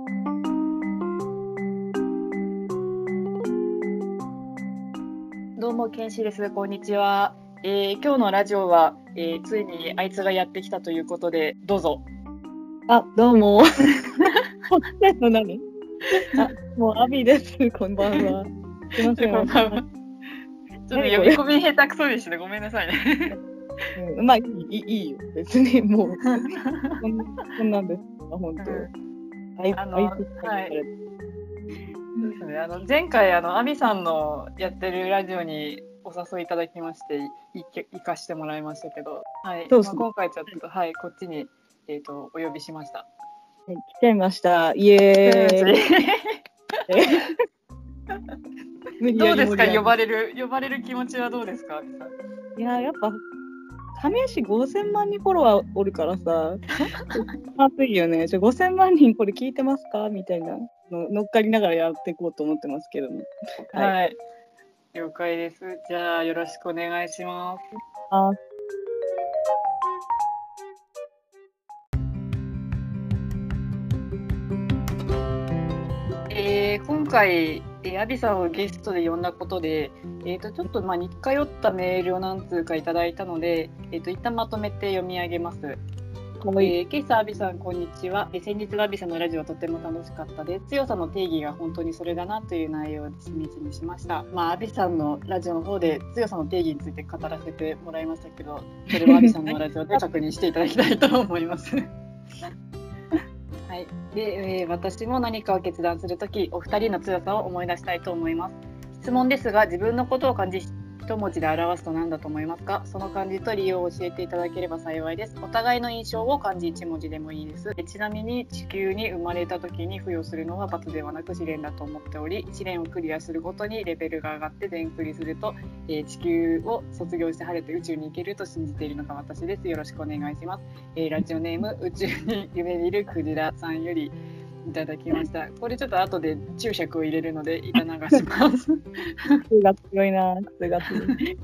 どうも、ケンシです。こんにちは。今日のラジオは、ついにあいつがやってきたということで、どうぞ。 あ、どうも。何？もうアビです。こんばんは。すいません。 こんばんは。ちょっと呼び込み下手くそでしたね。ごめんなさいね。 まあいいよ。別にもうこんなんです。本当。はい。 そうですね。前回アビさんのやってるラジオにお誘いいただきまして行かしてもらいましたけど、はい。今回ちょっとこっちにお呼びしました。 はい、来ちゃいました。イエーイ。 どうですか？呼ばれる気持ちはどうですか？ いや、やっぱ亀市5000万人フォロワーおるからさ、熱いよね。5000万人これ聞いてますかみたいなの乗っかりながらやっていこうと思ってますけどね。 はい。了解です。じゃあよろしくお願いします。今回アビさんをゲストで呼んだことで、ちょっと似通ったメールを何通かいただいたので、一旦まとめて読み上げます。ケイさん、アビさん、こんにちは。先日のアビさんのラジオはとても楽しかったです。強さの定義が本当にそれだなという内容でしみじみしました。アビさんのラジオの方で強さの定義について語らせてもらいましたけど、それはアビさんのラジオで確認していただきたいと思います。はい。で、私も何かを決断するとき、お二人の強さを思い出したいと思います。質問ですが、自分のことを漢字一文字で表すと何だと思いますか？その漢字と理由を教えていただければ幸いです。お互いの印象を漢字一文字でもいいです。ちなみに地球に生まれた時に付与するのは罰ではなく試練だと思っており、試練をクリアするごとにレベルが上がって全クリすると、地球を卒業して晴れて宇宙に行けると信じているのが私です。よろしくお願いします。ラジオネーム宇宙に夢見るクジラさんよりいただきました。これちょっと後で注釈を入れるので一旦流します。 癖が強いな。癖が強い。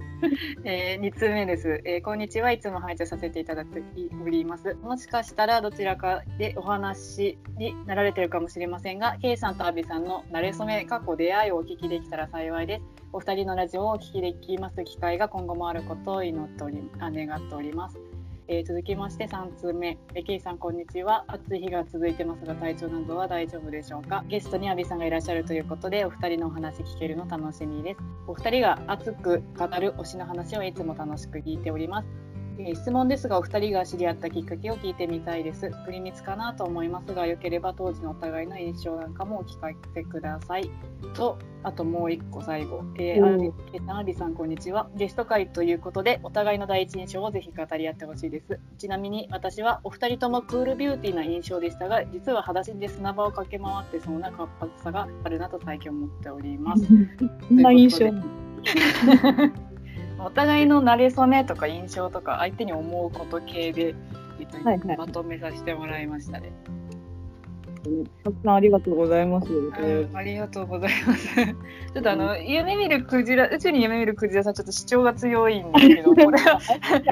2通目です。こんにちは。いつも拝聴させていただいております。もしかしたらどちらかでお話になられているかもしれませんが、K さんとアビさんの馴れ初め出会いをお聞きできたら幸いです。お二人のラジオをお聞きできます機会が今後もあることを願っております。続きまして3通目、ケイさんこんにちは。暑い日が続いてますが体調などは大丈夫でしょうか？ゲストにアビさんがいらっしゃるということでお二人のお話聞けるの楽しみです。お二人が熱く語る推しの話をいつも楽しく聞いております。質問ですがお二人が知り合ったきっかけを聞いてみたいです。クリミツかなと思いますが、よければ当時のお互いの印象なんかもお聞かせくださいと、あともう一個最後、アビさんこんにちは。ゲスト会ということでお互いの第一印象をぜひ語り合ってほしいです。ちなみに私はお二人ともクールビューティーな印象でしたが、実は裸足で砂場を駆け回ってそうな活発さがあるなと最近思っております。 そんな印象お互いの馴れ初めとか印象とか相手に思うこと系で、まとめさせてもらいましたね。 たくさんありがとうございます。 ありがとうございます。ちょっと夢見るクジラ、宇宙に夢見るクジラさんちょっと主張が強いんですけど、これは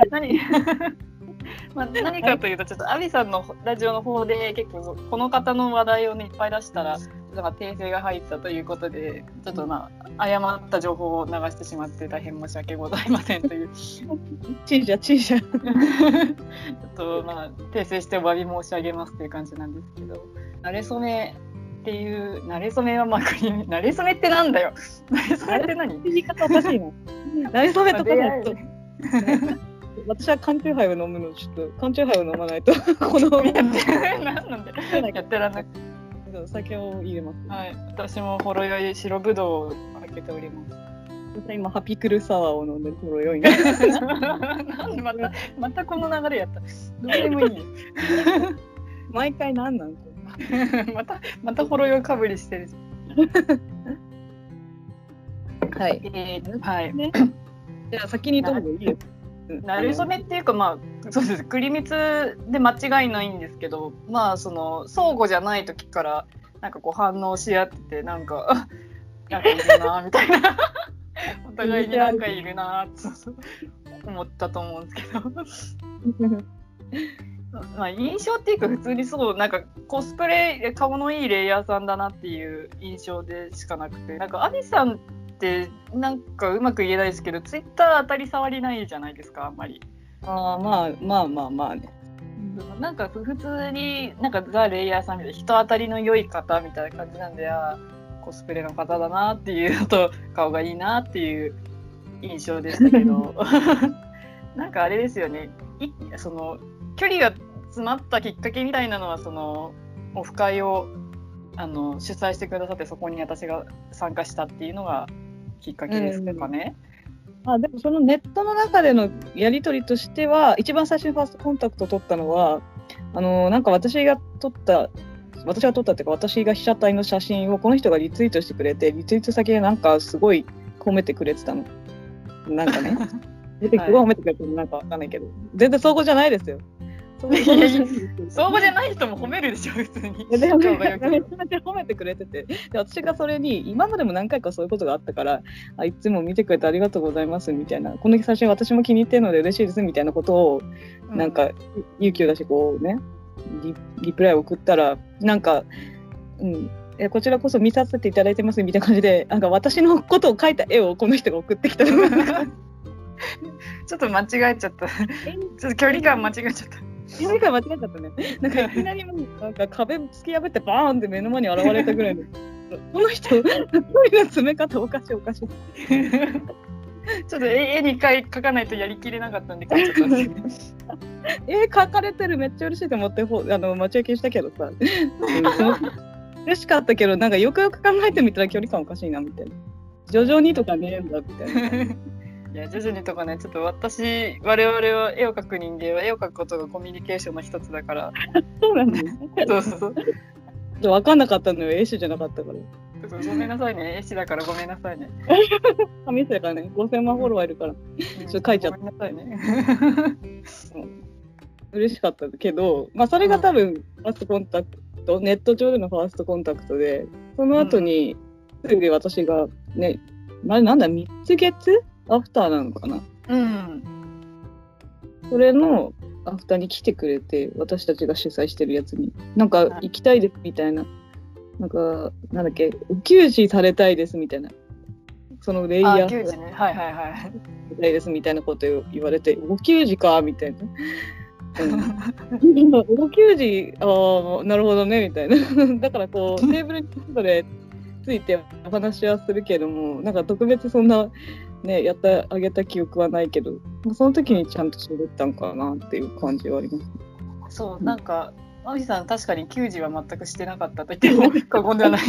何かというと、ちょっとアビさんのラジオの方で結構この方の話題をねいっぱい出したら訂正が入ったということで、ちょっと誤った情報を流してしまって大変申し訳ございませんというちいちゃちょっと訂正してお詫び申し上げますという感じなんですけど、馴れ初めっていう馴れ初めは馴れ初めってなんだよ。馴れ初めって何？ 言い方おかしいな。馴れ初めとかだと私は缶チューハイを飲むのちょっと缶チューハイを飲まないとこのなんでやってらんなくて。 酒を入れます。 はい、私もほろ酔い白ぶどうを開けております。 私は今ハピクルサワーを飲んでほろ酔いが。 またこの流れやった。どうでもいいよ。 毎回なんなんまたほろ酔いかぶりしてる。 はい。 はい。 じゃあ先にどうぞいいよ。 馴れ初めっていうかそうです。クリミツで間違いないんですけど、その相互じゃない時から反応し合っててなんかいるなみたいなお互いにいるなって思ったと思うんですけどまあ、印象っていうか普通にそうなんかコスプレ顔のいいレイヤーさんだなっていう印象でしかなくて、なんかアビさんってなんかうまく言えないですけど、ツイッター当たり障りないじゃないですか、あんまり。 まあね。 なんか普通になんかザ・レイヤーさんみたいな人当たりの良い方みたいな感じなんで、コスプレの方だなっていうのと顔がいいなっていう印象でしたけどなんかあれですよね、その距離が詰まったきっかけみたいなのはそのオフ会を主催してくださって、そこに私が参加したっていうのがきっかけですかね。 でもそのネットの中でのやり取りとしては、一番最初にファーストコンタクトを取ったのは、なんか私が撮ったっていうか、私が被写体の写真をこの人がリツイートしてくれて、リツイート先でなんかすごい褒めてくれてたの。なんかね。すごい褒めてくれてるのなんかわかんないけど、全然相互じゃないですよ。 相互じゃない人も褒めるでしょ、普通に。 めちゃめちゃ褒めてくれてて、で私がそれに今までも何回かそういうことがあったから、いつも見てくれてありがとうございますみたいな、この写真私も気に入ってるので嬉しいですみたいなことをなんか勇気を出してこうねリプライを送ったら、なんか、こちらこそ見させていただいてますみたいな感じで、なんか私のことを描いた絵をこの人が送ってきたちょっと間違えちゃった。ちょっと距離感間違えちゃった。 距離感間違えちゃったね。なんかいきなりなんか壁突き破ってバーンって目の前に現れたぐらいのこの人距離の詰め方おかしい。ちょっと絵に描かないとやりきれなかったんで描いちゃったんです描かれてるめっちゃ嬉しいと思って待ち受けしたけどさ、嬉しかったけど、なんかよくよく考えてみたら距離感おかしいなみたいな。徐々にとかねえんだみたいな。 いや徐々にとかね、ちょっと我々は絵を描く人間は絵を描くことがコミュニケーションの一つだから。 そうなんですね。そう分かんなかったのよ、絵師じゃなかったから。 ごめんなさいね、絵師だからごめんなさいね。 紙生からね、5000万フォロワーいるから、ちょっと書いちゃった。 ごめんなさいね。 嬉しかったけど、それが多分ファーストコンタクト、ネット上でのファーストコンタクトで、その後にすぐ私がね、なんだ3つ月アフターなのかな。それのアフターに来てくれて、私たちが主催してるやつになんか行きたいですみたいな、なんかなんだっけ、お給仕されたいですみたいな、そのレイヤー給仕ね、はいはいはい、 たいですみたいなことを言われて、お給仕かみたいな。お給仕、なるほどねみたいな。だからこうテーブルにそれついてお話はするけども、なんか特別そんなねやってあげた記憶はないけど、その時にちゃんと喋ったんかなっていう感じはあります。 そう、なんかマミさん確かに給仕は全くしてなかったと言っても過言ではない。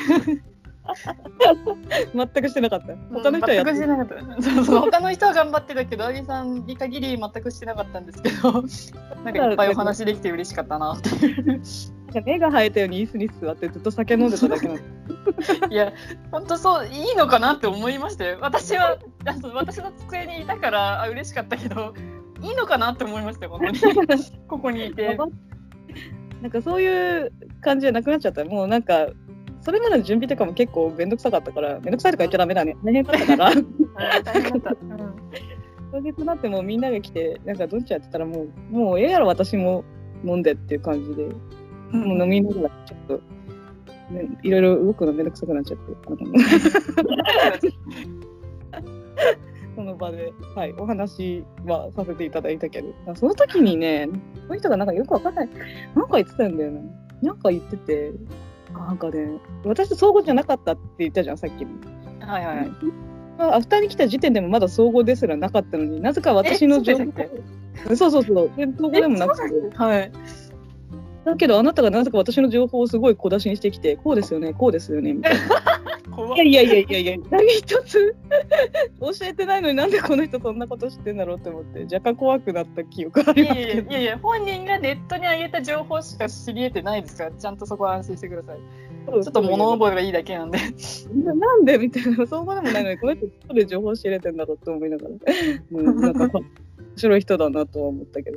全くしてなかった。他の人はやって全くしてなかった。そう他の人は頑張ってたけど、アビさんに限り全くしてなかったんですけど、なんかいっぱいお話できて嬉しかったなっていう。 目が生えたように椅子に座ってずっと酒飲んでただけなの。 いや本当そう、いいのかなって思いましたよ。私は私の机にいたから嬉しかったけど、いいのかなって思いましたよ、本当に。ここにいて。 なんかそういう感じじゃなくなっちゃった。もうなんかそれまでの準備とかも結構めんどくさかったから、めんどくさいとか言っちゃダメだね。大変だったから。大変だった。当日になってもみんなが来て、なんかどんちゃんやってたらもうええやろ私も飲んでっていう感じで、もう飲みながらちょっと、ね、いろいろ動くのめんどくさくなっちゃって。その場で、はい、お話はさせていただいたけど、その時にね、その人がなんかよくわかんない、なんか言ってたんだよね。なんか言ってて、なんかね、私と相互じゃなかったって言ったじゃん、さっきも。 はいはいはい。 アフターに来た時点でもまだ相互ですらなかったのに、なぜか私の情報、そう相互でもなくて、はい。だけどあなたがなぜか私の情報をすごい小出しにしてきて、こうですよね、こうですよねみたいな。いや、何一つ教えてないのになんでこの人そんなこと知ってんだろうって思って、若干怖くなった記憶ありますけど。 いや、本人がネットに上げた情報しか知り得てないですから、ちゃんとそこは安心してください。ちょっと物覚えがいいだけなんで。 なんでみたいな、そうでもないのに、この人どこで情報知れてんだろうって思いながら、なんか面白い人だなとは思ったけど。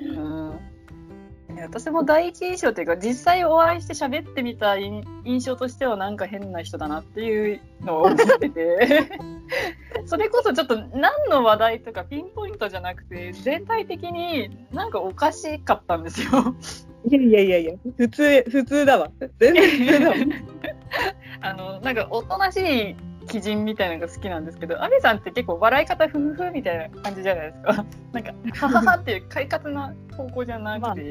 私も第一印象というか、実際お会いして喋ってみた印象としてはなんか変な人だなっていうのを思っててそれこそちょっと何の話題とかピンポイントじゃなくて全体的になんかおかしかったんですよ。 いや、普通だわ。全然普通だわ。 なんかおとなしい鬼人みたいなのが好きなんですけど、アビさんって結構笑い方フフフみたいな感じじゃないですか。なんかハハハっていう快活な方向じゃなくて、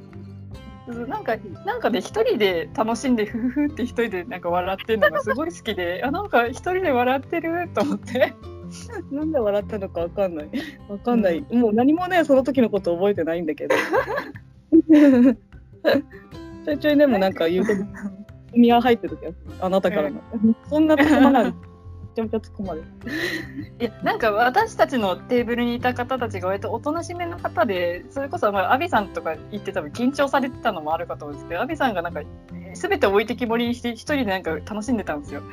なんかで一人で楽しんでフフフって一人でなんか笑ってるのがすごい好きで、なんか一人で笑ってると思って。 なんで笑ったのかわかんない。もう何もね、その時のこと覚えてないんだけど。ちょいちょいでもなんか言うとミア入ってる時はあなたからの、そんな突っ込まない。めちゃめちゃ突っ込まれる。 いやなんか私たちのテーブルにいた方たちが割とおとなしめの方で、それこそアビさんとか言って多分緊張されてたのもあるかと思うんですけど、アビさんがなんか全て置いてきぼりにして一人でなんか楽しんでたんですよ。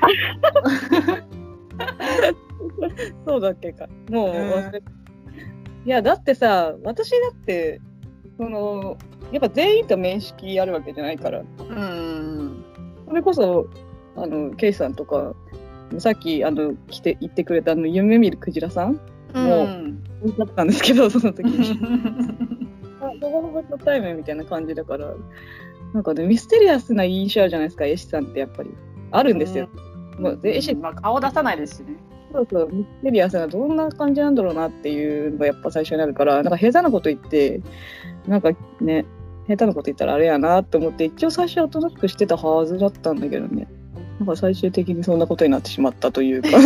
そうだっけか。もう忘れ、いやだってさ、私だってやっぱ全員と面識あるわけじゃないから。それこそケイさんとかさっき言ってくれた夢見るクジラさんもだったんですけど、その時にほぼほぼ初対面みたいな感じだから、なんかねミステリアスな印象あるじゃないですか。絵師さんってやっぱりあるんですよ。絵師、 顔出さないですしね。 そうミステリアスなどんな感じなんだろうなっていうのがやっぱ最初になるから、なんか下手なこと言ってなんかね、下手なこと言ったらあれやなって思って一応最初はおとなしくしてたはずだったんだけどね、なんか最終的にそんなことになってしまったというか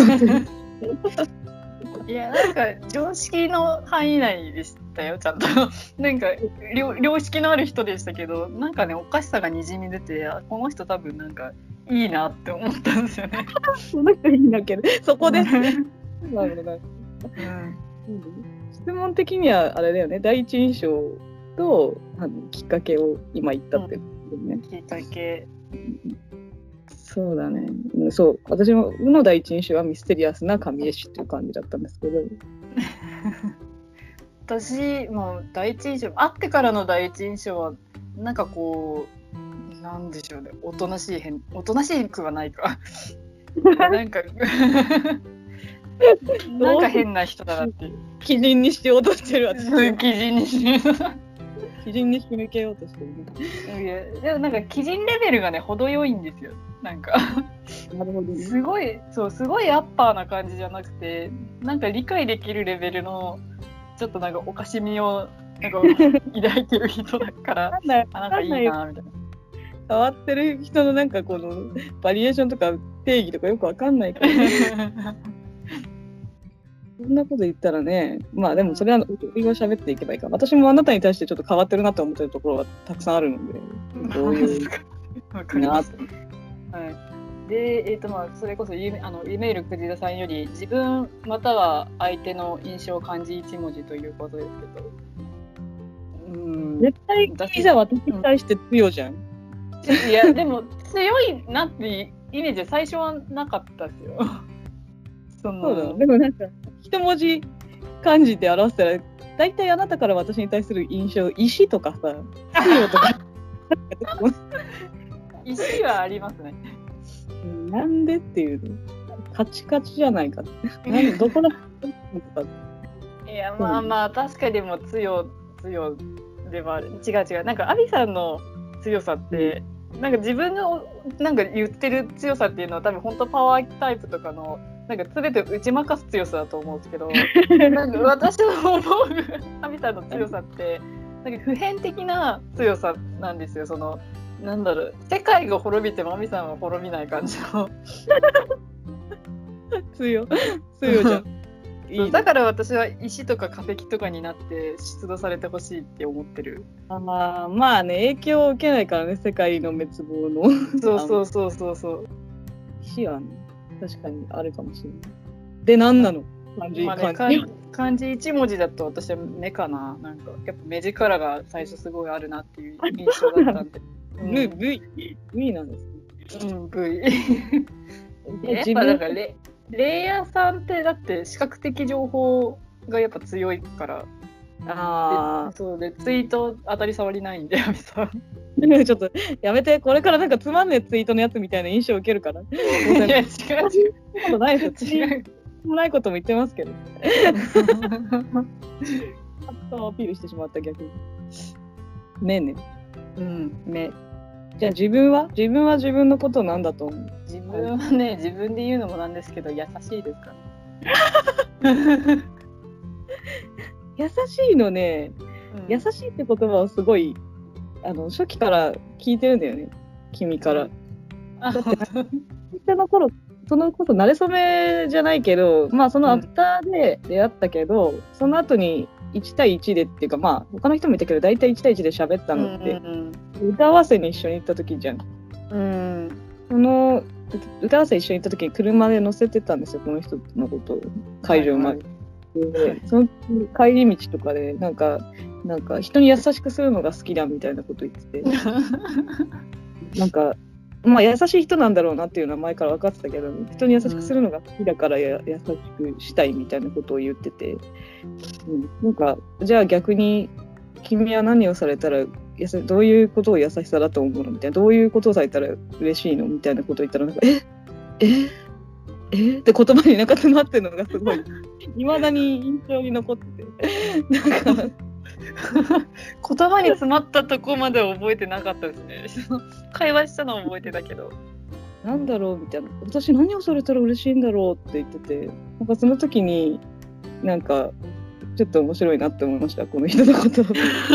いやなんか常識の範囲内でしたよ、ちゃんと。なんか良識のある人でしたけど、なんかねおかしさがにじみ出て、この人多分なんかいいなって思ったんですよね。 その人いいんだけど、そこで質問的にはあれだよね、第一印象ときっかけを今言ったってことね、 きっかけ。 そうだね。そう、私の第一印象はミステリアスな神絵師っていう感じだったんですけど。 私も第一印象、会ってからの第一印象はなんかこうなんでしょうね、おとなしくはないか。なんかなんか変な人だなっていう。 鬼人にしようとしてる私。 鬼人にしようと。 鬼人に仕向けようとしてる、 ね。いやでもなんか鬼人レベルがね程よいんですよ。なんかなるほど、ね、すごいアッパーな感じじゃなくて、なんか理解できるレベルのちょっとなんかおかしみをなんか抱いてる人だからなんかいいなみたいな。 変わってる人のなんかこのバリエーションとか定義とかよくわかんないから、そんなこと言ったらね、まあでもそれは今喋っていけばいいか。私もあなたに対してちょっと変わってるなと思ってるところがたくさんあるので、どういうわかります。はい。で、それこそ夢見るクジラさんより自分または相手の印象漢字一文字ということですけど、 絶対じゃあ私に対して強いじゃん。 いやでも強いなってイメージは最初はなかったですよ。 そうだ、でもなんか一文字漢字で表したら大体あなたから私に対する印象、石とかさ、強とか石はありますね。 なんでっていうの、カチカチじゃないかって。どこだいやまあ確かにも強では違う。なんかアビさんの強さって、なんか自分のなんか言ってる強さっていうのは多分本当パワータイプとかのなんか全て打ち負かす強さだと思うんですけど、なんか私の思うアビさんの強さってなんか普遍的な強さなんですよ。なんだろう、世界が滅びてもアビさんは滅びない感じの強じゃん。 いいだから私は石とか化石とかになって出土されてほしいって思ってる。 まあね、影響を受けないからね、世界の滅亡の。 そう。 石はね、確かにあるかもしれない。で、何なの？ 漢字一文字だと私は目かな。なんかやっぱ目力が最初すごいあるなっていう印象だったんで。 V なんですね。V。やっぱだからレイヤーさんってだって視覚的情報がやっぱ強いから。そうでツイート当たり障りないんで、アミさん。 ちょっとやめて、これからなんかつまんねえツイートのやつみたいな印象を受けるから。いや違う。 ことないですよ。 もないことも言ってますけど。アピールしてしまった逆に。ねえねうん。 え。じゃあ自分は自分のことなんだと思う？ 自分はね、自分で言うのもなんですけど、優しいですからね。 優しいのね、優しいって言葉をすごい初期から聞いてるんだよね、君から。だってその頃そのこそ慣れ初めじゃないけど、まあそのアフターで出会ったけど、その後に1対1でっていうか、まあ他の人もいたけど大体1対1で喋ったのって、歌合わせに一緒に行った時じゃん。その歌合わせ一緒に行った時に車で乗せてたんですよ、この人のことを会場まで。でその帰り道とかでなんか人に優しくするのが好きだみたいなこと言っててなんかまあ優しい人なんだろうなっていうのは前から分かってたけど、人に優しくするのが好きだから優しくしたいみたいなことを言ってて、なんかじゃあ逆に君は何をされたらどういうことを優しさだと思うのみたいな、どういうことをされたら嬉しいのみたいなことを言ったらなんかって言葉になんか詰まってるのがすごい未だに印象に残っててなんか言葉に詰まったとこまでは覚えてなかったですね。会話したのは覚えてたけど、 なんだろうみたいな、私何をされたら嬉しいんだろうって言ってて、なんかその時になんかちょっと面白いなって思いました、この人のこと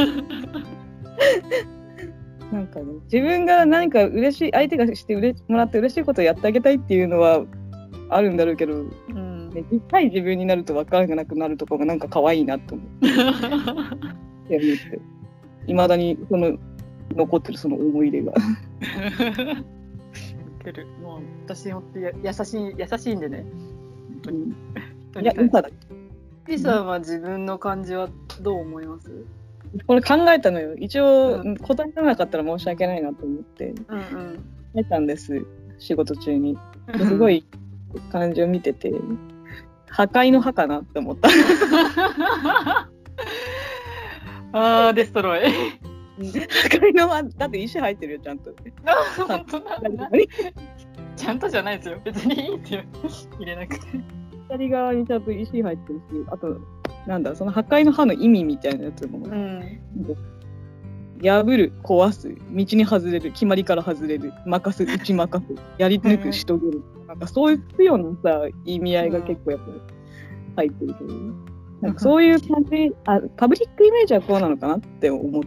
なんかね、自分が何か嬉しい、相手がしてもらって嬉しいことをやってあげたいっていうのはあるんだろうけど、実際自分になると分からなくなるところがなんか可愛いなと思っていまだに残ってるその思い出がもう私にとって優しいんでね、本当に。 いや、嘘だ。 ピさんは自分の感じはどう思います？ これ考えたのよ。一応、答えられなかったら申し訳ないなと思って考えたんです、仕事中に。すごい感じを見てて、破壊の破かなって思ったあー、デストロイ。 破壊の破だって石入ってるよ、ちゃんと。 本当だ。ちゃんとじゃないですよ、別にいいんですよ、入れなくて。 左側にちゃんと石入ってるし、あとなんだ、その破壊の刃の意味みたいなやつも、破る、壊す、道に外れる、決まりから外れる、任す、打ち負かす、やり抜く、しとげる、なんかそういうようなさ意味合いが結構やっぱり入ってるけど、なんかそういう感じ、パブリックイメージはこうなのかなって思った。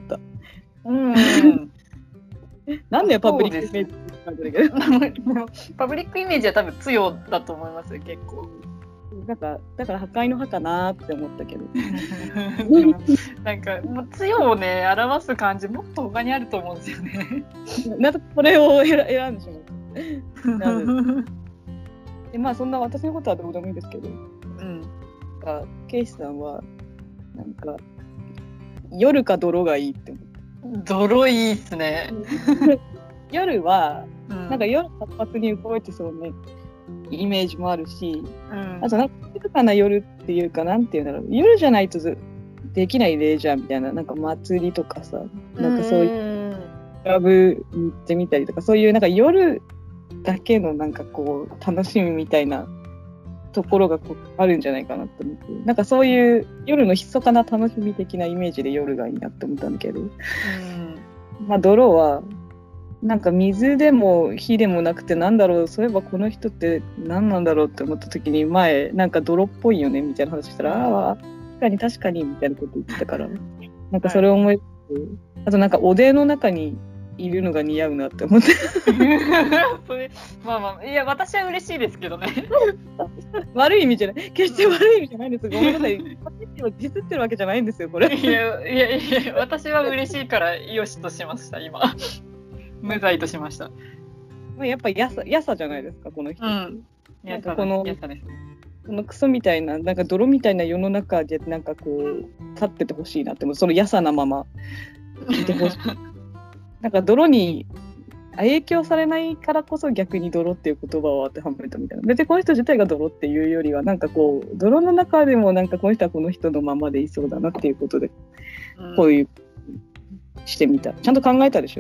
なんでパブリックイメージって感じだけどパブリックイメージは多分強だと思いますよ、結構。 だから破壊の刃かなって思ったけどなんかもう強をね表す感じもっと他にあると思うんですよね。 なんかこれを選んでしまうで、まあそんな私のことはどうでもいいんですけど、ケイシさんはなんか夜か泥がいいって思った。 泥いいっすね。 夜は、なんか夜活発に動いてそうねイメージもあるし、あとなんか静かな夜っていうか、なんていうんだろう、夜じゃないとできないレジャーみたいな、なんか祭りとかさ、なんかそういうクラブに行ってみたりとか、そういうなんか夜だけのなんかこう楽しみみたいなところがこうあるんじゃないかなって思って、なんかそういう夜の密かな楽しみ的なイメージで夜がいいなって思ったんだけど、まあ泥はなんか水でも火でもなくて、なんだろう、そういえばこの人って何なんだろうって思った時に、前なんか泥っぽいよねみたいな話したら、ああ確かにみたいなこと言ってたから、なんかそれを思い、あとなんかおでんの中にいるのが似合うなって思ってそれまあいや私は嬉しいですけどね悪い意味じゃない、決して悪い意味じゃないんです。ごめんなさい、ディスってるわけじゃないんですよこれ。 いや私は嬉しいからよしとしました。今無罪としました。 やっぱやさじゃないですかこの人。 なんかこのクソみたいな、なんか泥みたいな世の中でなんかこう立っててほしいなって、そのやさなままいてほしい。なんか泥に影響されないからこそ逆に泥っていう言葉を当てはめたみたいな。別にこの人自体が泥っていうよりは、なんかこう泥の中でもなんかこの人はこの人のままでいそうだなっていうことで、こういうしてみた。ちゃんと考えたでしょ。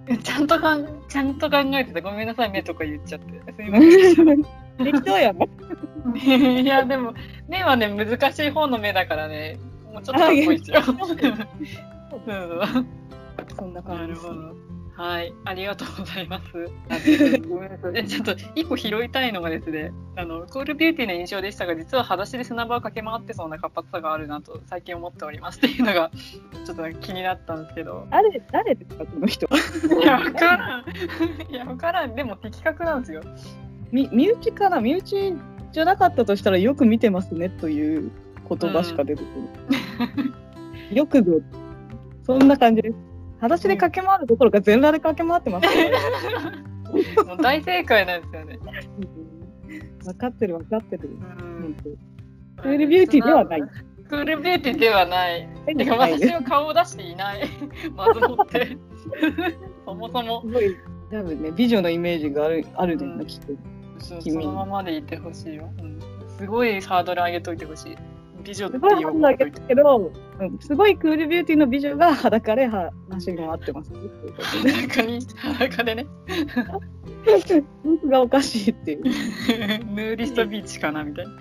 ちゃんと考えてた。ごめんなさい、目とか言っちゃって。すいません。 適当やね。 いや、でも、目はね、難しい方の目だからね、もうちょっとかっこいいですよ。 そんな感じです。 なるほど。はい、ありがとうございます。ごめんなさい。ちょっと一個拾いたいのがですね、クールビューティーな印象でしたが、実は裸足で砂場を駆け回ってそうな活発さがあるなと最近思っておりますっていうのがちょっと気になったんですけど。 誰ですか、この人。 いや、わからん。いや、わからん。でも的確なんですよ。 身内かな、身内じゃなかったとしたらよく見てますねという言葉しか出てくる。よくぞ、そんな感じです。裸足で駆け回るどころか全裸で駆け回ってます、ね。 もう大正解なんですよね。 分かってる。クールビューティーではない。 クールビューティーではない。てか私は顔を出していない。まずもって。そもそも。 すごい、多分ね、美女のイメージがあるね、きっと。 そのままでいてほしいわ。すごいハードル上げといてほしい。美女ってすごいハードル上げたけど、すごいクールビューティーの美女が裸で走り回ってます。 裸でね。 僕がおかしいっていう。 ヌーリストビーチかなみたいな。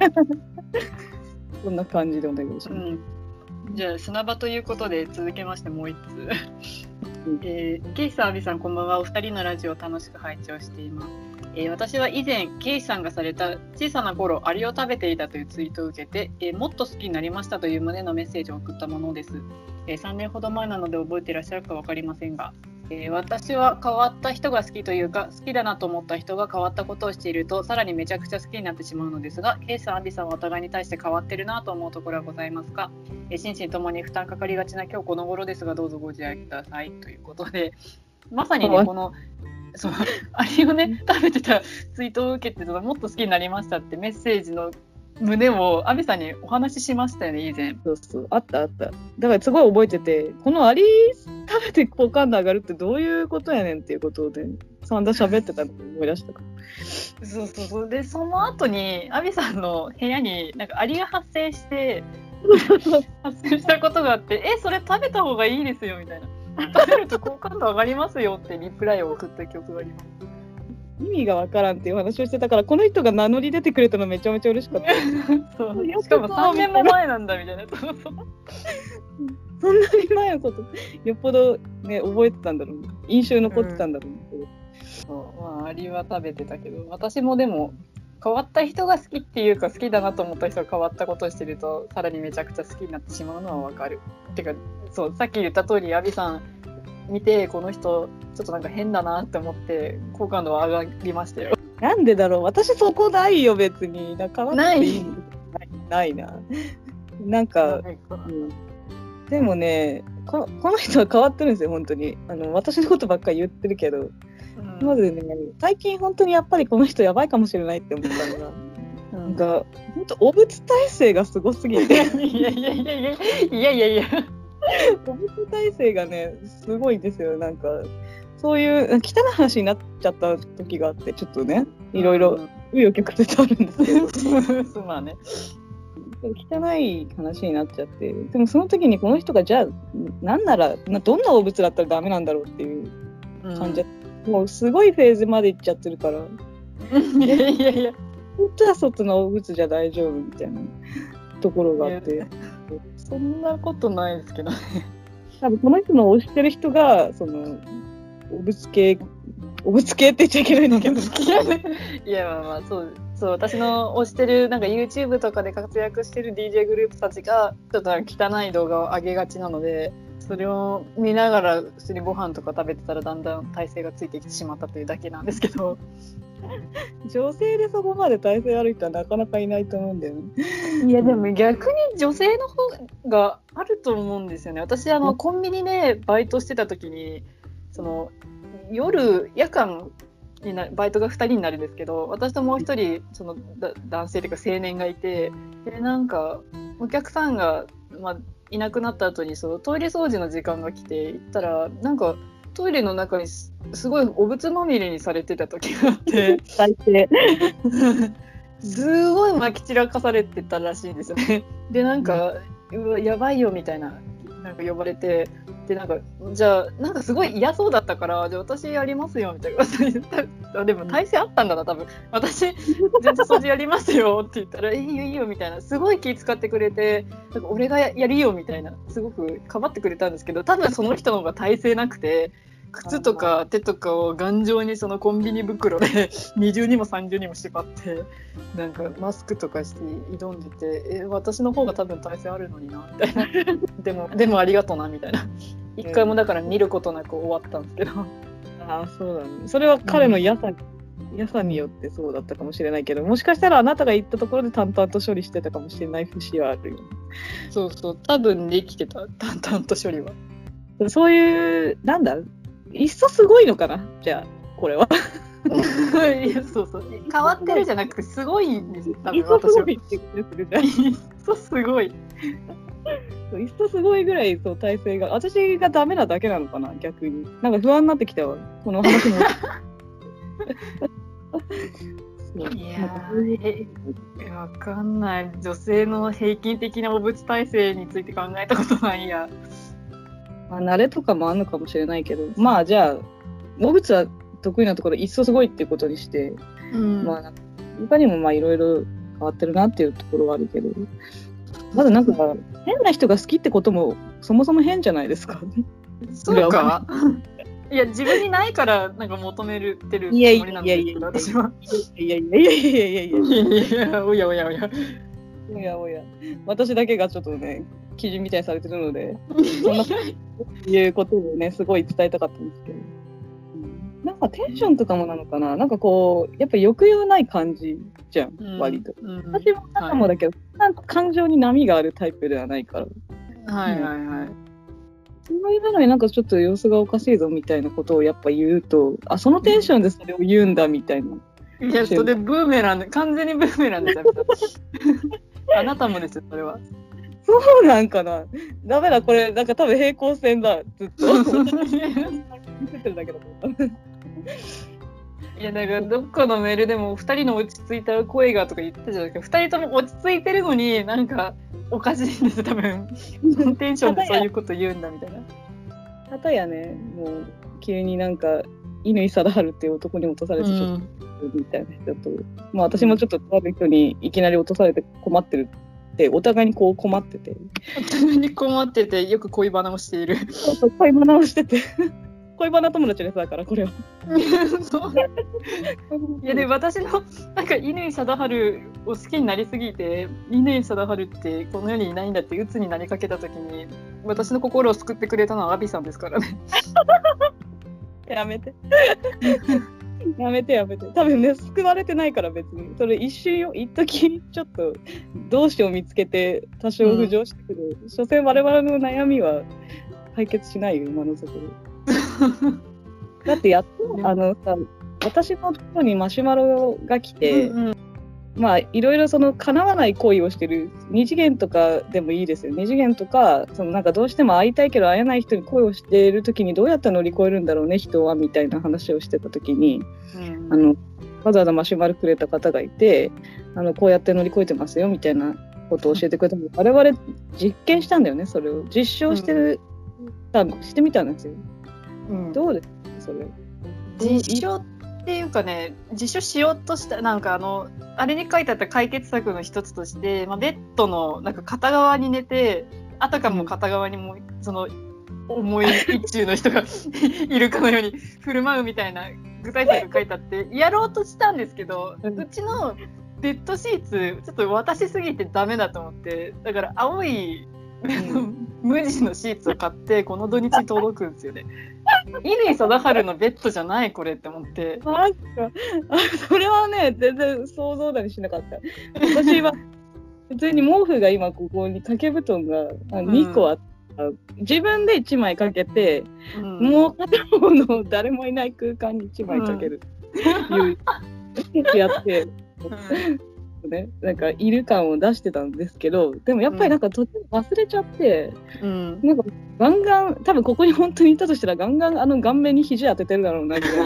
こんな感じでお願いします。 じゃあ砂場ということで続けましてもう一つ。ケイさん、アビさん、こんばんは。お二人のラジオを楽しく拝聴しています。私は以前ケイさんがされた小さな頃アリを食べていたというツイートを受けて、もっと好きになりましたという旨のメッセージを送ったものです。3年ほど前なので覚えていらっしゃるか分かりませんが、私は変わった人が好きというか、好きだなと思った人が変わったことをしているとさらにめちゃくちゃ好きになってしまうのですが、ケイさん、アビさんはお互いに対して変わってるなと思うところはございますか？心身ともに負担かかりがちな今日この頃ですが、どうぞご自愛くださいということで、まさにね、このアリをね食べてたツイートを受けて、もっと好きになりましたってメッセージの胸をアビさんにお話ししましたよね、以前。 そうあった。だからすごい覚えてて、このアリ食べて好感度上がるってどういうことやねんっていうことで散々喋ってたのを思い出したから。 そうで、その後にアビさんの部屋になんかアリが発生してしたことがあって、それ食べた方がいいですよみたいな、食べると好感度上がりますよってリプライを送った記憶があります。 意味がわからんっていう話をしてたから、この人が名乗り出てくれたのめちゃめちゃ嬉しかった。 そうしかも3年も前なんだみたいな。 そんなに前のことよっぽどね覚えてたんだろう、印象に残ってたんだろう、 アリは食べてたけど、私もでも変わった人が好きっていうか、好きだなと思った人が変わったことをしてるとさらにめちゃくちゃ好きになってしまうのはわかる。てかさっき言った通り、アビさん見てこの人ちょっとなんか変だなって思って好感度は上がりましたよ。 なんでだろう、私そこないよ別に。ないな。なんか、でもね、この人は変わってるんですよ本当に。私のことばっかり言ってるけど、まずね、最近本当にやっぱりこの人やばいかもしれないって思ったのが、なんか本当汚物体制がすごすぎていや汚物体制がねすごいですよ。なんかそういう汚い話になっちゃった時があって、ちょっとねいろいろ紆余曲折あるんですけどまあね、汚い話になっちゃって、でもその時にこの人がじゃあなんならどんな汚物だったらダメなんだろうっていう感じで、もうすごいフェーズまでいっちゃってるからいや本当はそっちの汚物じゃ大丈夫みたいなところがあって、 そんなことないですけどね。 多分この人の推してる人がその汚物系って言っちゃいけないんだけどいやまあそう私の推してるなんか YouTube とかで活躍してる DJ グループたちがちょっと汚い動画を上げがちなので、それを見ながら普通にご飯とか食べてたらだんだん体勢がついてきてしまったというだけなんですけど女性でそこまで体勢悪い人はなかなかいないと思うんだよね。 いやでも逆に女性の方があると思うんですよね。私コンビニでバイトしてた時に夜間にバイトが2人になるんですけど、私ともう1人男性というか青年がいて、でなんかお客さんが、いなくなった後にトイレ掃除の時間が来て行ったら、なんかトイレの中にすごい汚物まみれにされてた時があって最低すごい撒き散らかされてたらしいんですよね。でなんか、やばいよみたいな、なんか呼ばれて、 でなんかじゃあなんかすごい嫌そうだったからじゃあ私やりますよみたいなこと言ったらでも体勢あったんだな多分私全然掃除やりますよって言ったらいいよいいよみたいなすごい気遣ってくれてなんか俺がやるよみたいなすごくかばってくれたんですけど多分その人の方が体勢なくて靴とか手とかを頑丈にそのコンビニ袋で二重にも三重にも縛ってなんかマスクとかして挑んでて私の方が多分体勢あるのになみたいなでもありがとうなみたいな一回もだから見ることなく終わったんですけど、 ああそうだね。それは彼の優さによってそうだったかもしれないけど、もしかしたらあなたが言ったところで淡々と処理してたかもしれない節はあるよ。 そうそう多分できてた淡々と処理は。 そういうなんだいっそすごいのかなじゃあこれは。 いやそうそう変わってるじゃなくてすごいんですよ多分いっそすごいって言ってるじゃん。 いっそすごいいっそすごいぐらいそう体勢が私がダメなだけなのかな逆になんか不安になってきたわこの話も。 いやわかんない女性の平均的なおぶつ体制について考えたことないや。 まあ、慣れとかもあるのかもしれないけどまあじゃあおぶつは得意なところいっそすごいっていうことにして、まあ他にもまあいろいろ変わってるなっていうところはあるけどまだなんか変な人が好きってこともそもそも変じゃないですか。 そうか。いや自分にないからなんか求めてるつもりなんですけど私は。 いやおやおや私だけがちょっとね基準みたいにされてるのでそんないうことをねすごい伝えたかったんですけど、なんかテンションとかもなのかななんかこうやっぱ抑揚ない感じじゃん、割と、私もなんかもだけど、なんか感情に波があるタイプではないからそういうのになんかちょっと様子がおかしいぞみたいなことをやっぱ言うとそのテンションでそれを言うんだみたいな。 いやそれブーメランで完全にブーメランですよ。あなたもですよそれは。 そうなんかな。ダメだこれなんか多分平行線だずっと。 いやだからどっかのメールでも2人の落ち着いた声がとか言ったじゃないですか。2人とも落ち着いてるのになんかおかしいんです多分。テンションでそういうこと言うんだみたいな。 かたやねもう急になんか乾貞治っていう男に落とされてちょっとみたいな人と、まあ私もちょっとある人にいきなり落とされて困ってるってお互いにこう困っててお互いに困っててよく恋バナをしている。 そう恋バナをしてて恋バナ友達ですだからこれは。 そういやで私のなんか乾貞治を好きになりすぎて乾貞治ってこの世にいないんだって鬱になりかけた時に私の心を救ってくれたのはアビさんですからね。 やめて多分ね救われてないから別にそれ一瞬よ一時ちょっと同志を見つけて多少浮上してくる、所詮我々の悩みは解決しないよ今のところ。だってやっとさ私のところにマシュマロが来て、まあいろいろその叶わない行為をしてる二次元とかでもいいですよ。二次元とかそのなんかどうしても会いたいけど会えない人に恋をしている時にどうやって乗り越えるんだろうね人はみたいな話をしてた時に、わざわざマシュマロくれた方がいてこうやって乗り越えてますよみたいなことを教えてくれたので我々実験したんだよね。それを実証してみたんですよ。どうですかそれ実証っていうかね実証しようとしたなんかあれに書いてあった解決策の一つとして、ベッドのなんか片側に寝てあたかも片側にもその重い一中の人がいるかのように振る舞うみたいな具体策が書いてあってやろうとしたんですけど、うちのベッドシーツちょっと渡しすぎてダメだと思ってだから青い無地のシーツを買ってこの土日に届くんですよね。乾貞治のベッドじゃないこれって思って。 なんかそれはね全然想像だにしなかった。私は普通に毛布が今ここに掛け布団が2個あって、自分で1枚かけて、もう片方の誰もいない空間に1枚かけるいうやって。ね、なんかいる感を出してたんですけどでもやっぱりなんか途中忘れちゃって、なんかガンガン多分ここに本当にいたとしたらガンガン顔面に肘当ててるだろうなみたい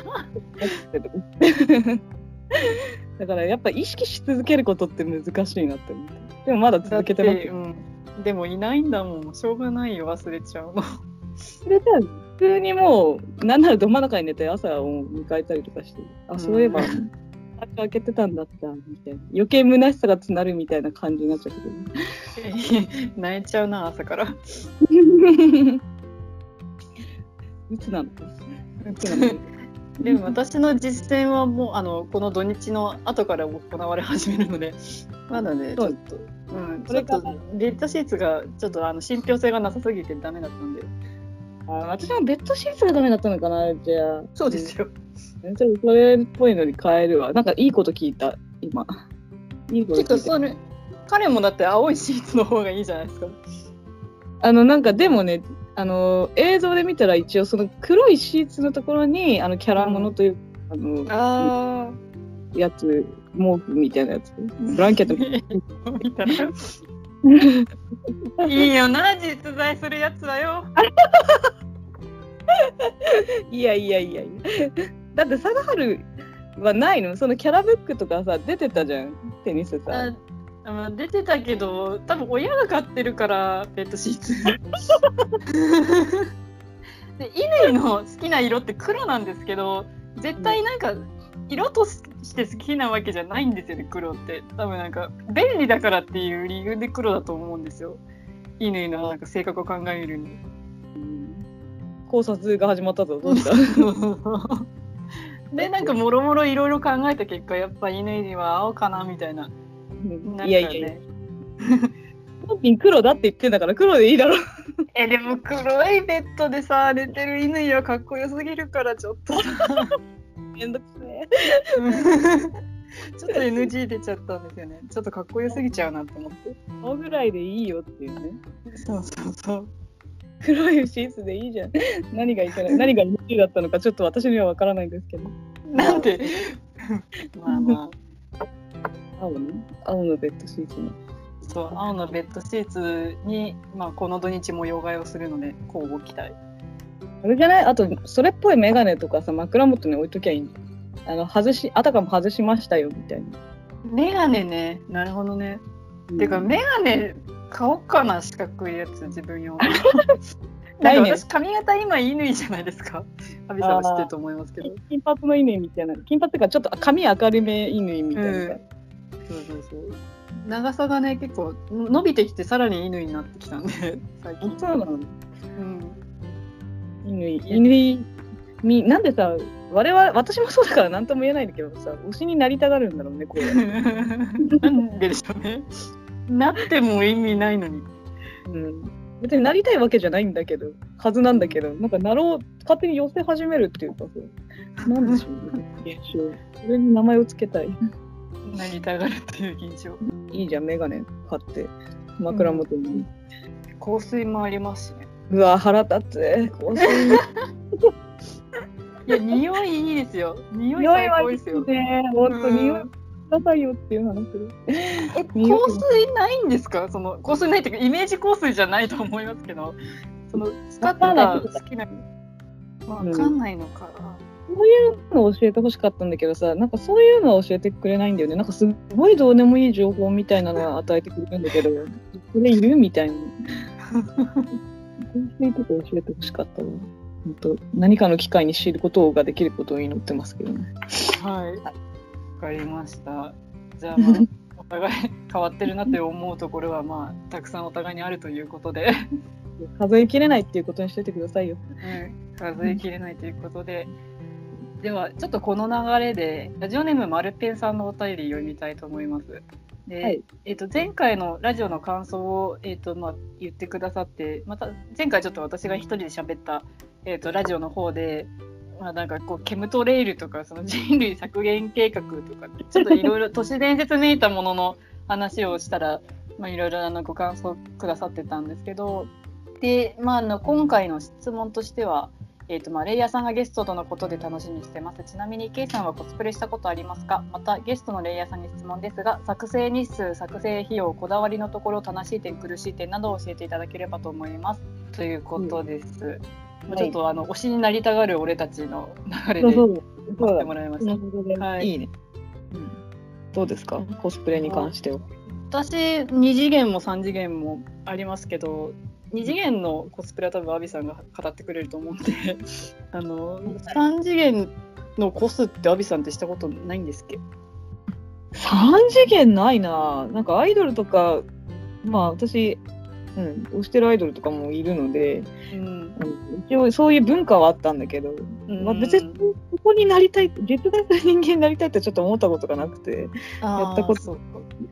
なだからやっぱ意識し続けることって難しいなって思ってでもまだ続けてます、 でもいないんだもんしょうがないよ忘れちゃうの。 それじゃあ普通にもうなんならど真ん中に寝て朝を迎えたりとかして、あ、そういえば開けてたんだったみたいな、余計虚しさが募るみたいな感じになっちゃうけど泣いちゃうな朝から。 いつなの？ でも私の実践はもうこの土日の後から行われ始めるので、まだねちょっと、ちょっとベッドシーツがちょっと信憑性がなさすぎてダメだったんで。 私もベッドシーツがダメだったのかな、じゃあ。 そうですよ。 ちょっとそれっぽいのに変えるわ。なんかいいこと聞いた今。いいこと聞いた。 それ彼もだって青いシーツの方がいいじゃないですか。 なんかでもね、映像で見たら一応その黒いシーツのところにキャラものというやつ、毛布みたいなやつ、ブランケットみたいな。 いいよな、実在するやつはよ。 いや。だって貞治はないの？そのキャラブックとかさ出てたじゃん、テニスさ。 出てたけど、多分親が飼ってるからベッドシーツ。で、乾の好きな色って黒なんですけど、絶対なんか色として好きなわけじゃないんですよね、黒って。多分なんか便利だからっていう理由で黒だと思うんですよ。乾のなんか性格を考えるに。 考察が始まったぞ、どうした？ で、なんかもろもろいろいろ考えた結果、やっぱ乾には青かなみたいな。 いや。本人黒だって言ってんだから黒でいいだろ。 でも黒いベッドでさ寝てる乾はかっこよすぎるからちょっとめんどくせえ。 ちょっと NG 出ちゃったんですよね。ちょっとかっこよすぎちゃうなと思って。 青ぐらいでいいよっていうね。 そう。 黒いシーツでいいじゃん。何がいけない、何が NG だったのかちょっと私にはわからないんですけど。 なんでまあ青のベッドシーツに。 そう、青のベッドシーツに、この土日模様替えをするので交互期待。 あれじゃない？あとそれっぽいメガネとかさ、枕元に置いときゃいいんじゃん。あたかも外しましたよみたいな。 メガネね、なるほどね。てかメガネ買おうかな、四角いやつ自分用。なんか私髪型今乾じゃないですか。アビさんは知ってると思いますけど。 金髪の乾みたいな。金髪っていうかちょっと髪明るめ乾みたいな。 そう。長さがね結構伸びてきてさらに乾になってきたんで最近。 そうなの。乾なんでさ、私もそうだから何とも言えないんだけどさ、推しになりたがるんだろうね、これ。 なんででしょうね。なっても意味ないのに。 別になりたいわけじゃないんだけど、はずなんだけど、なんか勝手に寄せ始めるっていうかさ、なんでしょうね、現象。それに名前をつけたい。 なりたがるっていう現象。 いいじゃん、メガネ買って、枕元に。 香水もありますしね。 うわ、腹立つ。香水。 いや、匂いいいですよ。匂い最高ですよ。 ね、本当に。くださいよっていう話。 香水ないんですか？香水ないっていうかイメージ香水じゃないと思いますけど、使ってた好きなわかんないのか。 そういうのを教えてほしかったんだけどさ、なんかそういうのは教えてくれないんだよね。なんかすごいどうでもいい情報みたいなのを与えてくれるんだけど、それいるみたいな。香水とか教えてほしかったわ。本当何かの機会に知ることができることを祈ってますけどね。 はい。わかりました。じゃあ、お互い変わってるなって思うところはたくさんお互いにあるということで数えきれないっていうことにしててくださいよ。 数えきれないということで、ではちょっとこの流れでラジオネームマルペンさんのお便り読みたいと思います。で、前回のラジオの感想を、言ってくださって、また前回ちょっと私が一人で喋った、ラジオの方で、なんかこうケムトレイルとかその人類削減計画とかちょっといろいろ都市伝説めいたものの話をしたらいろいろご感想くださってたんですけど、で、今回の質問としては、レイヤーさんがゲストとのことで楽しみにしてます。ちなみに K さんはコスプレしたことありますか？またゲストのレイヤーさんに質問ですが、作成日数、作成費用、こだわりのところ、楽しい点、苦しい点などを教えていただければと思いますということです。ちょっと推しになりたがる俺たちの流れでさせてもらいました。 いいね。どうですか？コスプレに関しては。 私2次元も3次元もありますけど、 2次元のコスプレは多分アビさんが語ってくれると思うんで3次元のコスってアビさんってしたことないんですっけ ？3次元ないな。なんかアイドルとか、まあ私、推してるアイドルとかもいるので、一応そういう文化はあったんだけど、まあ、別にここになりたい、実在する人間になりたいってちょっと思ったことがなくて、やったこと。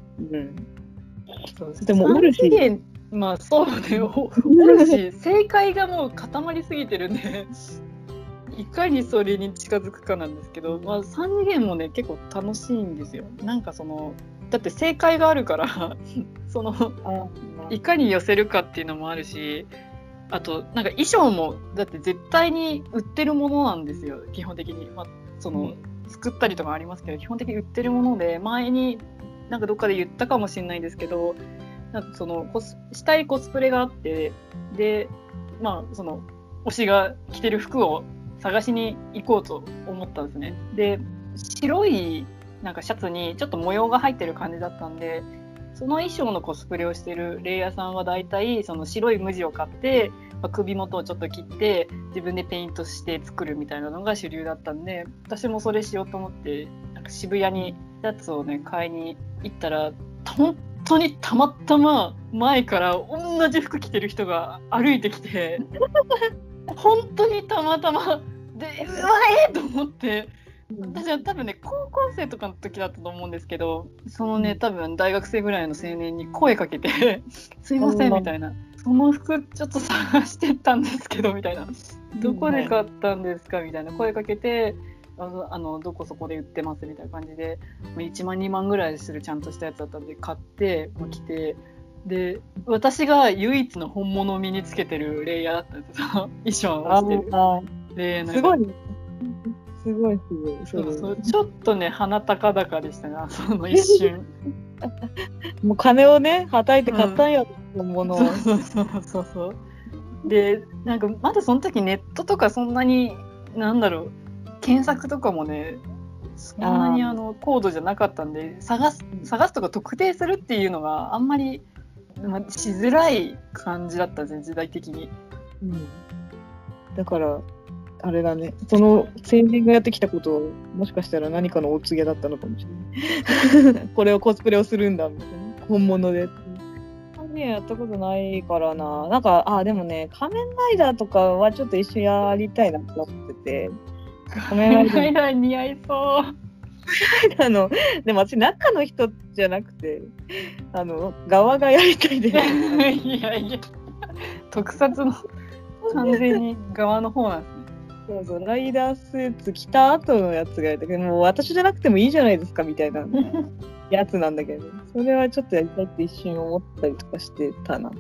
でもおるし、 まあそうね、おるし、正解がもう固まりすぎてるんで、いかにそれに近づくかなんですけど、まあ、3次元もね結構楽しいんですよ。なんかだって正解があるからいかに寄せるかっていうのもあるし、あとなんか衣装もだって絶対に売ってるものなんですよ基本的に。まあ作ったりとかありますけど基本的に売ってるもので、前になんかどっかで言ったかもしれないですけど、なんかしたいコスプレがあって、でまあ推しが着てる服を探しに行こうと思ったんですね。で白いなんかシャツにちょっと模様が入ってる感じだったんで、その衣装のコスプレをしてるレイヤーさんはだいたいその白い無地を買って、首元をちょっと切って自分でペイントして作るみたいなのが主流だったんで、私もそれしようと思ってなんか渋谷にやつをね買いに行ったら、本当にたまたま前から同じ服着てる人が歩いてきて本当にたまたまで、と思って、私は多分ね高校生とかの時だったと思うんですけど、多分大学生ぐらいの青年に声かけてすいませんみたいな、その服ちょっと探してったんですけどみたいな、どこで買ったんですかみたいな声かけて、どこそこで売ってますみたいな感じで、1万2万ぐらいするちゃんとしたやつだったんで買って着て、で私が唯一の本物を身につけてるレイヤーだったんですよ衣装をしてる。 すごいすごいそうちょっとね鼻高々でしたねその一瞬もう金をねはたいて買ったんやと思うのを、 そうでなんかまだその時ネットとかそんなに検索とかもねそんなに高度じゃなかったんで、探すとか特定するっていうのがあんまり、しづらい感じだったんですね時代的に、 だからあれだね、その青年がやってきたことをもしかしたら何かのお告げだったのかもしれないこれをコスプレをするんだみたいな、本物でやったことないからな。なんかでもね仮面ライダーとかはちょっと一緒やりたいなと思ってて、 仮面ライダー似合いそうでも私中の人じゃなくて側がやりたいでいや特撮の完全に側の方なんですね。 そうライダースーツ着た後のやつがいたけど、もう私じゃなくてもいいじゃないですかみたいなやつなんだけど、それはちょっとやりたいって一瞬思ったりとかしてたな。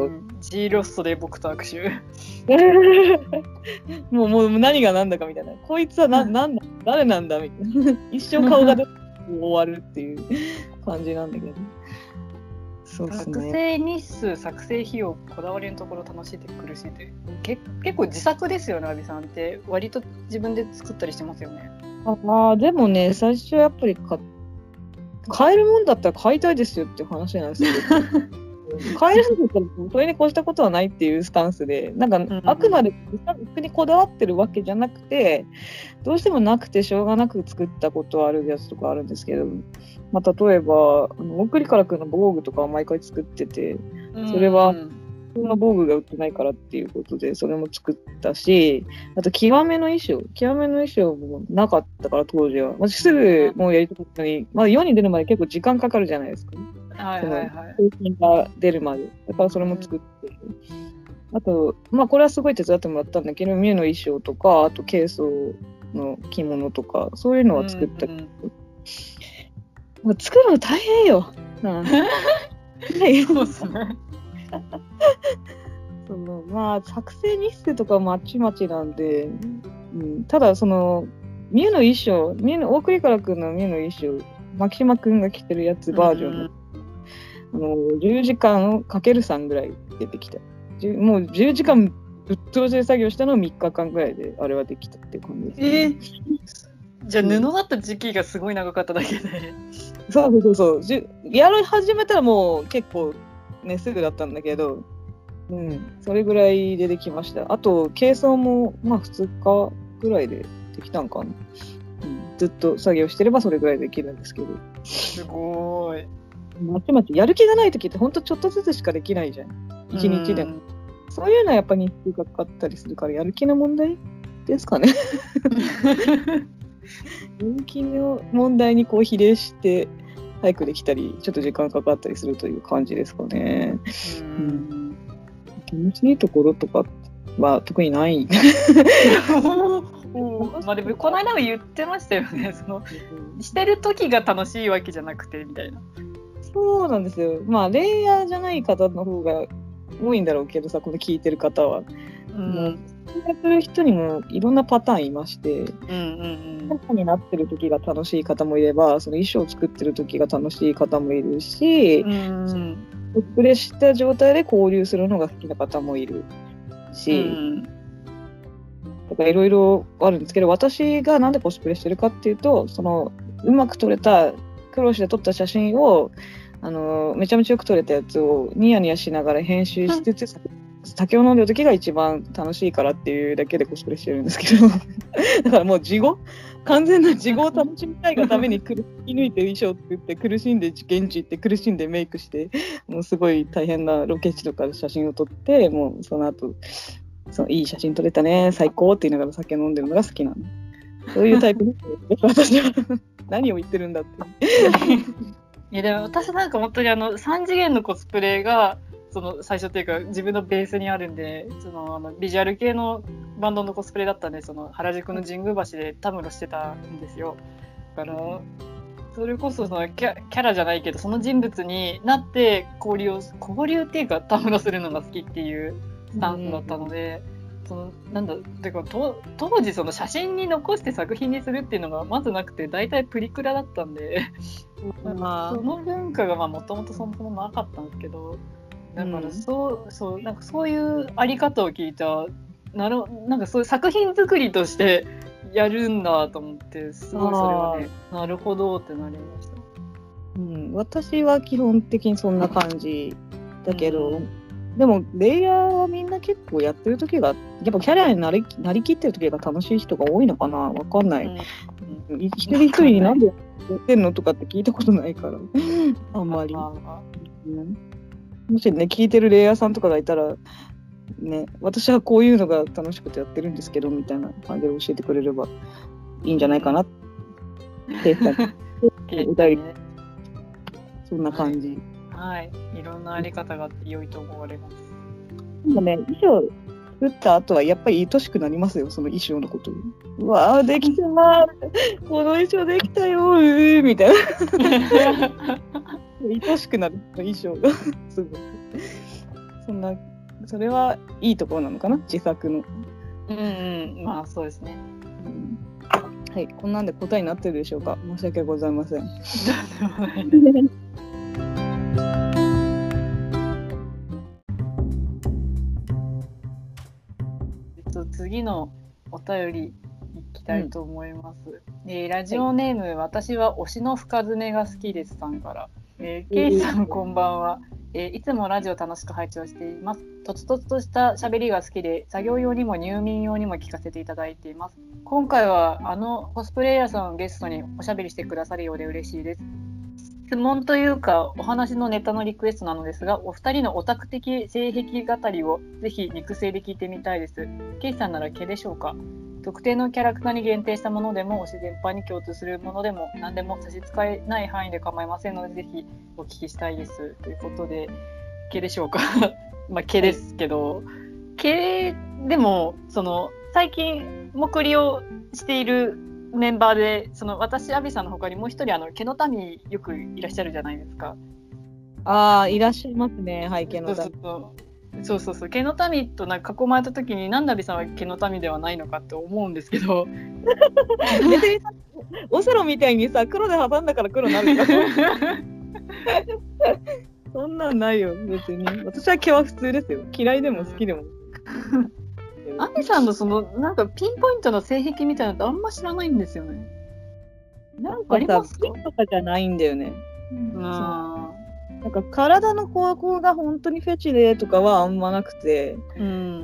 G ロストで僕と握手もう何が何だかみたいな、こいつは誰なんだみたいな一生顔が出て終わるっていう感じなんだけど、そうですね、 作成日数作成費用こだわりのところ楽しいって苦しいって結構自作ですよね。アビさんって割と自分で作ったりしてますよね。 でもね最初はやっぱり買えるもんだったら買いたいですよっていう話なんですけど買えるんだったらそれに越したことはないっていうスタンスで、なんかあくまで自作にこだわってるわけじゃなくて、どうしてもなくてしょうがなく作ったことあるやつとかあるんですけど、例えばオクリカラ君の防具とかを毎回作ってて、それはそんな防具が売ってないからっていうことでそれも作ったし、あと極めの衣装もなかったから当時は、すぐもうやりたかったのに、世に出るまで結構時間かかるじゃないですか、製品が出るまで。だからそれも作って、あとこれはすごい手伝ってもらったんだけど、ミュウの衣装とか、あとケイソの着物とかそういうのは作ったけど、作るの大変よ。 そうですね作成日数とかまちまちなんで、ただミュウの衣装、オークリカラ君のミュウの衣装、牧島君が着てるやつバージョンの、10時間かける3ぐらい出てきた。もう10時間ぶっ通しで作業したのを3日間ぐらいであれはできたって感じです、 じゃあ布だった時期がすごい長かっただけでそうやり始めたらもう結構ねすぐだったんだけど、 それぐらいでできました。あと、計算も、2日ぐらいでできたんかな。ずっと作業してればそれぐらいできるんですけど。 すごい。 まちまち、やる気がないときってほんとちょっとずつしかできないじゃん。1日でも。そういうのはやっぱ日数がかかったりするから、やる気の問題ですかね。やる気の問題に比例して、早くできたり、ちょっと時間かかったりするという感じですかね。楽しいところとかは特にない。 でもこの間も言ってましたよね。してる時が楽しいわけじゃなくてみたいな。 そうなんですよ。レイヤーじゃない方の方が多いんだろうけどさ、この聞いてる方は。もうやってる人にもいろんなパターンいまして、中になってる時が楽しい方もいれば、その衣装を作ってる時が楽しい方もいるし、コスプレした状態で交流するのが好きな方もいるし、だからいろいろあるんですけど、私がなんでコスプレしてるかっていうと、うまく撮れた苦労して撮った写真をめちゃめちゃよく撮れたやつをニヤニヤしながら編集しつつ、酒を飲んでる時が一番楽しいからっていうだけでコスプレしてるんですけどだからもう完全な自業を楽しみたいがために苦し抜いて衣装って言って苦しんで現地行って苦しんでメイクしてもうすごい大変なロケ地とかで写真を撮ってもうその後いい写真撮れたね最高って言いながら酒飲んでるのが好きなの。そういうタイプです私は何を言ってるんだっていやでも私なんか本当に3次元のコスプレが最初っていうか自分のベースにあるんでビジュアル系のバンドのコスプレだったんで原宿の神宮橋でたむろしてたんですよ。だからそれこそキャラじゃないけどその人物になって交流っていうかたむろするのが好きっていうスタンスだったので、で当時写真に残して作品にするっていうのがまずなくて大体プリクラだったんでその文化がもともとそもそもなかったんですけど。だからそういうあり方を聞いたなんかそういう作品作りとしてやるんだと思ってすごいそれはねなるほどってなりました。 私は基本的にそんな感じだけど、でもレイヤーはみんな結構やってる時がやっぱキャラになりきってる時が楽しい人が多いのかなわかんない、一人一人になんでやってんのとかって聞いたことないからあんまり。もしね、聞いてるレイヤーさんとかがいたら、ね、私はこういうのが楽しくてやってるんですけど、みたいな感じで教えてくれればいいんじゃないかなって、お便り、そんな感じ。 はい。いろんなあり方があって良いと思われます。 でもね、衣装作った後はやっぱり愛しくなりますよ、その衣装のことに。うわー、できたーこの衣装できたよーみたいな。愛しくなる衣装がすごくそれはいいところなのかな自作の。 そうですね、 はい、こんなんで答えになってるでしょうか。申し訳ございません次のお便りいきたいと思います、ラジオネーム、私は推しの深爪が好きですさんから、ケイさんこんばんは、いつもラジオ楽しく拝聴しています。とつとつとした喋りが好きで作業用にも入眠用にも聞かせていただいています。今回はコスプレイヤーさんをゲストにおしゃべりしてくださるようで嬉しいです。質問というかお話のネタのリクエストなのですが、お二人のオタク的性癖語りをぜひ肉声で聞いてみたいです。ケイさんなら毛でしょうか。特定のキャラクターに限定したものでも推し全般に共通するものでも何でも差し支えない範囲で構いませんのでぜひお聞きしたいですということで、毛でしょうか毛ですけど、毛でも最近目利をしているメンバーで私アビさんの他にもう一人毛の民よくいらっしゃるじゃないですか。 いらっしゃいますね。はい、毛の民。 そう毛の民と囲まれた時になんでアビさんは毛の民ではないのかって思うんですけど別にさオセロみたいにさ黒で挟んだから黒になるからそんなんないよ別に。私は毛は普通ですよ。嫌いでも好きでもアビさんのなんかピンポイントの性癖みたいなのってあんま知らないんですよね。 なんかさピンとかじゃないんだよね。 なんか体のここが本当にフェチでとかはあんまなくて、 うん。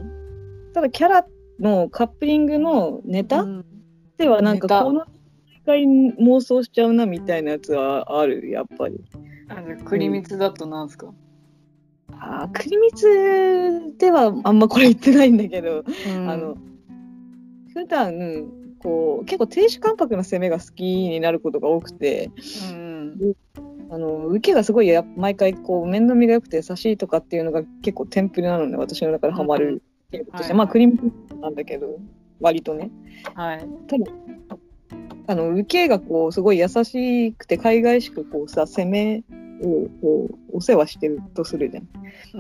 ただキャラのカップリングのネタ、 うん、 ではなんかネタこの回妄想しちゃうなみたいなやつはある、やっぱり。 栗蜜だとなんすか？ 栗蜜ではあんまこれ言ってないんだけど、 うん、 普段こう結構亭主関白な攻めが好きになることが多くて、 うん、 受けがすごい毎回こう面倒見が良くて優しいとかっていうのが結構テンプレなので、私の中でハマるゲームとして、まあクリームなんだけど割とね。 はい。 ただ受けがこうすごい優しくて海外しくこうさ攻めをこうお世話してるとするじゃん。 うん、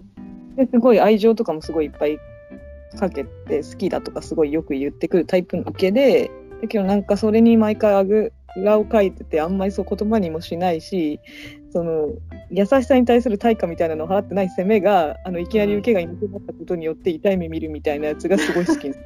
ですごい愛情とかもすごいいっぱいかけて好きだとかすごいよく言ってくるタイプの受けで、だけどなんかそれに毎回あぐらをかいててあんまりそう言葉にもしないし、その優しさに対する対価みたいなのを払ってない攻めがいきなり受けがいなくなったことによって痛い目見るみたいなやつがすごい好きな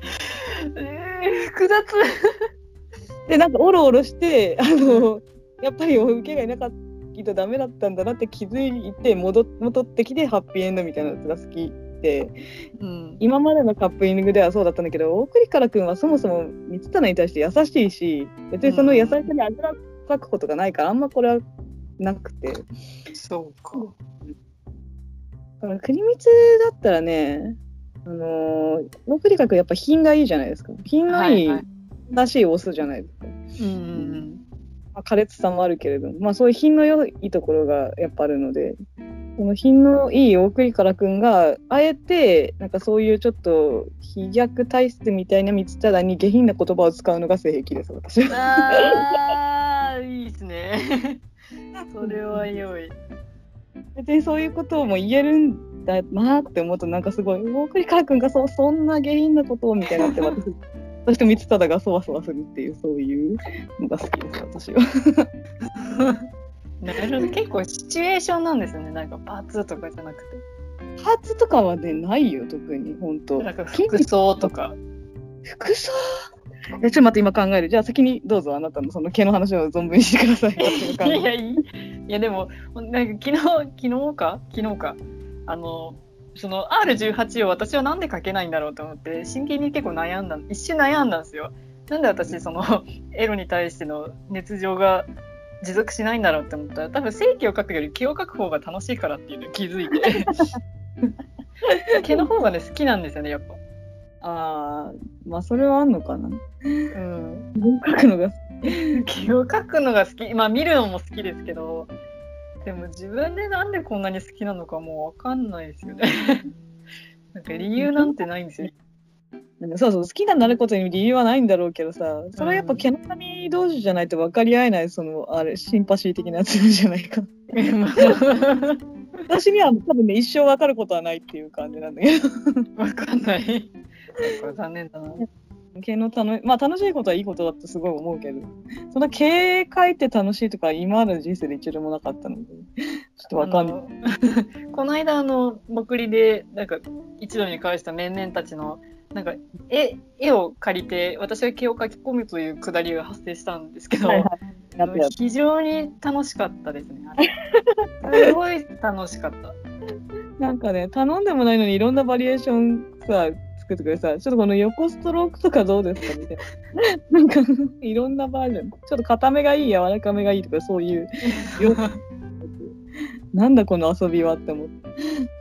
複雑で、なんかオロオロしてやっぱり受けがいなかったとダメだったんだなって気づいて戻ってきてハッピーエンドみたいなやつが好きで、 うん、 今までのカップリングではそうだったんだけど、大栗からくんはそもそも三つ棚に対して優しいし、別にその優しさにあぐらかくことがないから、あんまこれはなくて。 そうか。 だから栗蜜だったらね、大栗からくんやっぱ品がいいじゃないですか。品のいいらしいオスじゃないですか。苛烈さもあるけれども、まあそういう品の良いところがやっぱあるので、この品のいい大栗からくんがあえてなんかそういうちょっと飛躍体質みたいな三つ棚に下品な言葉を使うのが性癖です、私は。 いいですね。それは良い。 別にそういうことをも言えるんだなって思うと、なんかすごい大栗からくんがそんな下品なことをみたいになって私と三つ棚がそわそわするっていう、そういうのが好きです、私は。 なるほど、結構シチュエーションなんですよね。なんかパーツとかじゃなくて。 パーツとかはね、ないよ、特に、本当。 なんか服装とか。 服装ちょっと待って、今考える。じゃあ先にどうぞ、あなたのその毛の話を存分にしてください。 いやでも、なんか昨日かその R18 を私はなんで書けないんだろうと思って真剣に結構一瞬悩んだんですよ。なんで私そのエロに対しての熱情が持続しないんだろうって思ったら、多分正気を書くより毛を書く方が楽しいからっていうのを気づいて毛の方がね好きなんですよね、やっぱ。 まあそれはあんのかな。 書くのが毛を書くのが好き。まあ見るのも好きですけど、でも自分でなんでこんなに好きなのかもう分かんないですよね。なんか理由なんてないんですよ。 そう好きになることに理由はないんだろうけどさ、それはやっぱ毛の髪同士じゃないと分かり合えない、そのシンパシー的なやつじゃないか。私には多分ね、一生分かることはないっていう感じなんだけど。 分かんない。残念だな。 毛の楽しいことはいいことだってすごい思うけど、そんな毛描いて楽しいとか今までの人生で一度もなかったので、ちょっとわかんない。 この間僕りでなんか一度に返した面々たちのなんか絵を借りて私が毛を描き込むというくだりが発生したんですけど、非常に楽しかったですね。すごい楽しかった。 なんかね、頼んでもないのにいろんなバリエーションさ作ってくれさ、ちょっとこの横ストロークとかどうですかみたいな。なんかいろんなバージョン、ちょっと硬めがいい、柔らかめがいいとかそういう。なんだこの遊びはって思って。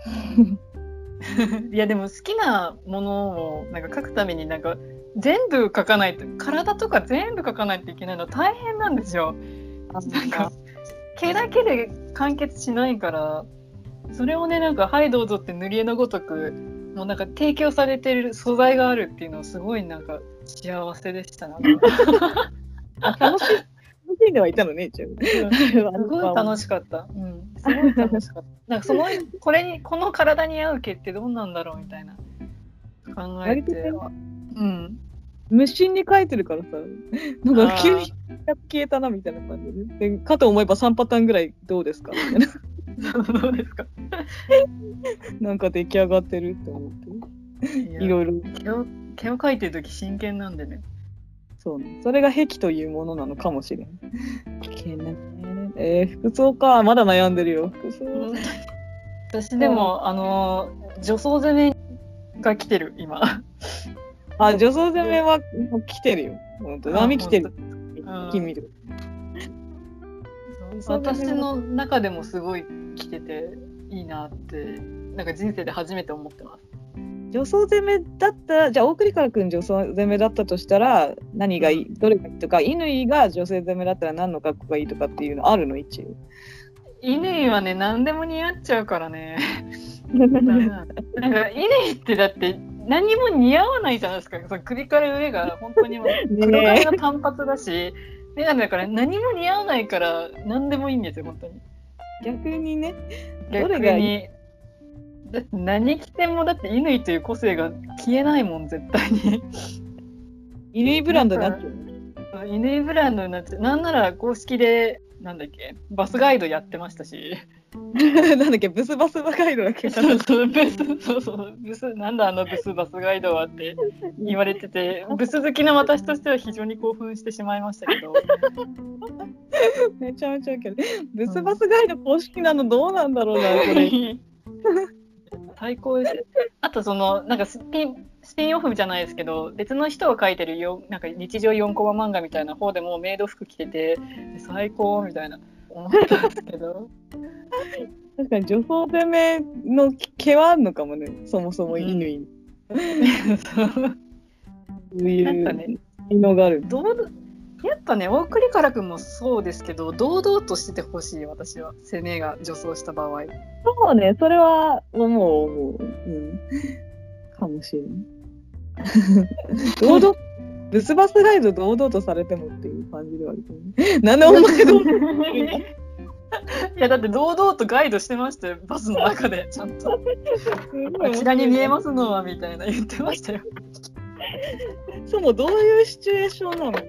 いやでも好きなものをなんか描くためになんか全部描かないと、体とか全部描かないといけないの大変なんですよ。なんか毛だけで完結しないから、それをねなんかはいどうぞって塗り絵のごとくもうなんか提供されてる素材があるっていうのはすごいなんか幸せでしたな。 楽しんではいたのね、一応。 すごい楽しかった。すごい楽しかった。なんかこの体に合う毛ってどうなんだろうみたいな考えて、 無心に描いてるからさ、なんか急に消えたなみたいな感じで、かと思えば3パターンぐらいどうですかみたいな。 どうですか。 なんか出来上がってるって思って、いろいろ毛を描いてるとき真剣なんでね。 そうね、それが癖というものなのかもしれん。毛ね。 服装か。まだ悩んでるよ。服装。 私でも、女装攻めが来てる、今。 あ、女装攻めは来てるよ。本当波来てる。君る。 私の中でもすごい来てていいなって、なんか人生で初めて思ってます。 女装攻めだったら、じゃあ大栗からくん女装攻めだったとしたら何がいい、どれがいいとか、乾が女性攻めだったら何の格好がいいとかっていうのあるの一応。 乾はね、何でも似合っちゃうからね。なんか乾ってだって何も似合わないじゃないですか。その首から上が本当に黒髪の短髪だし、メガネだから何も似合わないから何でもいいんですよ、本当に。 逆にね、 どれがいい？だって何着てもだって乾という個性が消えないもん、絶対に。 乾ブランドになっちゃう。 乾ブランドになっちゃう。なんなら公式でなんだっけ、バスガイドやってましたし。 なんだっけ、ブスバスガイドだっけ。 そう、ブス、なんだブスバスガイドはって言われてて、ブス好きな私としては非常に興奮してしまいましたけど。 めちゃめちゃウケる。ブスバスガイド公式なのどうなんだろうな、これ。 最高です。あとなんかスピンオフじゃないですけど、別の人が書いてるなんか日常4コマ漫画みたいな方でもメイド服着てて最高みたいな思ったんですけど。 確かに女装攻めの毛はあるのかもね、そもそも乾に。そういうなんかね、 のがある。 やっぱね、大栗からくんもそうですけど、堂々としててほしい、私は。攻めが女装した場合。 そうね、それは思う。かもしれない。堂々、ブスバスガイド堂々とされてもっていう感じではあるけどね。なんでお前堂々といや、だって堂々とガイドしてましたよ、バスの中で、ちゃんと。あちらに見えますのは、みたいな言ってましたよ。 そう、もうどういうシチュエーションなの？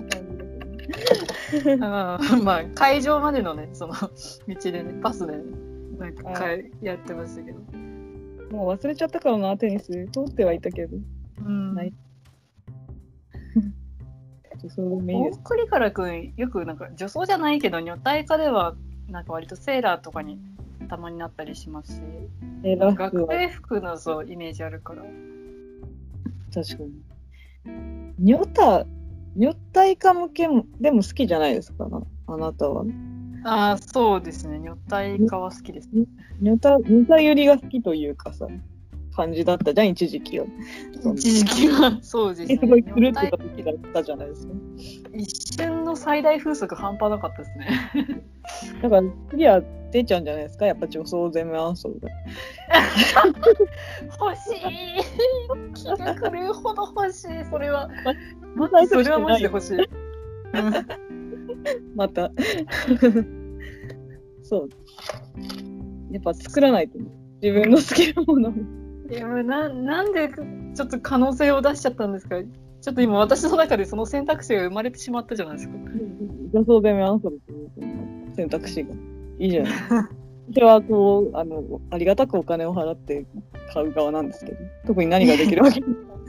まあ会場までのね、その道でね、バスでね、なんかやってましたけど。 もう忘れちゃったからな、テニス通ってはいたけど。ない。 大栗からくん、よくなんか女装じゃないけど女体化ではなんか割とセーラーとかにたまになったりしますし、学生服のイメージあるから。 確かに。女体化向けでも好きじゃないですか、あなたは。 ああ、そうですね。女体化は好きですね。 女体寄りが好きというかさ、感じだったじゃん、一時期は。 一時期はそうですね。 すごい狂ってた時だったじゃないですか。 一瞬の最大風速半端なかったですね。 だから次は出ちゃうんじゃないですか、やっぱ女装攻めアンソーが。 欲しい。気が狂うほど欲しい。それはそれはマジで欲しい。 またそう。やっぱ作らないと、自分の好きなもの。 いや、なんでちょっと可能性を出しちゃったんですか。ちょっと今私の中でその選択肢が生まれてしまったじゃないですか。 女装攻めアンソーという選択肢がいいじゃないですか。私はありがたくお金を払って買う側なんですけど、特に何ができるわけ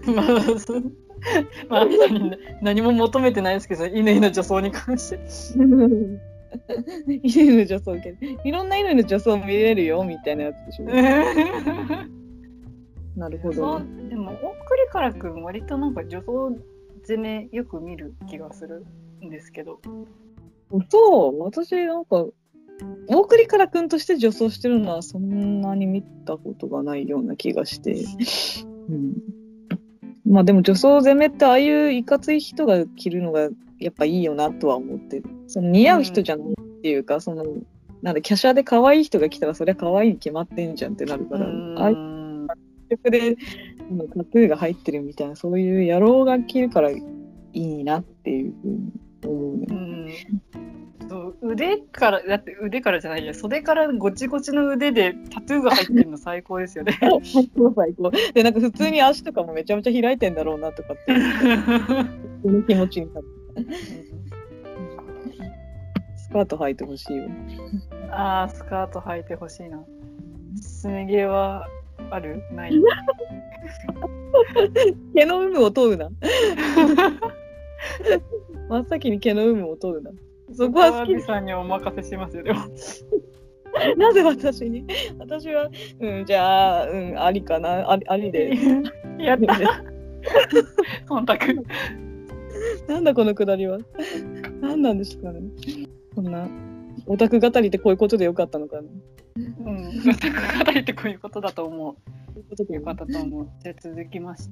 まあ、何も求めてないですけど、乾の女装に関して。 乾の女装いろんな乾の女装見れるよみたいなやつでしょ。なるほど。 でも大栗からくん割となんか女装攻めよく見る気がするんですけど。 そう、私なんか大栗からくんとして女装してるのはそんなに見たことがないような気がして。まあでも女装攻めってああいういかつい人が着るのがやっぱいいよなとは思ってる。その似合う人じゃないっていうか、なんだ、華奢で可愛い人が来たらそりゃ可愛いに決まってんじゃんってなるから、ああいう曲でタトゥーが入ってるみたいな、そういう野郎が着るからいいなっていうふうに思うね。 腕からじゃないや、袖からゴチゴチの腕でタトゥーが入ってるの最高ですよね。 最高。で、なんか普通に足とかもめちゃめちゃ開いてんだろうなとかって、その気持ちになる。スカート履いてほしいよ。 ああ、スカート履いてほしいな。すね毛はある？ない？ 毛の有無を問うな。真っ先に毛の有無を問うな。 そこは好き。 アビさんにお任せしますよ、でも。 なぜ私に？私は、じゃあ、ありかな。ありで。 やった忖度。 なんだこのくだりは。何なんですかね。こんな、オタク語りってこういうことでよかったのかな。 オタク語りってこういうことだと思う。 こういうことでよかったと思う。じゃあ続きまして。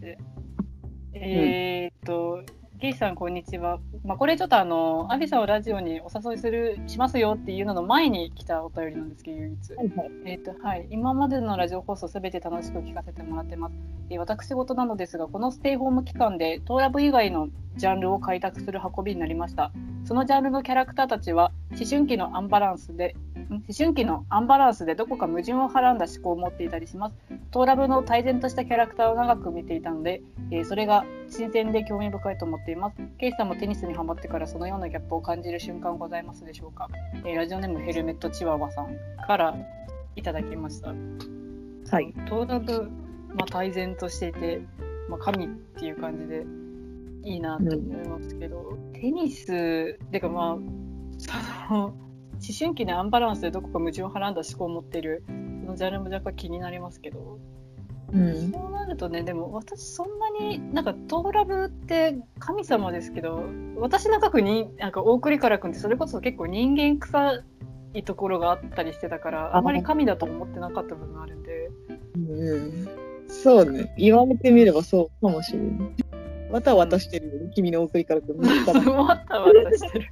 ゲイさんこんにちは。これちょっとアビさんをラジオにお誘いしますよっていうのの前に来たお便りなんですけど、唯一。はい。今までのラジオ放送すべて楽しく聞かせてもらってます。私事なのですが、このステイホーム期間でトーラブ以外のジャンルを開拓する運びになりました。そのジャンルのキャラクターたちは思春期のアンバランスでどこか矛盾をはらんだ思考を持っていたりします。トーラブの泰然としたキャラクターを長く見ていたので、それが新鮮で興味深いと思っています。ケイさんもテニスにハマってからそのようなギャップを感じる瞬間ございますでしょうか。ラジオネームヘルメットチワワさんからいただきました。 はい。 トーラブ、泰然としていて、神っていう感じでいいなと思いますけど、テニスてかその思春期のアンバランスでどこか矛盾をはらんだ思考を持っているそのジャンルも若干気になりますけど、そうなるとね、でも私そんなにトーラブって神様ですけど、私の書くに大栗から君ってそれこそ結構人間臭いところがあったりしてたから、あまり神だと思ってなかった部分があるんで。 そうね、言われてみればそうかもしれない。わたわたしてるよね、君の送りからくん。 わたわたしてる。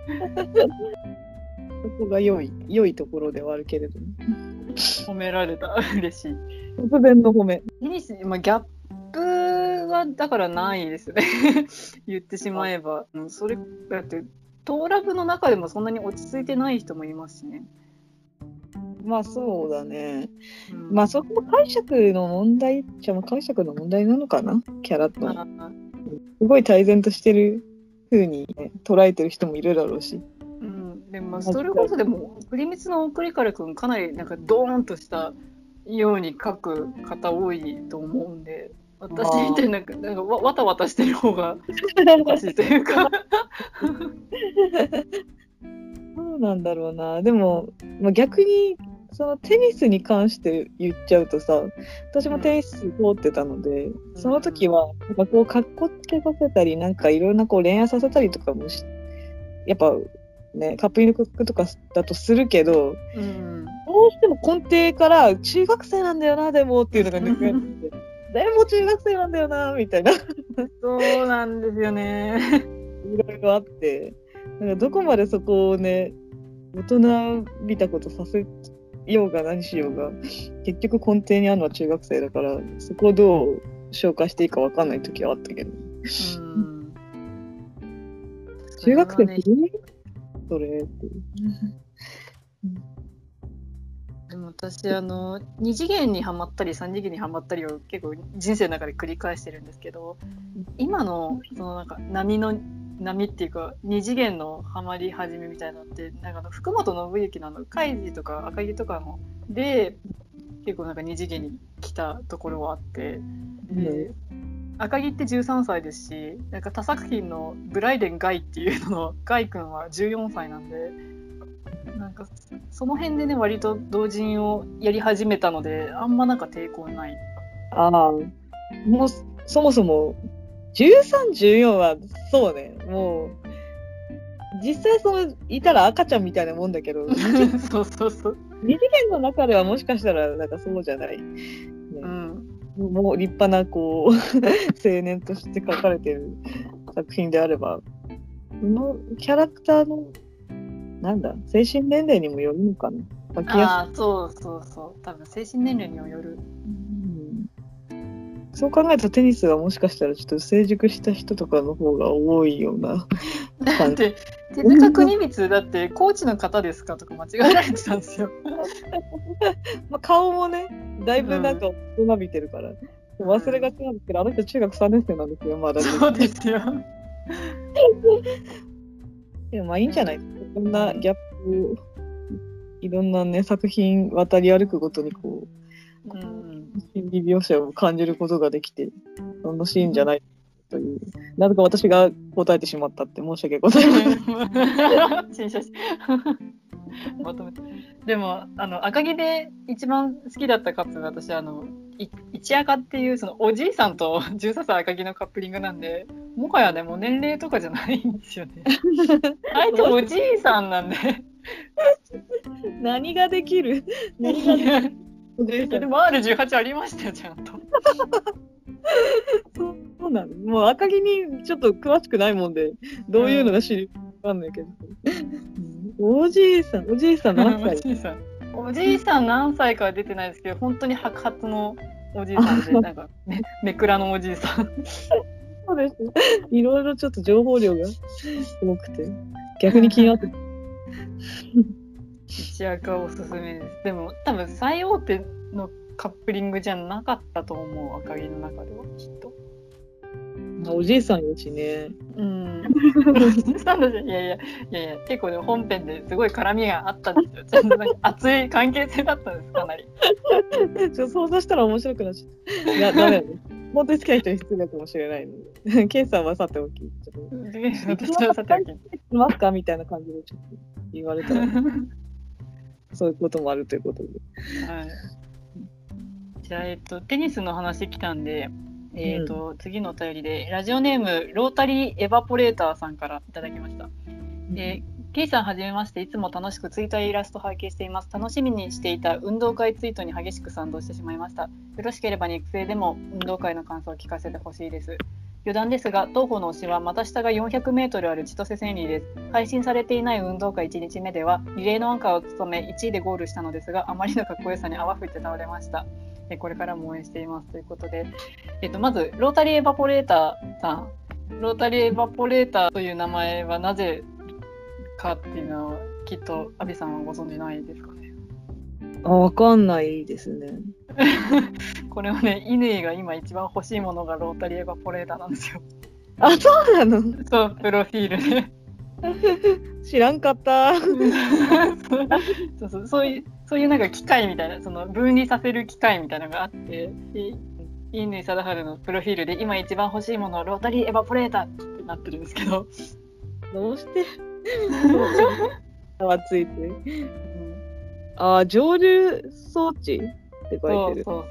そこが良いところではあるけれども。 褒められた。嬉しい。 突然の褒め。 テニス、ギャップはだからないですね。言ってしまえば。それだってトーラブの中でもそんなに落ち着いてない人もいますしね。 そうだね。そこも解釈の問題っちゃ解釈の問題なのかな、キャラと。すごい泰然としてる風に、捉えてる人もいるだろうし。 でもそれこそでも栗光の送りからくんかなりドーンとしたように書く方多いと思うんで、私みたいなわたわたしてる方がおかしいというか。 そうなんだろうな。でも、逆にそのテニスに関して言っちゃうとさ、私もテニス通ってたので、その時はかっこつけさせたり、いろんな恋愛させたりとかもやっぱね、カップリングとかだとするけど、どうしても根底から中学生なんだよな、でもっていうのが抜けてて、誰も中学生なんだよな、みたいな。 そうなんですよね。 いろいろあって、どこまでそこをね、大人びたことさせようが何しようが、結局根底にあるのは中学生だから、そこをどう紹介していいか分かんない時はあったけど。中学生ってそれってでも私2次元にハマったり3次元にハマったりを結構人生の中で繰り返してるんですけど、今のその波っていうか2次元のハマり始めみたいなのって福本信之のカイジとか赤木とかので結構2次元に来たところはあって、で赤木って13歳ですし、他作品のブライデン・ガイっていうののガイ君は14歳なんで、その辺でね割と同人をやり始めたので、あんま抵抗ない。 もうそもそも13、14はそうね、もう実際いたら赤ちゃんみたいなもんだけど、 そうそうそう。 二次元の中ではもしかしたらそうじゃない、もう立派な青年として書かれてる作品であれば、そのキャラクターの精神年齢にもよるのかな。 そう多分精神年齢にもよる。 そう考えるとテニスはもしかしたらちょっと成熟した人とかの方が多いようなだって手塚国光だってコーチの方ですかとか間違えられてたんですよ。 顔もねだいぶ大人びてるから、忘れがちなんですけど、あの人中学3年生なんですよ、まだ。 そうですよ。 でもいいんじゃない？いろんなギャップをいろんなね作品渡り歩くごとに心理描写を感じることができて楽しいんじゃないというなぜか私が答えてしまったって申し訳ございません。 新写真まとめて。でも赤木で一番好きだったカップルが私一赤っていうそのおじいさんと13歳赤木のカップリングなんで、もはやねもう年齢とかじゃないんですよね。あいつおじいさんなんで何ができる何ができるでも R18 ありましたよちゃんと。 そうなの。もう赤木にちょっと詳しくないもんで、どういうのが知りわかんないけど。おじいさん何歳？ おじいさん何歳かは出てないですけど、本当に白髪のおじいさんで、なんかめくらのおじいさん。 そうです。いろいろちょっと情報量が多くて、逆に気になって。 一赤おすすめです。でも多分最大手のカップリングじゃなかったと思う、赤木の中ではきっと。 おじいさんやしね。 うん。いや、結構ね本編ですごい絡みがあったんですよ。ちゃんとなんか熱い関係性だったんです、かなり。 想像したら面白くなっちゃった。いや、ダメだね。本当に好きな人に失礼かもしれないので。ケイさんはさておき。 私はさておき。 ますかみたいな感じでちょっと言われたら。そういうこともあるということで。 はい。じゃあ、テニスの話来たんで、次のお便りで、ラジオネーム、ロータリーエバポレーターさんからいただきました。ケイさんはじめまして、いつも楽しくツイートやイラスト拝見しています。楽しみにしていた運動会ツイートに激しく賛同してしまいました。よろしければ肉声でも運動会の感想を聞かせてほしいです。余談ですが、当方の推しは股下が400メートルある千歳千里です。配信されていない運動会1日目では、リレーのアンカーを務め1位でゴールしたのですが、あまりのかっこよさに泡吹いて倒れました。これからも応援していますということで、まずロータリーエバポレーターさん。ロータリーエバポレーターという名前はなぜかっていうのはきっとアビさんはご存じないですかね。 わかんないですね。 これはね、乾が今一番欲しいものがロータリーエバポレーターなんですよ。 あ、そうなの？ そう、プロフィールで。 知らんかった。 そういうなんか機械みたいな、その分離させる機械みたいなのがあって、乾貞治のプロフィールで今一番欲しいものはロータリーエバポレーターってなってるんですけど、 どうしてはついて、蒸留装置って書いてる。 そう。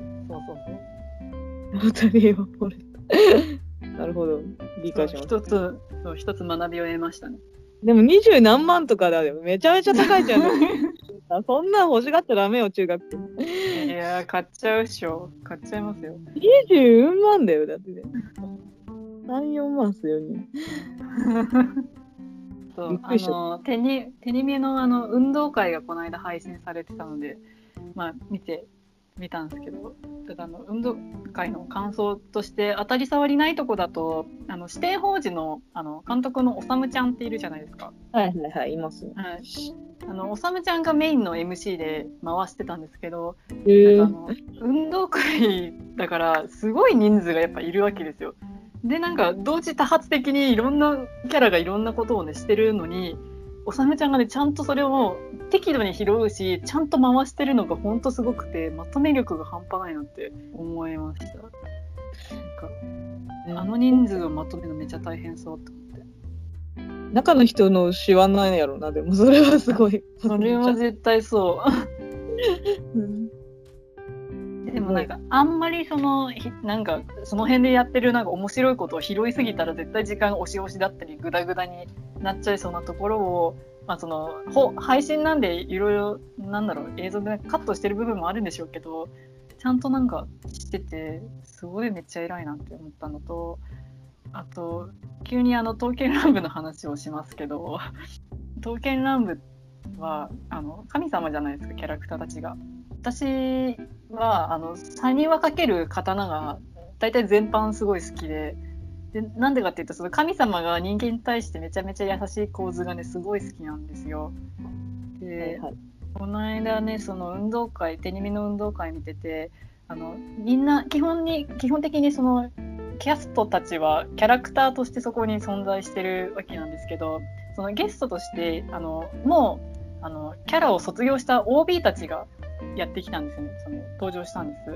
ロータリーエバポレーター。なるほど、理解しました。 一つ学びを得ましたね。 でも20何万とかだよ。めちゃめちゃ高いじゃん。そんなん欲しがっちゃダメよ、中学生。 いやー、買っちゃうっしょ。買っちゃいますよ。 20万だよ、だってね。3、4万っすよね。 そう、テニミの運動会がこの間配信されてたので、まあ見たんですけど、ただ運動会の感想として当たり障りないとこだと指定法人の監督のおさむちゃんっているじゃないですか。 はいいます、 はい、おさむちゃんがメインの MC で回してたんですけど、運動会だからすごい人数がやっぱいるわけですよ。でなんか同時多発的にいろんなキャラがいろんなことをねしてるのに、おさむちゃんがねちゃんとそれを適度に拾うし、ちゃんと回してるのがほんとすごくて、まとめ力が半端ないなって思いました。なんか人数をまとめるのめっちゃ大変そうって思って。 中の人の知らないやろな。でもそれはすごい。 それは絶対そう。でもなんかあんまりなんかその辺でやってるなんか面白いことを拾いすぎたら絶対時間押し押しだったりグダグダになっちゃいそうなところを、配信なんでいろいろ映像でカットしてる部分もあるんでしょうけど、ちゃんとなんかしててすごいめっちゃ偉いなって思ったのと、あと急に刀剣乱舞の話をしますけど、刀剣乱舞は神様じゃないですか、キャラクターたちが。私は埴輪かける刀が大体全般すごい好きで、なんでかっていうと、その神様が人間に対してめちゃめちゃ優しい構図がねすごい好きなんですよ。で、この間ねその運動会、テニミの運動会見てて、みんな基本的にそのキャストたちはキャラクターとしてそこに存在してるわけなんですけど、そのゲストとしてもうキャラを卒業した OB たちがやってきたんですよね。登場したんです。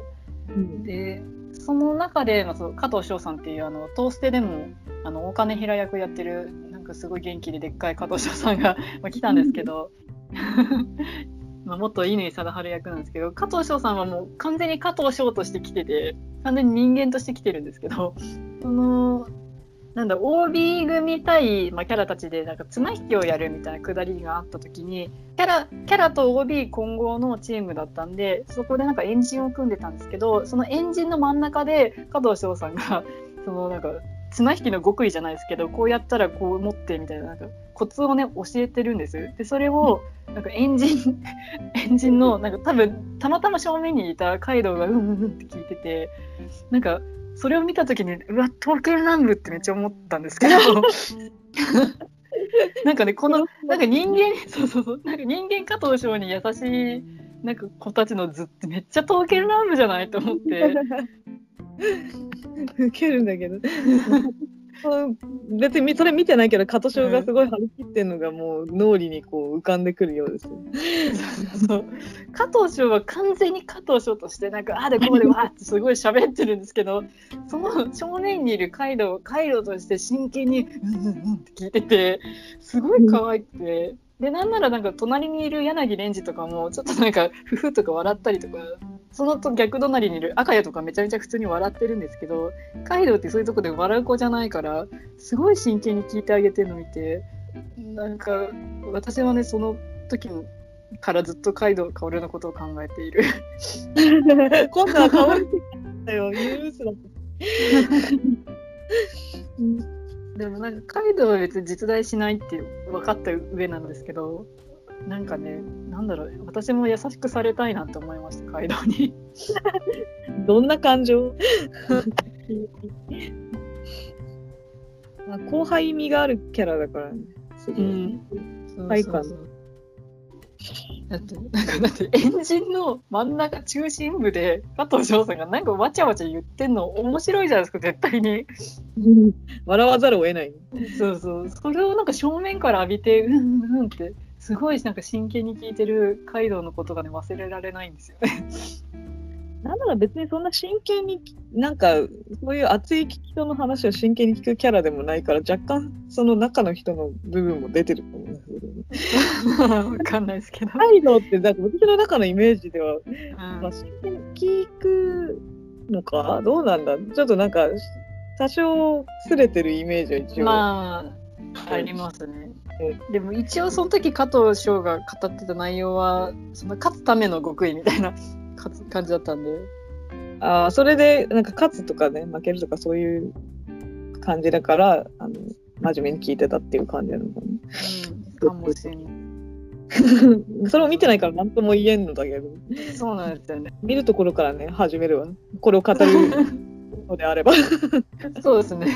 でその中で、そう加藤翔さんっていうトーステでも大金平役やってるなんかすごい元気ででっかい加藤翔さんが来たんですけど元乾貞治役なんですけど、加藤翔さんはもう完全に加藤翔として来てて、完全に人間として来てるんですけど、OB 組対、キャラたちでなんか綱引きをやるみたいなくだりがあった時に、キャラと OB 混合のチームだったんで、そこでなんかエンジンを組んでたんですけど、そのエンジンの真ん中で加藤翔さんがなんか綱引きの極意じゃないですけど、こうやったらこう持ってみたいな、なんかコツをね教えてるんです。でそれをなんかエンジンのなんか多分たまたま正面にいたカイドウがうんって聞いてて、なんかそれを見た時にうわ東京南部ってめっちゃ思ったんですけどなんかねこのなんか人間なんか人間加藤翔に優しいなんか子たちの図ってめっちゃ東京南部じゃないと思ってウケるんだけど別にそれ見てないけど加藤翔がすごい張り切ってるのがもう脳裏にこう浮かんでくるようですそう加藤翔は完全に加藤翔としてなんかあでこうでわーってすごい喋ってるんですけど、その正面にいるカイドウとして真剣にうんって聞いててすごい可愛くて、でなんならなんか隣にいる柳蓮司とかもちょっとなんかフフとか笑ったりとか、その逆隣にいる赤谷とかめちゃめちゃ普通に笑ってるんですけど、カイドウってそういうとこで笑う子じゃないからすごい真剣に聞いてあげてるの見て、なんか私はねその時からずっとカイドウ薫のことを考えている今度は薫って言ったよ、ユースだでもなんかカイドウは別に実在しないって分かった上なんですけど、なんかね、なんだろう、私も優しくされたいなって思いました、カイドウに。 どんな感情後輩味があるキャラだからね。はいかな。 だってエンジンの真ん中中心部で加藤翔さんがなんかわちゃわちゃ言ってんの面白いじゃないですか、絶対に。 笑わざるを得ない。 そうそれをなんか正面から浴びてうんってすごいなんか真剣に聞いてるカイドウのことがね忘れられないんですよね。 なんだか別にそんな真剣になんかそういう熱い人の話を真剣に聞くキャラでもないから、若干その中の人の部分も出てると思うんですけど、 わかんないですけど。 カイドウってなんか私の中のイメージでは、真剣に聞くのかどうなんだ、ちょっとなんか多少すれてるイメージは一応ありますね。でも一応その時加藤翔が語ってた内容はその勝つための極意みたいな感じだったんで、 それでなんか勝つとかね負けるとかそういう感じだから真面目に聞いてたっていう感じなのかな、 かもしれないそれを見てないから何とも言えんのだけど、 そうなんですよね。 見るところからね始めるわ、これを語るのであればそうですね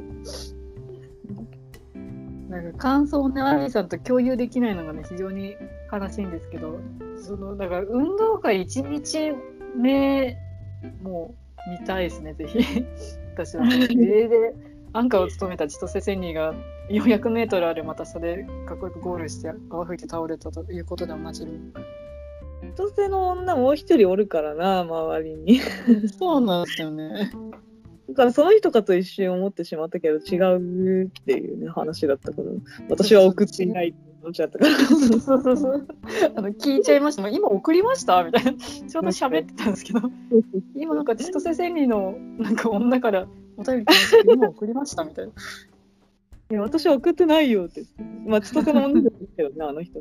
なんか感想をね、アミさんと共有できないのがね、非常に悲しいんですけど、だから運動会1日目も見たいですね、ぜひ。私はリレーでアンカーを務めた千歳千里が400メートルある股下でかっこよくゴールして泡吹いて倒れたということでおなじみ。 千歳の女もう一人おるからな、周りに。 そうなんですよね。 だからその人かと一瞬思ってしまったけど違うっていうね話だったから、私は送っていないっておっしゃったからそう聞いちゃいました。今送りましたみたいな、ちょうど喋ってたんですけど今なんか千歳千里のなんか女からお便り来ましたけど今送りましたみたいな。 いや私は送ってないよって言って、千歳の女じゃないけどねあの人、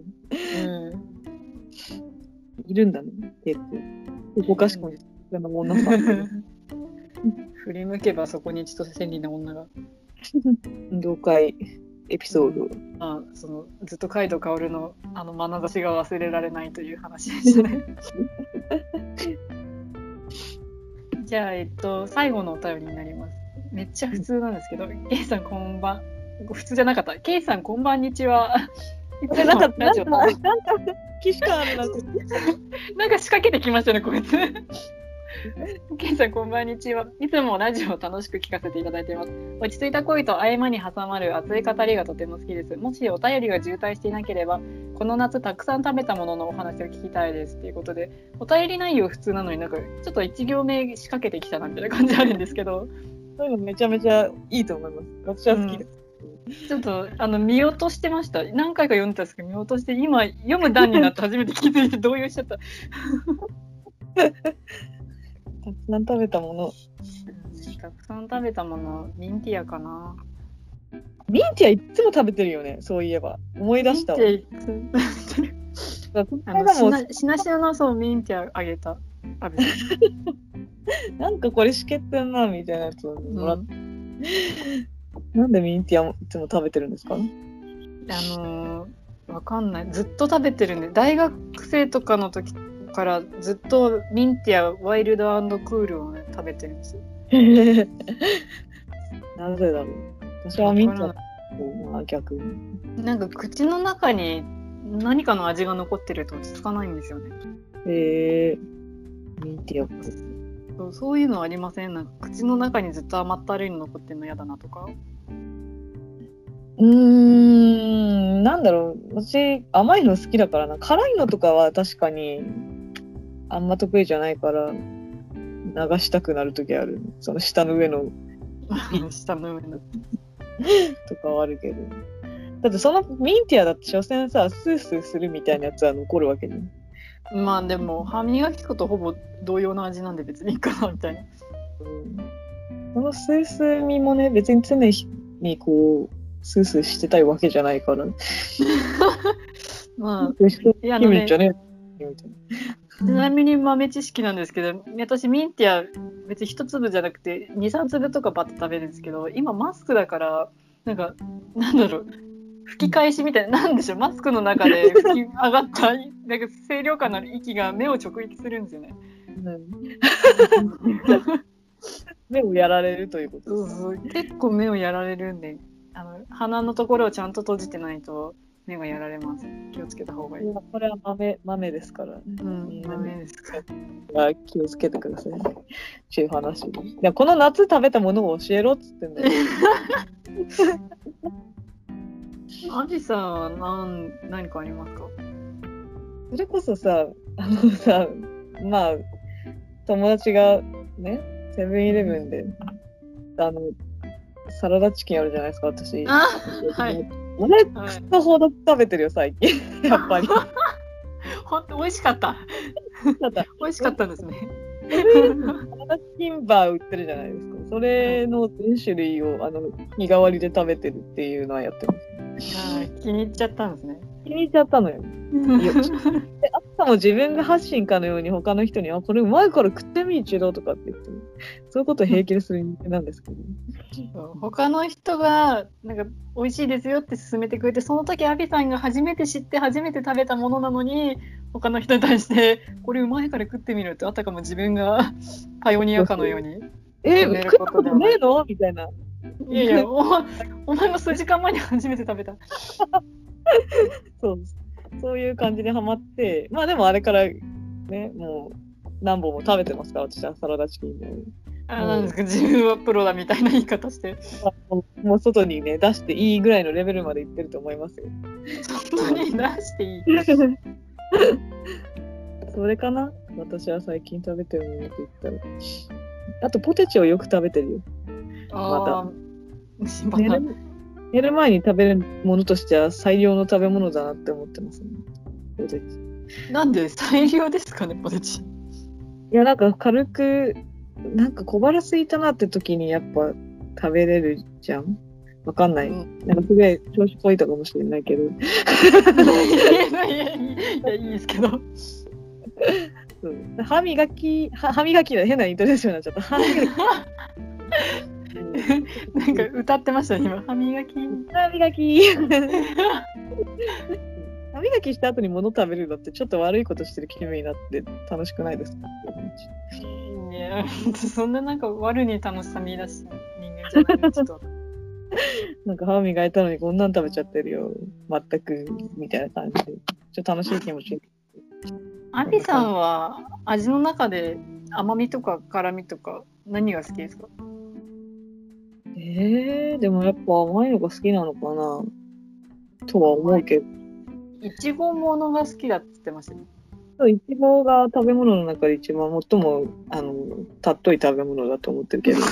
いるんだねおかしくない千歳の女さん振り向けばそこに千歳千里の女が了解エピソード、ずっとカイドウ薫の眼差しが忘れられないという話でしたねじゃあ最後のお便りになります。めっちゃ普通なんですけど、ケイさんこんばん、普通じゃなかった。ケイさんこんばんにちは。 いつなんか岸川あるなんかなんか仕掛けてきましたねこいつケンさんこんばんにちは。いつもラジオを楽しく聞かせていただいています。落ち着いた声と合間に挟まる熱い語りがとても好きです。もしお便りが渋滞していなければ、この夏たくさん食べたもののお話を聞きたいですということで、お便り内容普通なのになんかちょっと1行目仕掛けてきたなみたいな感じあるんですけど、 そういうのめちゃめちゃいいと思います。私は好きです。 ちょっと見落としてました。何回か読んでたんですけど見落として、今読む段になって初めて気づいて動揺しちゃった。 たくさん食べたもの。 たくさん食べたもの、ミンティアかな。 ミンティアいつも食べてるよね、そういえば。思い出したわ。 ミンティアいつも食べてる。しなしなのそうミンティアあげた。 なんかこれしけってんなみたいなやつをもらって。なんでミンティアいつも食べてるんですか？ わかんない。ずっと食べてるんで、大学生とかの時からずっとミンティアワイルド&クールをね食べてるんですよ。 なぜだろう。私はミンティア逆に。 なんか口の中に何かの味が残ってると落ち着かないんですよね。 ミンティアそういうのありません？なんか口の中にずっと甘ったるいの残ってるの嫌だなとか。 なんだろう。私甘いの好きだからな。辛いのとかは確かにあんま得意じゃないから流したくなる時ある。その下の上の下の上のとかはあるけど。だってそのミンティアだって所詮さ、スースーするみたいなやつは残るわけね。 まあでも歯磨き粉とほぼ同様の味なんで別にいいかなみたいな。 このスースー味もね、別に常にこうスースーしてたいわけじゃないから。 まあ、 いやね、 ちなみに豆知識なんですけど、私ミンティア別に一粒じゃなくて2、3粒とかバッと食べるんですけど、今マスクだからなんだろう、吹き返しみたいな、なんでしょう、マスクの中で吹き上がったなんか清涼感のある息が目を直撃するんですよね。 目をやられるということです。 そう結構目をやられるんで、鼻のところをちゃんと閉じてないと目がやられます。気をつけた方がいい。 これは豆ですから。 豆ですから。 気をつけてください。っていう話。いや、この夏食べたものを教えろっつってんだよ。 アジさんは何かありますか？ それこそさ、まあ友達がね、セブンイレブンでサラダチキンあるじゃないですか、私。 はい。 俺、クソほど食べてるよ、最近。やっぱり。 ほんと美味しかった。美味しかったですね。 サラダチキンバー売ってるじゃないですか。それの全種類を日替わりで食べてるっていうのはやってます。 気に入っちゃったんですね。 気に入っちゃったのよ。あったも自分が発信かのように他の人にこれうまいから食ってみ一度とかって言ってそういうことを平気でする人間なんですけど、 他の人がなんか美味しいですよって勧めてくれて、その時アビさんが初めて知って初めて食べたものなのに他の人に対してこれうまいから食ってみるってあたかも自分がパイオニアかのように食ったことねえのみたいな。 いやいやお前も数時間前に初めて食べた。 そういう感じでハマって、まあでもあれからね、もう何本も食べてますから、私はサラダチキンで。 なんですか、自分はプロだみたいな言い方して。 もう外にね、出していいぐらいのレベルまでいってると思いますよ。 外に出していいそれかな、私は最近食べてるものと言ったら。あとポテチをよく食べてるよ。また。寝る前に食べるものとしては最良の食べ物だなって思ってますね。ポテチ。 なんで最良ですかね、ポテチ。 いや、なんか軽く、なんか小腹空いたなって時にやっぱ食べれるじゃん。わかんない。なんかすげえ調子っぽいとかもしれないけど。 いやいいですけど。 歯磨きだ、変なイントネーションになっちゃった。歯磨き。 なんか歌ってましたね、今。歯磨き。 歯磨きした後に物食べるのってちょっと悪いことしてる気分になって楽しくないですか？ いや、そんななんか悪に楽しさ見出す人間じゃないのちょっと。 なんか歯磨いたのにこんなん食べちゃってるよ、全くみたいな感じで、ちょっと楽しい気持ち。 アビさんは味の中で甘みとか辛みとか何が好きですか？ でもやっぱ甘いのが好きなのかなとは思うけど。 いちごものが好きだって言ってましたね。 いちごが食べ物の中で一番最も尊い食べ物だと思ってるけど。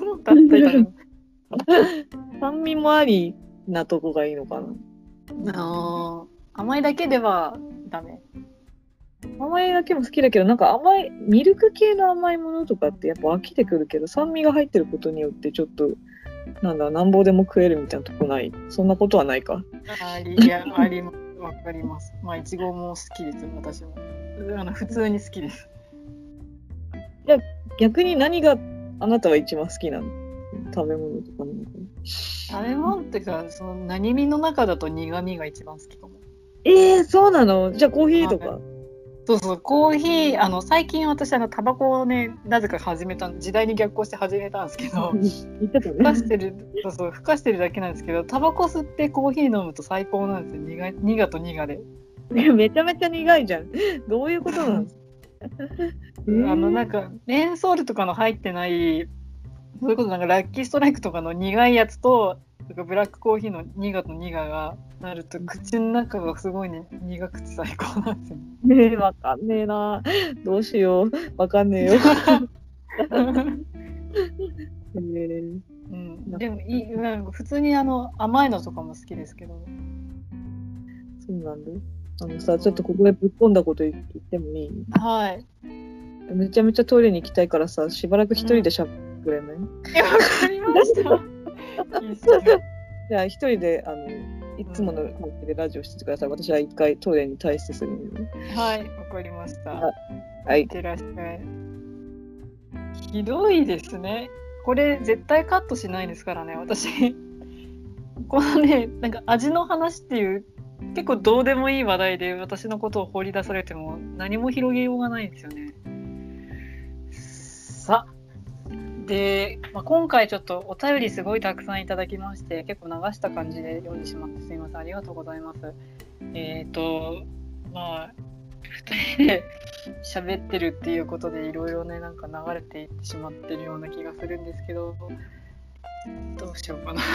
酸味もありなとこがいいのかな。 甘いだけではダメ。 甘いだけも好きだけど、なんか甘いミルク系の甘いものとかってやっぱ飽きてくるけど、酸味が入ってることによってちょっとなんぼでも食えるみたいなとこない？そんなことはないか？ いや、あります。わかります。まあいちごも好きです。私も普通に好きです。 じゃあ逆に何があなたは一番好きなの？食べ物とかの？ 食べ物ってか、その何味の中だと苦味が一番好きかも。 そうなの？じゃあコーヒーとか？ そうそう、コーヒー、最近私タバコをね、なぜか時代に逆行して始めたんですけど、ふかしてるだけなんですけど、タバコ吸ってコーヒー飲むと最高なんですよ。苦と苦で。 めちゃめちゃ苦いじゃん。どういうことなんですか？ なんかメンソールとかの入ってない、それこそなんかラッキーストライクとかの苦いやつと、ブラックコーヒーの苦と苦がなると口の中がすごいね、苦くて最高なんですよ。 わかんねえな。どうしよう。わかんねえよ。 でもなんか普通に甘いのとかも好きですけど。 そうなんだ。ちょっとここでぶっ込んだこと言ってもいい？ はい。 めちゃめちゃトイレに行きたいからさ、しばらく一人で喋ってくれない？ わかりました。 じゃあ一人でいつもの感じでラジオしててください。私は一回トイレに退出するので。 はい、わかりました。 はい。 いってらっしゃい。ひどいですね。これ絶対カットしないですからね、私。このね、なんか味の話っていう結構どうでもいい話題で私のことを放り出されても何も広げようがないんですよね。さあ。で、今回ちょっとお便りすごいたくさんいただきまして、結構流した感じで読んでしまってすみません。ありがとうございます。2人で喋ってるっていうことでいろいろね、なんか流れていってしまってるような気がするんですけど、どうしようかな。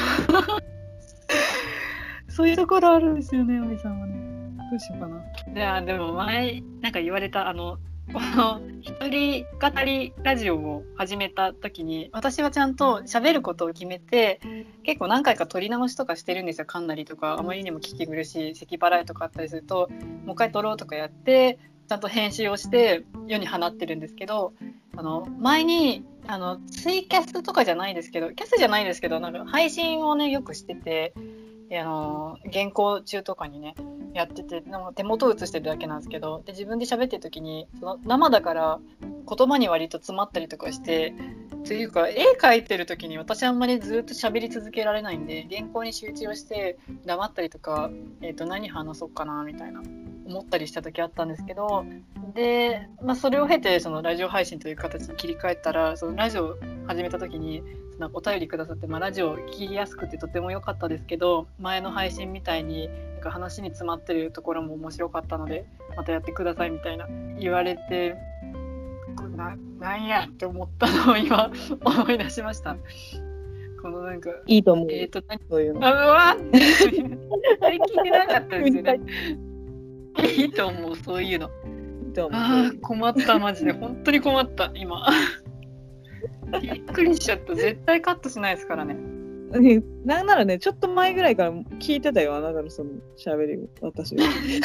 そういうところあるんですよね、おみさんはね。どうしようかな。でも前、なんか言われた、この一人語りラジオを始めた時に私はちゃんと喋ることを決めて結構何回か撮り直しとかしてるんですよ。噛んだりとかあまりにも聞き苦しい咳払いとかあったりするともう一回撮ろうとかやってちゃんと編集をして世に放ってるんですけど、前にツイキャスとかじゃないですけどなんか配信をねよくしてて原稿中とかにねやってて手元を映してるだけなんですけどで自分で喋ってる時にその生だから言葉に割と詰まったりとかしてというか絵描いてる時に私あんまりずっと喋り続けられないんで原稿に集中をして黙ったりとか、何話そうかなみたいな思ったりした時あったんですけどで、それを経てそのラジオ配信という形に切り替えたらそのラジオを始めた時になんかお便りくださって、ラジオ聞きやすくてとても良かったですけど前の配信みたいになんか話に詰まってるところも面白かったのでまたやってくださいみたいな言われてなんやって思ったのを今思い出しました。このなんかいいと思う。そういうの。 聞いてなかったですよね。いいと思うそういうの。困ったマジで本当に困った今。びっくりしちゃった。絶対カットしないですからね。 なんならねちょっと前ぐらいから聞いてたよあなたのその喋りを私は。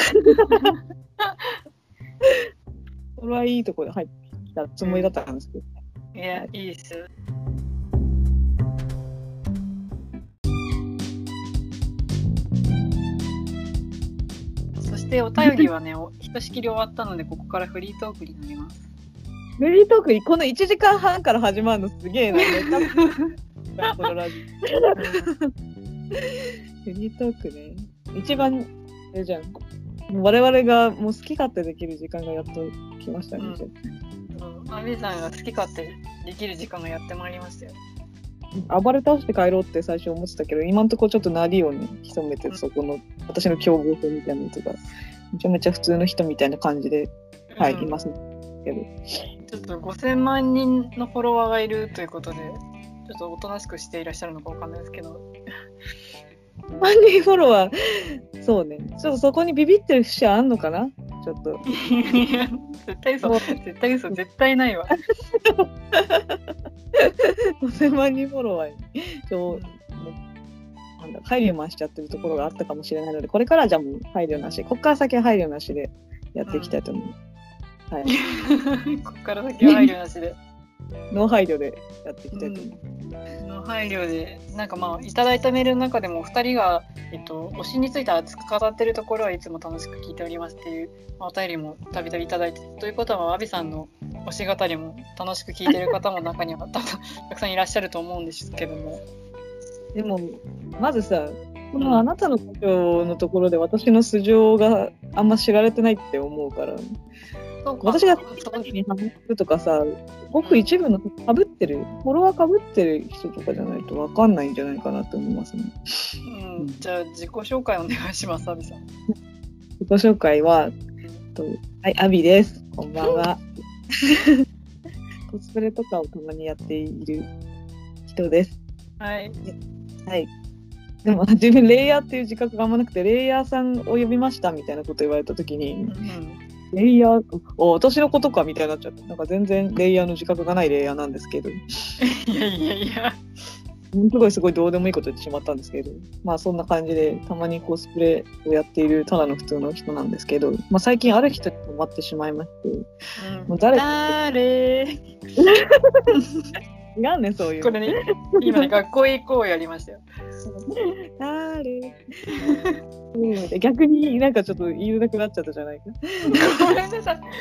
これはいいところで入ってきたつもりだったんですけど。 いやいいですよ。そしてお便りはねひとしきり終わったのでここからフリートークになります。 フリートークにこの1時間半から始まるのすげえな。このラジオ。フリートークね。一番じゃん。我々がもう好き勝手できる時間がやっと来ましたね。 アミさんが好き勝手できる時間がやってまいりましたよ。 暴れ倒して帰ろうって最初思ってたけど今のところちょっとなりをね潜めてそこの私の凶暴性みたいなやつがめちゃめちゃ普通の人みたいな感じで、いますけど。 ちょっと5000万人のフォロワーがいるということで、ちょっとおとなしくしていらっしゃるのかわかんないですけど。 万人フォロワー、そうね。ちょっとそこにビビってる節あんのかなちょっと。 いや、絶対嘘、絶対嘘、絶対ないわ。 5000万人フォロワーに、なんだ配慮増しちゃってるところがあったかもしれないので、これからはじゃあもう配慮なし、ここから先は配慮なしでやっていきたいと思います。はい。 ここから先は配慮なしで。 ノー配慮でやっていきたいと思います。 の配慮で、なんかまあいただいたメールの中でも2人が、推しについて熱く語ってるところはいつも楽しく聞いておりますっていう、お便りもたびたびいただいて、ということはアビさんの推し語りも楽しく聞いてる方も中にはたくさんいらっしゃると思うんですけども。 でもまずさ、このあなたの故郷のところで私の素性があんま知られてないって思うから、私が先に話すとかさ、ごく一部のフォロワーかぶってる人とかじゃないと分かんないんじゃないかなと思いますね。 じゃあ自己紹介お願いします、アビさん。 自己紹介は、はい、アビです。こんばんは。コスプレとかをたまにやっている人です。 はい。 はい。でも自分レイヤーっていう自覚があんまなくて、レイヤーさんを呼びましたみたいなこと言われたときに、レイヤー、私のことかみたいになっちゃって、なんか全然レイヤーの自覚がないレイヤーなんですけど。 いや。 すごいどうでもいいこと言ってしまったんですけど、まあそんな感じでたまにコスプレをやっているただの普通の人なんですけど、まあ最近ある人に止まってしまいまして、 もう誰違うね、そういう。 これね、今ね、学校行こうやりましたよ。 誰逆になんかちょっと言いづらくなっちゃったじゃないか。 ごめんなさい。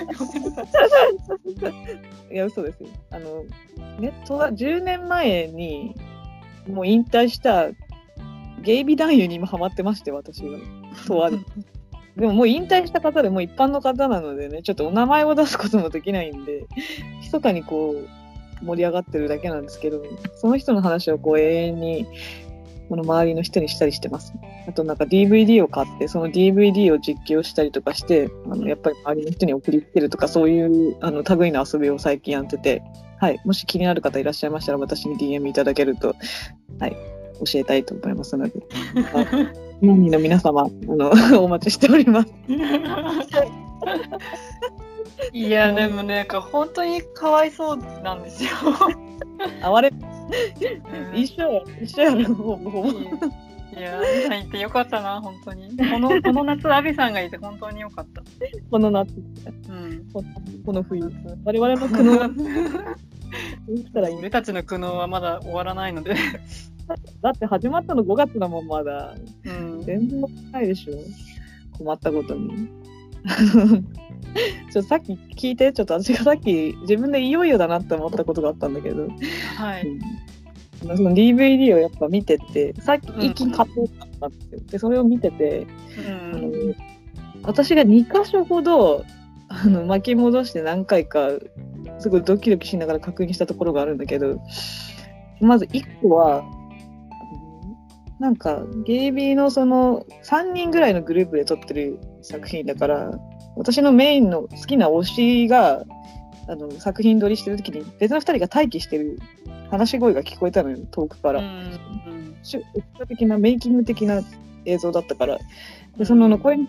いや、嘘ですよ。10年前にもう引退したゲイ美男優に今ハマってまして、私は。とある。でももう引退した方でもう一般の方なのでね、ちょっとお名前を出すこともできないんで、密かにこう、盛り上がってるだけなんですけど、その人の話をこう永遠にこの周りの人にしたりしてます。あとなんか DVD を買ってその DVD を実況したりとかして、やっぱり周りの人に送りつけるとか、そういう類の遊びを最近やってて、はい、もし気になる方いらっしゃいましたら私に DM いただけると、はい、教えたいと思いますので、何人の皆様お待ちしております。 いやでもね、なんか本当にかわいそうなんですよ。 哀れ、一緒やろ、ほぼ。 いや、アビさんいてよかったな、本当に。この夏、アビさんがいて本当によかった。 この夏、この冬、我々の苦悩俺たちの苦悩はまだ終わらないので。 だって始まったの5月だもん、まだ。全然ないでしょ。困ったことに。さっき聞いて、ちょっと私がさっき自分でいよいよだなって思ったことがあったんだけど、 はい。 その DVD をやっぱ見てて、さっき一気に買ってたんですよ。でそれを見てて、私が2箇所ほど巻き戻して何回かすごいドキドキしながら確認したところがあるんだけど、まず1個はなんかゲイビーのその3人ぐらいのグループで撮ってる作品だから、私のメインの好きな推しが作品撮りしてる時に別の2人が待機してる話し声が聞こえたのよ、遠くから。視覚的なメイキング的な映像だったから、でその残りの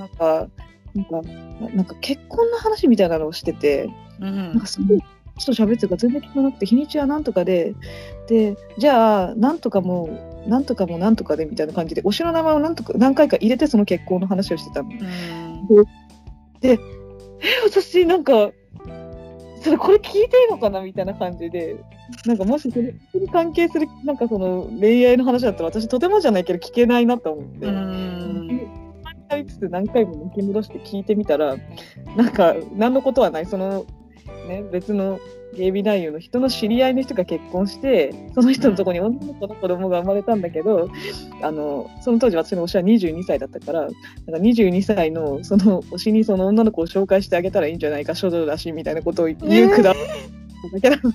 なんか結婚の話みたいなのをしてて、なんかすごい人喋ってるから全然聞こえなくて、日にちはなんとかでじゃあなんとかもなんとかもなんとかでみたいな感じで推しの名前を何回か入れてその結婚の話をしてたの。で私なんかこれ聞いていいのかなみたいな感じで、なんかもしそれに関係するなんかその恋愛の話だったら私とてもじゃないけど聞けないなと思って、やりつつ何回も巻き戻して聞いてみたら、なんか何のことはない、そのね、別のゲイ美男優の人の知り合いの人が結婚して、その人のところに女の子の子供が生まれたんだけど、その当時私の推しは22歳だったから、なんか22歳のその推しにその女の子を紹介してあげたらいいんじゃないか、処女だしみたいなことを言うくだだけど、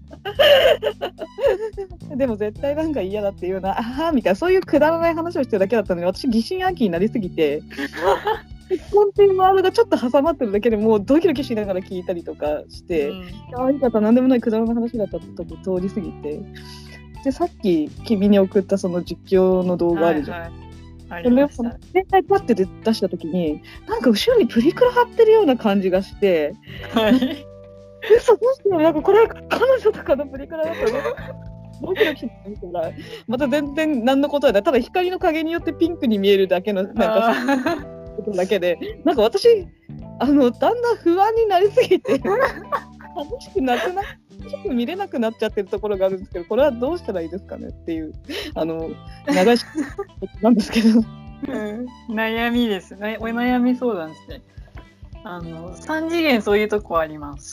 でも絶対なんか嫌だっていうような、みたいな、そういうくだらない話をしてるだけだったのに、私疑心暗鬼になりすぎて結婚っていうワードがちょっと挟まってるだけでもうドキドキしながら聞いたりとかして、可愛かった何でもないくだらない話だったとこ通り過ぎて、でさっき君に送ったその実況の動画あるじゃん。それを全体パッて出した時になんか後ろにプリクラ貼ってるような感じがして、 はい、 嘘どうしてもなんかこれ彼女とかのプリクラだったね。ドキドキしてたらまた全然何のことはない。ただ光の影によってピンクに見えるだけのなんかことだけで、なんか私だんだん不安になりすぎて楽しくなくなって見れなくなっちゃってるところがあるんですけど、これはどうしたらいいですかねっていう長いなんですけど、 悩みですね。お悩み相談ですね。3次元そういうとこあります。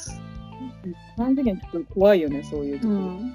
3次元ちょっと怖いよね、そういうとこ、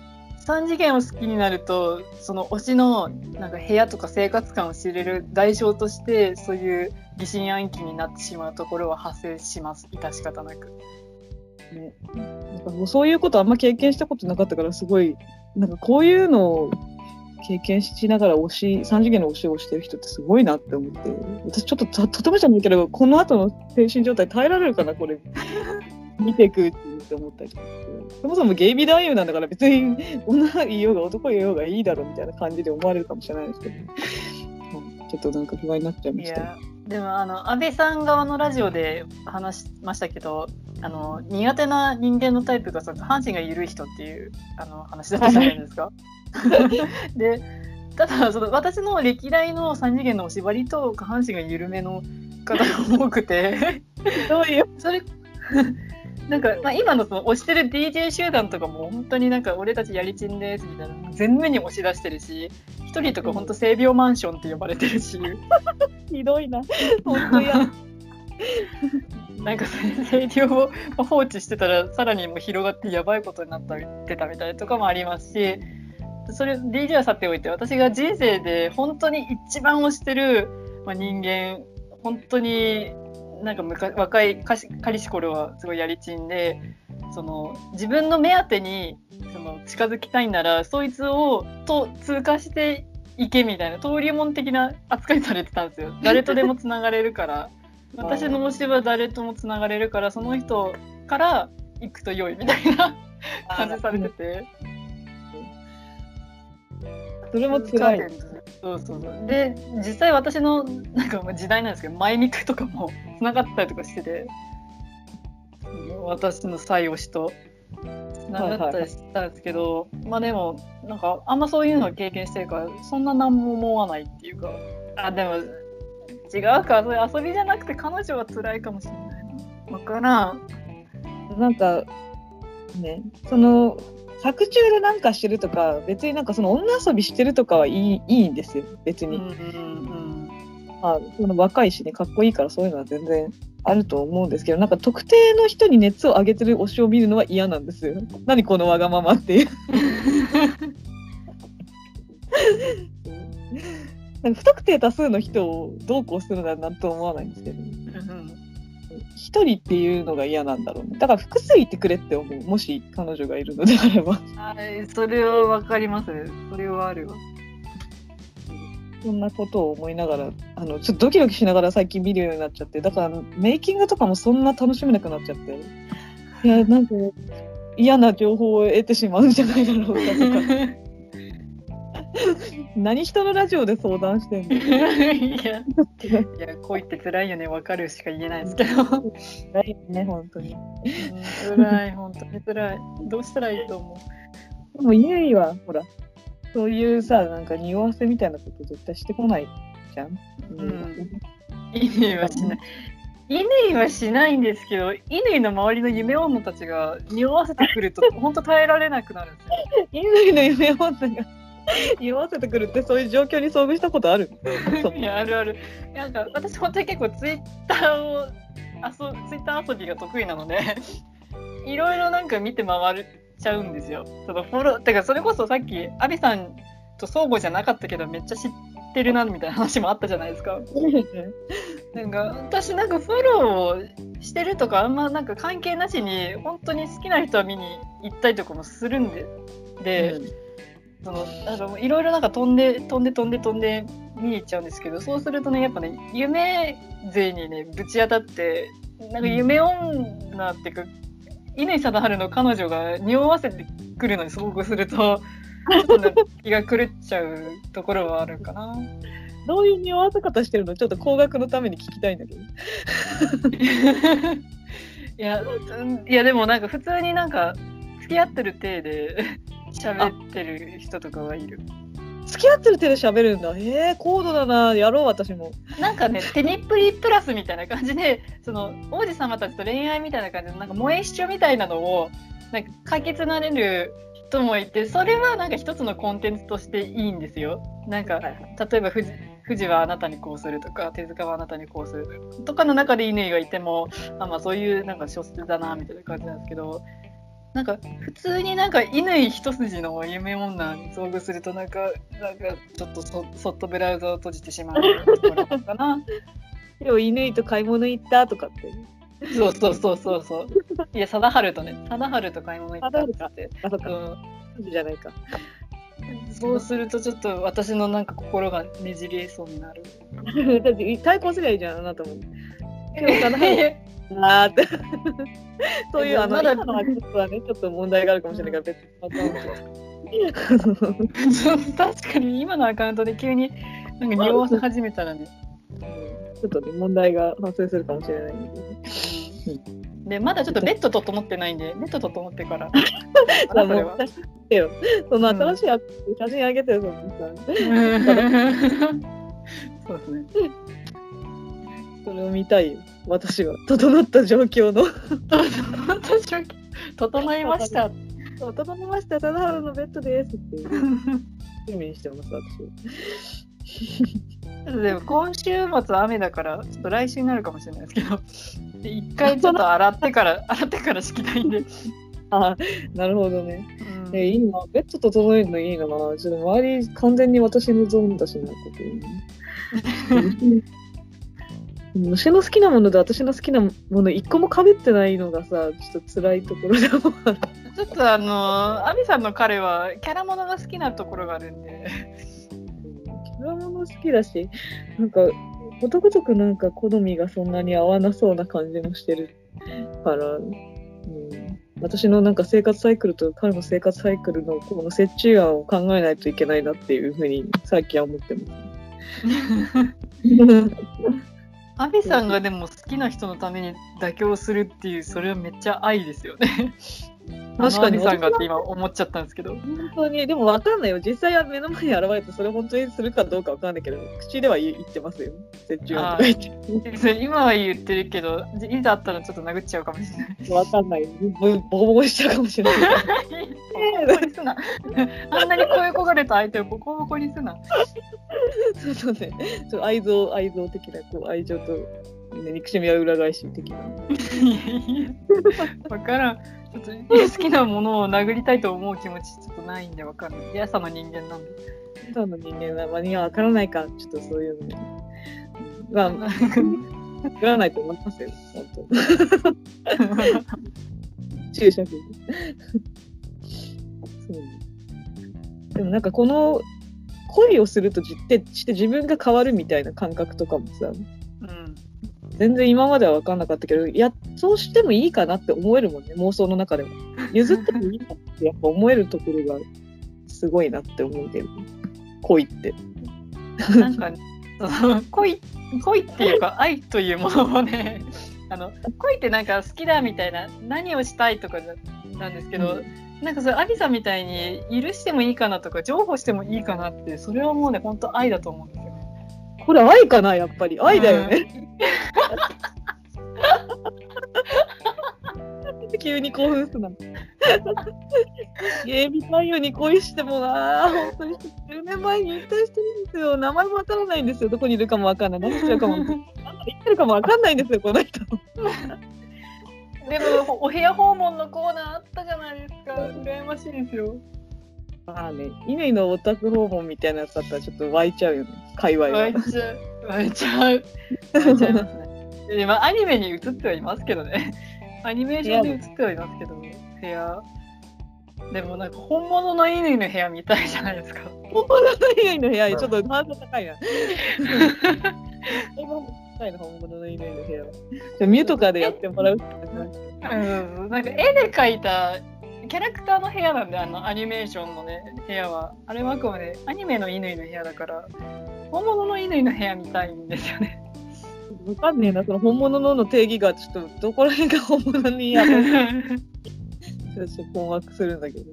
3次元を好きになるとその推しのなんか部屋とか生活感を知れる代償としてそういう疑心暗鬼になってしまうところは発生します。致し方なく。 ね、なんかもうそういうことあんま経験したことなかったからすごいなんかこういうのを経験しながら3次元の推しをしてる人ってすごいなって思って、私ちょっととてもじゃないけどこの後の精神状態耐えられるかなこれ見ていくって思ったりとかして、そもそもゲイ美男優なんだから別に女がいようが男いようがいいだろうみたいな感じで思われるかもしれないですけど、ちょっとなんか不安になっちゃいました。いやでも安倍さん側のラジオで話しましたけど、苦手な人間のタイプが下半身が緩い人っていう話だったじゃないですか。でただ私の歴代の3次元のお縛りと下半身が緩めの方が多くてどういうそれなんか、今のその推してる DJ 集団とかも本当になんか俺たちやりちんですみたいな全面に押し出してるし、一人とか本当性病マンションって呼ばれてるしひどいな本当やなんか性病を放置してたらさらにもう広がってやばいことになってたみたいとかもありますし、それ DJ はさておいて私が人生で本当に一番推してる、人間本当になんか若い彼氏頃はすごいやりちんで、自分の目当てに近づきたいならそいつを通過していけみたいな登竜門的な扱いされてたんですよ。誰とでもつながれるから私の推しは誰ともつながれるからその人から行くと良いみたいな感じされてて、 それも辛い。 そうで実際私のなんか時代なんですけどマイミクとかもつながったりとかしてて、私の最推しとつながったりしたんですけど、でもなんかあんまそういうのを経験してるからそんな何も思わないっていうか、でも違うか、それ遊びじゃなくて彼女は辛いかもしれないな。わからん。 なんかね、作中でなんかしてるとか別になんかその女遊びしてるとかはいいんですよ別に、その若いしねかっこいいからそういうのは全然あると思うんですけど、なんか特定の人に熱を上げてる推しを見るのは嫌なんですよ。何このわがままっていうなんか不特定多数の人をどうこうするのはなんと思わないんですけど、一人っていうのが嫌なんだろうね。だから複数いてくれって思う。もし彼女がいるのであれば。 それはわかります。それはあるわ。 そんなことを思いながらちょっとドキドキしながら最近見るようになっちゃって、だからメイキングとかもそんな楽しめなくなっちゃって、いやなんか嫌な情報を得てしまうんじゃないだろうかとか何人のラジオで相談してんのいや恋って辛いよね、わかるしか言えないですけど辛いね本当に辛い本当に辛い。どうしたらいいと思う。 でもゆいはほらそういうさなんか匂わせみたいなこと絶対してこないじゃん。 乾はしない。乾はしないんですけど、乾の周りの夢女たちが匂わせてくると本当耐えられなくなるんですよ。 乾の夢女が匂わせてくるってそういう状況に遭遇したことある？ いやあるある。なんか私本当に結構ツイッター遊びが得意なのでいろいろなんか見て回っちゃうんですよ。フォローてかそれこそさっきアビさんと相互じゃなかったけどめっちゃ知ってるなみたいな話もあったじゃないですか。なんか私なんかフォローしてるとかあんまなんか関係なしに本当に好きな人は見に行ったりとかもするんで、 いろいろなんか飛んで見に行っちゃうんですけど、そうするとねやっぱね夢勢にねぶち当たって、なんか夢女っていうか乾貞治の彼女が匂わせてくるのに遭遇するとちょっと、ね、気が狂っちゃうところはあるかな。 どういう匂わせ方してるの？ちょっと高額のために聞きたいんだけど。 いやでもなんか普通になんか付き合ってる体で喋ってる人とかはいる。 付き合ってる手で喋るんだ。高度だな。やろう私も。 なんかねテニプリプラスみたいな感じで、その王子様たちと恋愛みたいな感じでなんか萌え一緒みたいなのをなんか解決なれる人もいて、それはなんか一つのコンテンツとしていいんですよ。なんか例えば富士はあなたにこうするとか手塚はあなたにこうするとかの中で乾がいても、まあそういうなんか小説だなみたいな感じなんですけど、なんか普通になんか乾一筋の夢女に遭遇するとなんかちょっとそっとブラウザを閉じてしまうところかな。 でも乾と買い物行ったとかって。 そう。いや貞治と買い物行ったって。 あ、そっか。じゃないか。 そうするとちょっと私のなんか心がねじれそうになる。 だって対抗すりゃいいじゃんあなたも。でも貞治あーってそういうまだ今のアカウントはねちょっと問題があるかもしれないから別に確かに今のアカウントで急になんか匂わせ始めたらねちょっとね問題が発生するかもしれないんで、 でまだちょっとベッド整ってないんでベッド整ってからもう写真見てよ、その新しい写真あげてよ、そのさそうですね、 それを見たいよ私は。整った状況の整いました整いました、貞治のベッドですっていう趣味にしてます私。 でも今週末雨だからちょっと来週になるかもしれないですけど一回ちょっと洗ってから敷きたいんであ、なるほどね、いいな、ベッド整えるのいいな。ちょっと周り完全に私のゾーンだしな虫の好きなもので私の好きなもの一個も被ってないのがさ、ちょっと辛いところでもある。 ちょっとアビさんの彼はキャラものが好きなところがあるんでキャラもの好きだし、なんかことごとくなんか好みがそんなに合わなそうな感じもしてるから、私のなんか生活サイクルと彼の生活サイクルのこの折衷案を考えないといけないなっていうふうに最近は思ってますアビさんがでも好きな人のために妥協するっていう、それはめっちゃ愛ですよね。確かにアビさんがって今思っちゃったんですけど、 本当にでも分かんないよ、実際は目の前に現れてそれ本当にするかどうか分かんないけど、口では言ってますよ、折衷案とか言って今は言ってるけどいざあったらちょっと殴っちゃうかもしれない。 分かんない、ボコボコしちゃうかもしれないボコボコにすなあんなに声焦がれた相手をボコボコにすなそうね、ちょっと愛情的なこう愛情と、ね、憎しみは裏返し的な。 分からん。ちょっと好きなものを殴りたいと思う気持ちちょっとないんで分かんない。嫌さの人間なんで。 嫌さの人間はには分からないか、ちょっとそういうのね。まあ、分からないと思いますよ、本当。注釈。でもなんかこの恋をするとして自分が変わるみたいな感覚とかもさ、全然今までは分かんなかったけど、いやそうしてもいいかなって思えるもんね、妄想の中でも。譲ってもいいかってやっぱ思えるところがすごいなって思うけど、恋って。 なんか、恋っていうか愛というものもね、恋ってなんか好きだみたいな、何をしたいとかなんですけど、なんかそれアビさんみたいに許してもいいかなとか譲歩してもいいかなって、それはもうね本当愛だと思うんですよね。 これ愛かな、やっぱり愛だよね。急に興奮するな。ゲーム太陽に恋してもな、本当に10年前に引退してるんですよ。名前もわからないんですよ。どこにいるかもわかんない。何してるかも、何言ってるかもわかんないんですよ、この人。 でもお部屋訪問のコーナーあったじゃないですか。羨ましいですよ。 まあね、乾のオタク訪問みたいなやつだったらちょっと湧いちゃうよね、界隈は。 湧いちゃいますね。で、アニメに映ってはいますけどね。アニメーションで映ってはいますけど、部屋。 でもなんか本物の乾の部屋みたいじゃないですか。 本物の乾の部屋、ちょっとハードル高いな。今も高いの、本物の乾の部屋は。ミュとかでやってもらうってなんか絵で描いたキャラクターの部屋なんで、アニメーションのね部屋は。あれはあくまでアニメの乾の部屋だから、本物の乾の部屋みたいんですよね。 わかんねえな、その本物の定義がちょっとどこら辺が本物にやるちょっと困惑するんだけ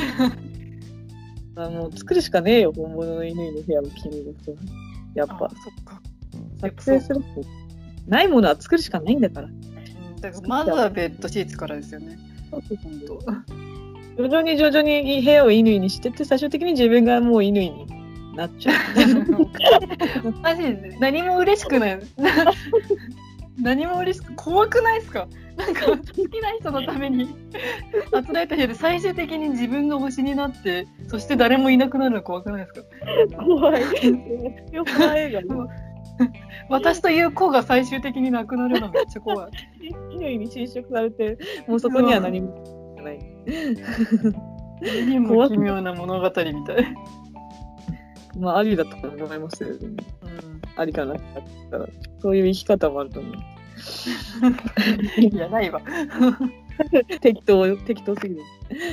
ど。もう作るしかねえよ、本物の乾の部屋を君の人。やっぱ。 そっか。 作成するとないものは作るしかないんだから。 だからまずはベッドシーツからですよね。 徐々に部屋を乾にしてって、最終的に自分がもう乾になっちゃう。 マジで何も嬉しくない。何も嬉しく怖くないですか？なんか好きな人のために集めた部屋で最終的に自分が推しになって、そして誰もいなくなるの怖くないですか？ 怖い。よくない映画。 私という子が最終的になくなるのめっちゃ怖い。 乾に侵食されて、もうそこには何もない。 何も奇妙な物語みたい。 まあ、ありだと思いますよ、ね。ありかなってったら、そういう生き方もあると思う。 いや、ないわ。 適当すぎる。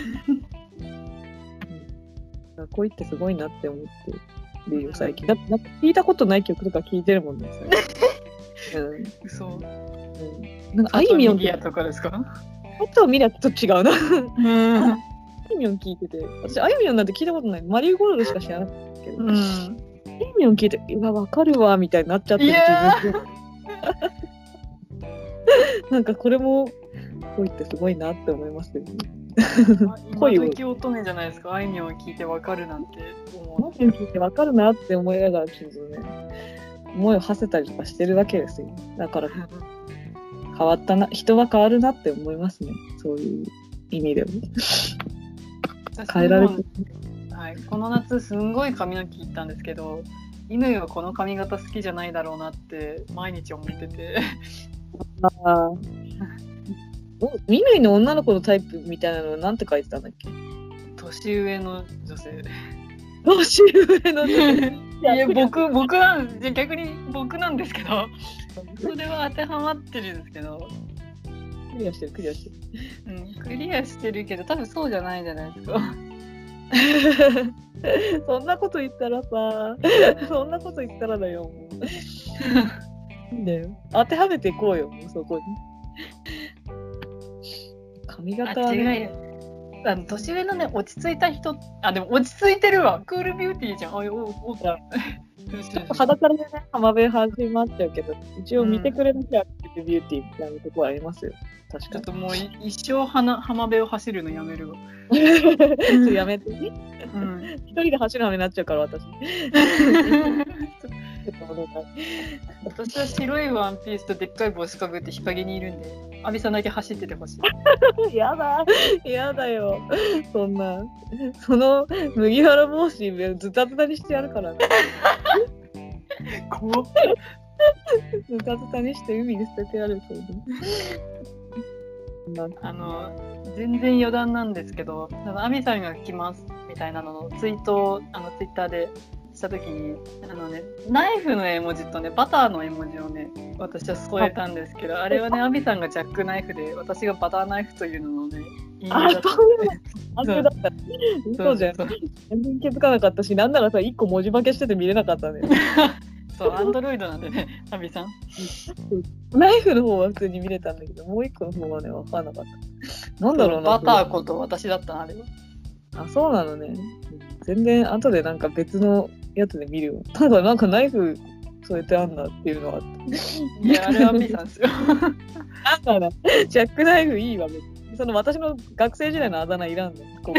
恋ってすごいなって思ってるよ、最近。だってなんか聞いたことない曲とか聴いてるもんね。 嘘。 なんかあいみょんとかですか？ と見りゃちょっと違うな。あいみょん聞いてて、私あいみょんなんて聞いたことない。マリーゴールドしか知らなかったけど。あいみょん聞いて、わかるわみたいになっちゃってる自分。なんかこれも恋ってすごいなって思いますよね。 恋を時乙女じゃないですか。あいみょん聞いてわかるなんて思う。あいみょん聞いてわかるなって思いながらちょっとね、思いを馳せたりとかしてるわけですよ。だから変わったな、人は変わるなって思いますね。そういう意味でも。変えられてる。 はい、この夏すんごい髪の毛切ったんですけど、乾はこの髪型好きじゃないだろうなって毎日思ってて。 乾の女の子のタイプみたいなのはなんて書いてたんだっけ？ 年上の女性。 年上の女性。 いや逆に僕なんですけど、それは当てはまってるんですけど。 クリアしてる。 クリアしてるけど多分そうじゃないじゃないですか。 そんなこと言ったらさ、そんなこと言ったらだよ、もう。いいんだよ。当てはめていこうよ、もうそこに。髪型はね。 年上のね、落ち着いた人、でも落ち着いてるわ。クールビューティーじゃん。ちょっと裸でね、浜辺始まっちゃうけど、一応見てくれなきゃクールビューティーみたいなところありますよ。確かに。 ちょっともう一生浜辺を走るのやめるわ。 やめてね。一人で走る羽目になっちゃうから私。 私は白いワンピースとでっかい帽子かぶって日陰にいるんで、阿部さんだけ走っててほしい。 やだよ。その麦わら帽子ズタズタにしてやるからね。 怖っ。 ズタズタにして海に捨ててやるそうで。 全然余談なんですけど、アミさんが来ますみたいなののツイートをツイッターでした時にナイフの絵文字とねバターの絵文字をね私は添えたんですけど、あれはねアミさんがジャックナイフで私がバターナイフというのをね言いだった。 そうだった。嘘じゃん。全然気づかなかったし、なんならさ1個文字化けしてて見れなかったね。 そう、アンドロイドなんでね、アビさん。 ナイフの方は普通に見れたんだけど、もう一個の方はね、分かんなかった。なんだろうな。 バターこと私だったな、あれは。 あ、そうなのね。全然後でなんか別のやつで見るよ。ただなんかナイフ添えてあんなっていうのはあった。 いや、あれはアビさんですよ。 なんかな、ジャックナイフいいわ、別に。その私の学生時代のあだ名いらんねん。ここ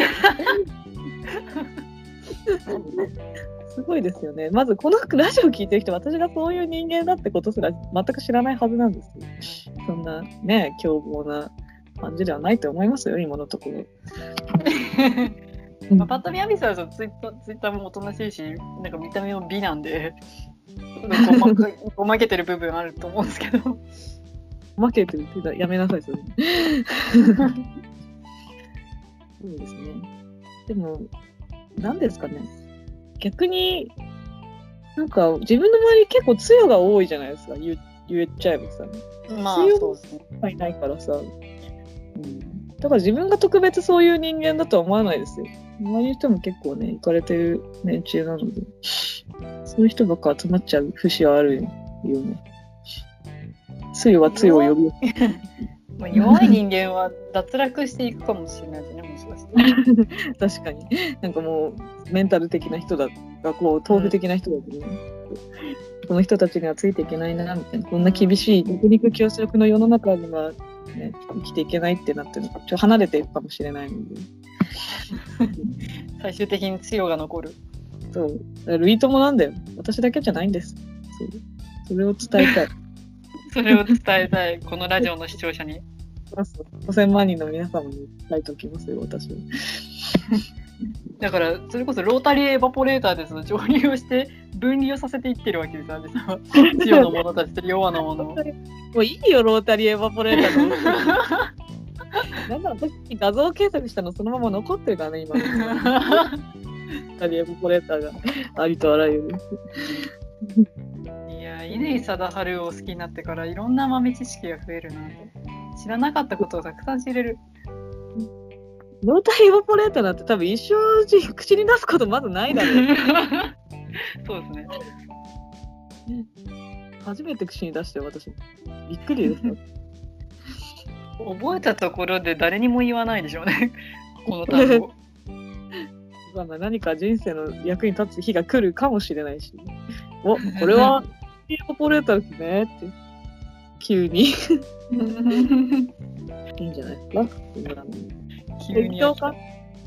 すごいですよね。まずこのラジオ聞いてる人、私がそういう人間だってことすら全く知らないはずなんですよ。そんなね、凶暴な感じではないと思いますよ、今のところ。 パッと見アビさんはツイッターもおとなしいし、なんか見た目も美なんで、ごまけてる部分あると思うんですけど。 ごまけてるってやめなさい、それ。 そうですね。でも、何ですかね。逆に、なんか自分の周り結構つよが多いじゃないですか。言っちゃえばさ。 まあつよそうですね。 がいないからさ。だから自分が特別そういう人間だとは思わないですよ。周りの人も結構ね、行かれてる連中なので、そういう人ばっか集まっちゃう節はあるよね。つよはつよを呼ぶ。 まあ弱い人間は脱落していくかもしれないですね、もしかして。 確かに。なんかもう、メンタル的な人だ、こう、豆腐的な人だとね、この人たちにはついていけないな、みたいな。こんな厳しい弱肉強食の世の中には、ね、生きていけないってなって離れていくかもしれないので。 最終的に強が残る。 そう。類友なんだよ。私だけじゃないんです。そう。それを伝えたい。 それを伝えたい、このラジオの視聴者に。 5000万人の皆様に伝えておきますよ、私は。 だから、それこそロータリーエバポレーターでその蒸留をして分離をさせていってるわけですよ、実は。強のものたちと弱のものを。 もういいよ、ロータリーエバポレーターの。なんだ、私画像検索したのそのまま残ってるからね、今。ロータリーエバポレーターがありとあらゆる。 いや、乾貞治を好きになってからいろんな豆知識が増えるなって。知らなかったことをたくさん知れる。 ロータリーエバポレーターなんて多分一生口に出すことまずないだろう。 そうですね。 初めて口に出して私。びっくりですよ。 覚えたところで誰にも言わないでしょうね。この単語。 何か人生の役に立つ日が来るかもしれないし。お、これはエバポレーターですねって。急に。いいんじゃないですか。 急に適当か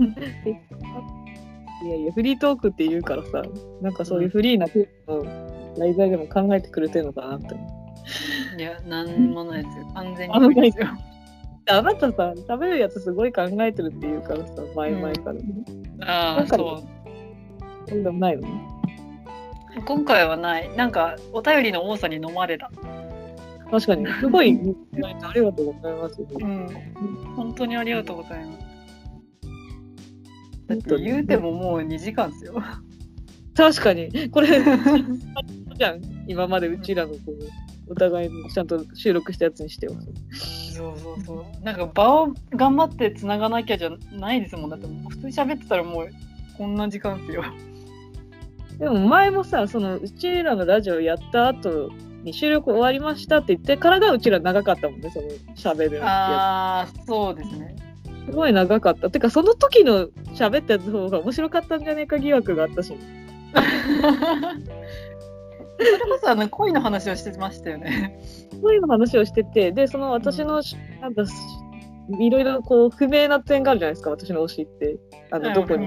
いやいや、フリートークって言うからさ、なんかそういうフリーなトークの題材でも考えてくれてるのかなって。 いや、なんもないですよ。完全に無理ですよ。 あなたさ、食べるやつすごい考えてるって言うからさ、前々から、ね。 ああ、そう。 そうでもないのね。 今回はない。なんか、お便りの多さに飲まれた。 確かに、すごい、ありがとうございます。 本当にありがとうございます。だって言うてももう2時間ですよ。 確かに。これ、じゃん。今までうちらのお互いにちゃんと収録したやつにしてます。 そう。なんか場を頑張って繋がなきゃじゃないですもん。だって普通に喋ってたらもうこんな時間ですよ。 でも前もさ、うちらのラジオやった後に収録終わりましたって言ってからがうちら長かったもんね、喋るやつ。 ああ、そうですね。 すごい長かった。てかその時の喋ったやつの方が面白かったんじゃねえか疑惑があったし。 それこそ恋の話をしてましたよね。 恋の話をしてて、で、私の、なんか、いろいろこう、不明な点があるじゃないですか、私の推しって。どこに。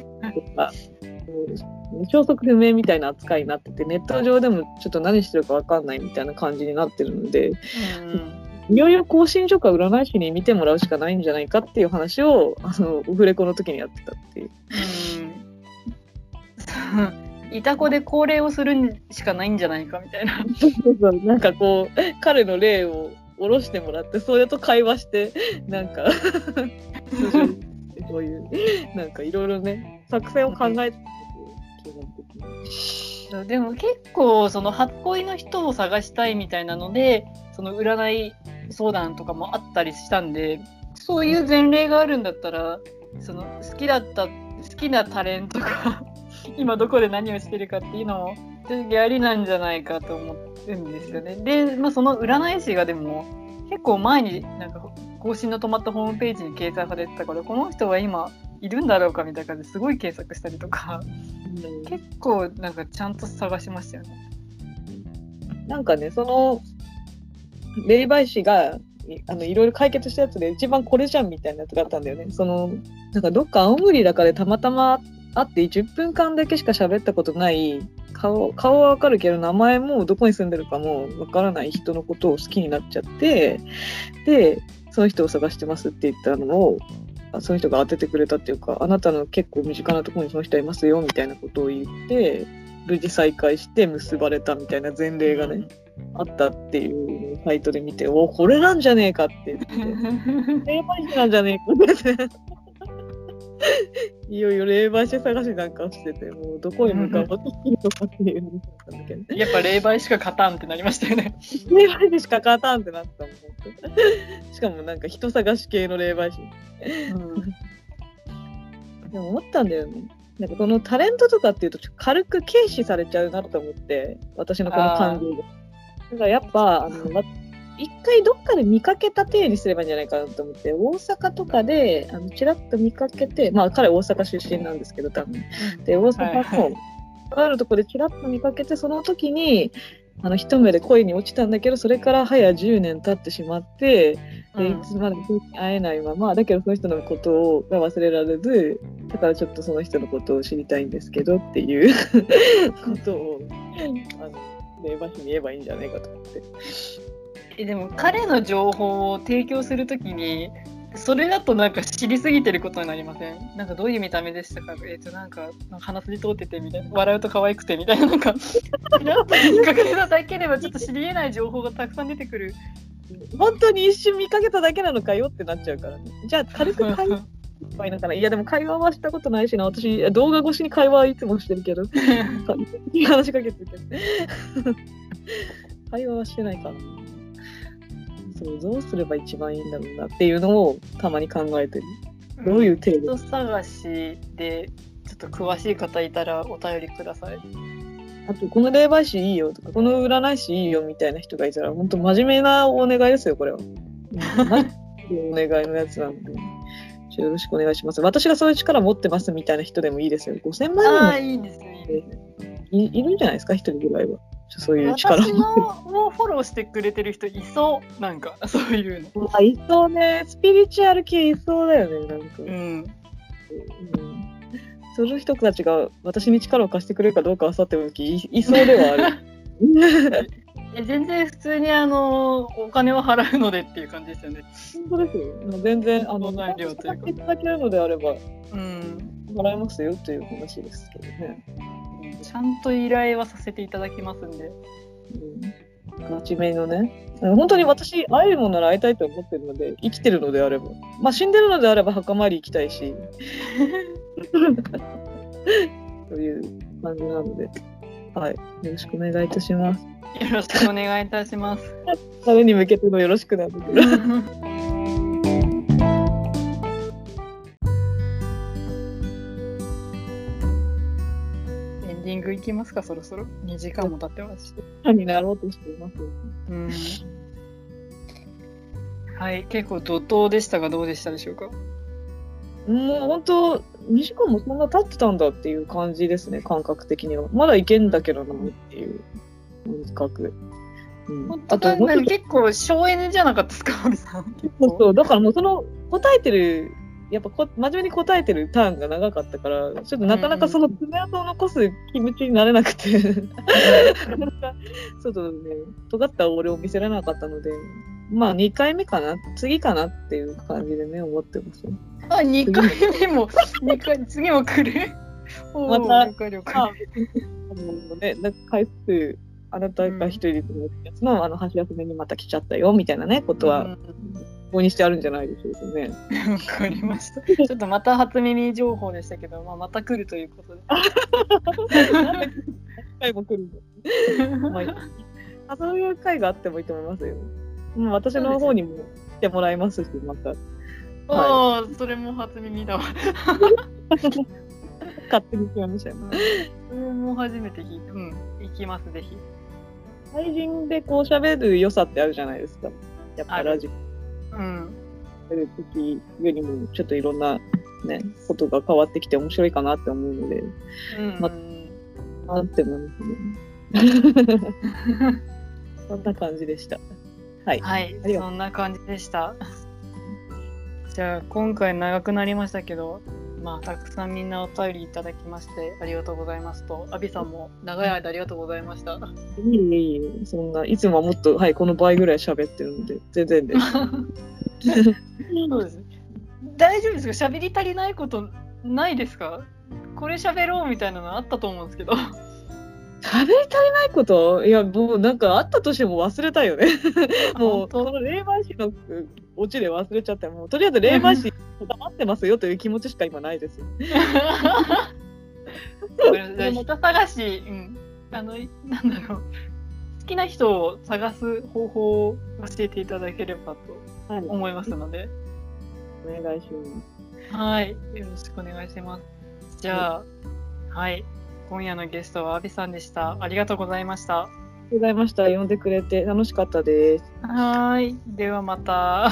消息不明みたいな扱いになってて、ネット上でもちょっと何してるか分かんないみたいな感じになってるので、いよいよ更新所か占い師に見てもらうしかないんじゃないかっていう話を、オフレコの時にやってたっていう。 イタコで恒例をするしかないんじゃないかみたいな。 そうなんかこう彼の例を下ろしてもらってそれと会話してなんかこういうなんかいろいろね作戦を考えてたでも結構その初恋の人を探したいみたいなのでその占い相談とかもあったりしたんでそういう前例があるんだったらその好きなタレントが今どこで何をしてるかっていうのも正直ありなんじゃないかと思うんですよね。で、その占い師がでも結構前になんか更新の止まったホームページに掲載されてたからこの人は今いるんだろうかみたいな感じですごい検索したりとか、結構なんかちゃんと探しましたよね。 なんかね霊媒師がいろいろ解決したやつで一番これじゃんみたいなやつがあったんだよね。なんかどっか青森だかでたまたま会って10分間だけしか喋ったことない顔はわかるけど名前もどこに住んでるかもわからない人のことを好きになっちゃってでその人を探してますって言ったのをその人が当ててくれたっていうかあなたの結構身近なところにその人はいますよみたいなことを言って無事再会して結ばれたみたいな前例がね、あったっていうサイトで見てこれなんじゃねえかって言って霊媒師なんじゃねえかっていよいよ霊媒師探しなんかしてて、もうどこへ向かおうとしてるのかっていう話だったんだけど、 やっぱ霊媒師か勝たんってなりましたよね。 霊媒師しか勝たんってなったもん。しかもなんか人探し系の霊媒師。でも思ったんだよね。なんかこのタレントとかっていうと軽く軽視されちゃうなと思って、私のこの感情が。だからやっぱ一回どっかで見かけた体にすればいいんじゃないかなと思って、大阪とかでちらっと見かけて、まあ彼大阪出身なんですけど多分。で、大阪のあるところでちらっと見かけて、その時に一目で恋に落ちたんだけど、それから早10年経ってしまって、でいつまでも会えないまま、だけどその人のことが忘れられず、だからちょっとその人のことを知りたいんですけどっていうことを霊媒師に言えばいいんじゃないかと思って。 でも彼の情報を提供するときに、それだとなんか知りすぎてることになりません？なんかどういう見た目でしたか？なんか鼻筋通っててみたいな、笑うと可愛くてみたいな、なんかちらっと見かけただけではちょっと知り得ない情報がたくさん出てくる。 本当に一瞬見かけただけなのかよってなっちゃうからね。じゃあ軽く会話いいのかな。いやでも会話はしたことないしな。私動画越しに会話はいつもしてるけど話しかけてるけど会話はしてないから。そうどうすれば一番いいんだろうなっていうのをたまに考えてる。どういう程度？ 人探しでちょっと詳しい方いたらお便りください。 あとこの霊媒師いいよとか、この占い師いいよみたいな人がいたら本当真面目なお願いですよこれは。お願いのやつなんで。よろしくお願いします。私がそういう力持ってますみたいな人でもいいですよ。5000万人いいですね。 いるんじゃないですか、一人ぐらいは。そういう力私のフォローしてくれてる人いそう、なんかそういうの。 いそうね、スピリチュアル系いそうだよね、なんか。その人たちが私に力を貸してくれるかどうかはさておき、いそうではある。 全然普通にお金は払うのでっていう感じですよね。 本当ですよ。全然材料というか。 いただけるのであれば、払いますよという話ですけどね。 ちゃんと依頼はさせていただきますんで。 ガチめのね。本当に私会えるものなら会いたいと思ってるので、生きてるのであれば、まあ死んでるのであれば墓参り行きたいし、そういう感じなので、はい、よろしくお願いいたします。 よろしくお願いいたします。 誰に向けてのよろしくなんだけど。 エンディングいきますか、そろそろ。2時間も経ってますし。 になろうとしています。 はい、結構怒涛でしたがどうでしたでしょうか？ もう本当2時間もそんな経ってたんだっていう感じですね、感覚的には。まだいけんだけどなっていう感覚。 あと結構省エネじゃなかったですか、森さん。 そうだからもうその答えてるやっぱ真面目に答えてるターンが長かったから、ちょっとなかなかその爪痕を残す気持ちになれなくてちょっとね尖った俺を見せられなかったので、まあ2回目かな、次かなっていう感じでね思ってます。 2回目も次も来る。 また了解ね、回数あなたが一人でのやつの箸休めにまた来ちゃったよみたいなねことはここにしてあるんじゃないでしょうかね。 わかりました。ちょっとまた初耳情報でしたけど、また来るということで。 何回も来るの。そういう回があってもいいと思いますよ。私の方にも来てもらいますし、また。 それも初耳だわ。 勝手に決めましたよ。 それも初めて聞いて、行きますぜひ。 対人でこう喋る良さってあるじゃないですか。やっぱラジオ。やる時よりもちょっといろんなねことが変わってきて面白いかなって思うので、って思いますね。そんな感じでした。はい、 そんな感じでした。じゃあ今回長くなりましたけど、たくさんみんなお便りいただきましてありがとうございますと、アビさんも長い間ありがとうございました。 いいそんないつもはもっとこの倍ぐらい喋ってるので全然です。 そうです。大丈夫ですか？喋り足りないことないですか？これ喋ろうみたいなのあったと思うんですけど。 喋り足りないこと、いやもうなんかあったとしても忘れたいよね。もうこの霊媒師のオチで忘れちゃって、もうとりあえず霊媒師黙ってますよという気持ちしか今ないですよ。 人探し、なんだろう、好きな人を探す方法を教えていただければと思いますので、 お願いします。 はい、よろしくお願いします。じゃあ、はい、今夜のゲストはアビさんでした。ありがとうございました。 ありがとうございました。呼んでくれて楽しかったです。 はい、ではまた。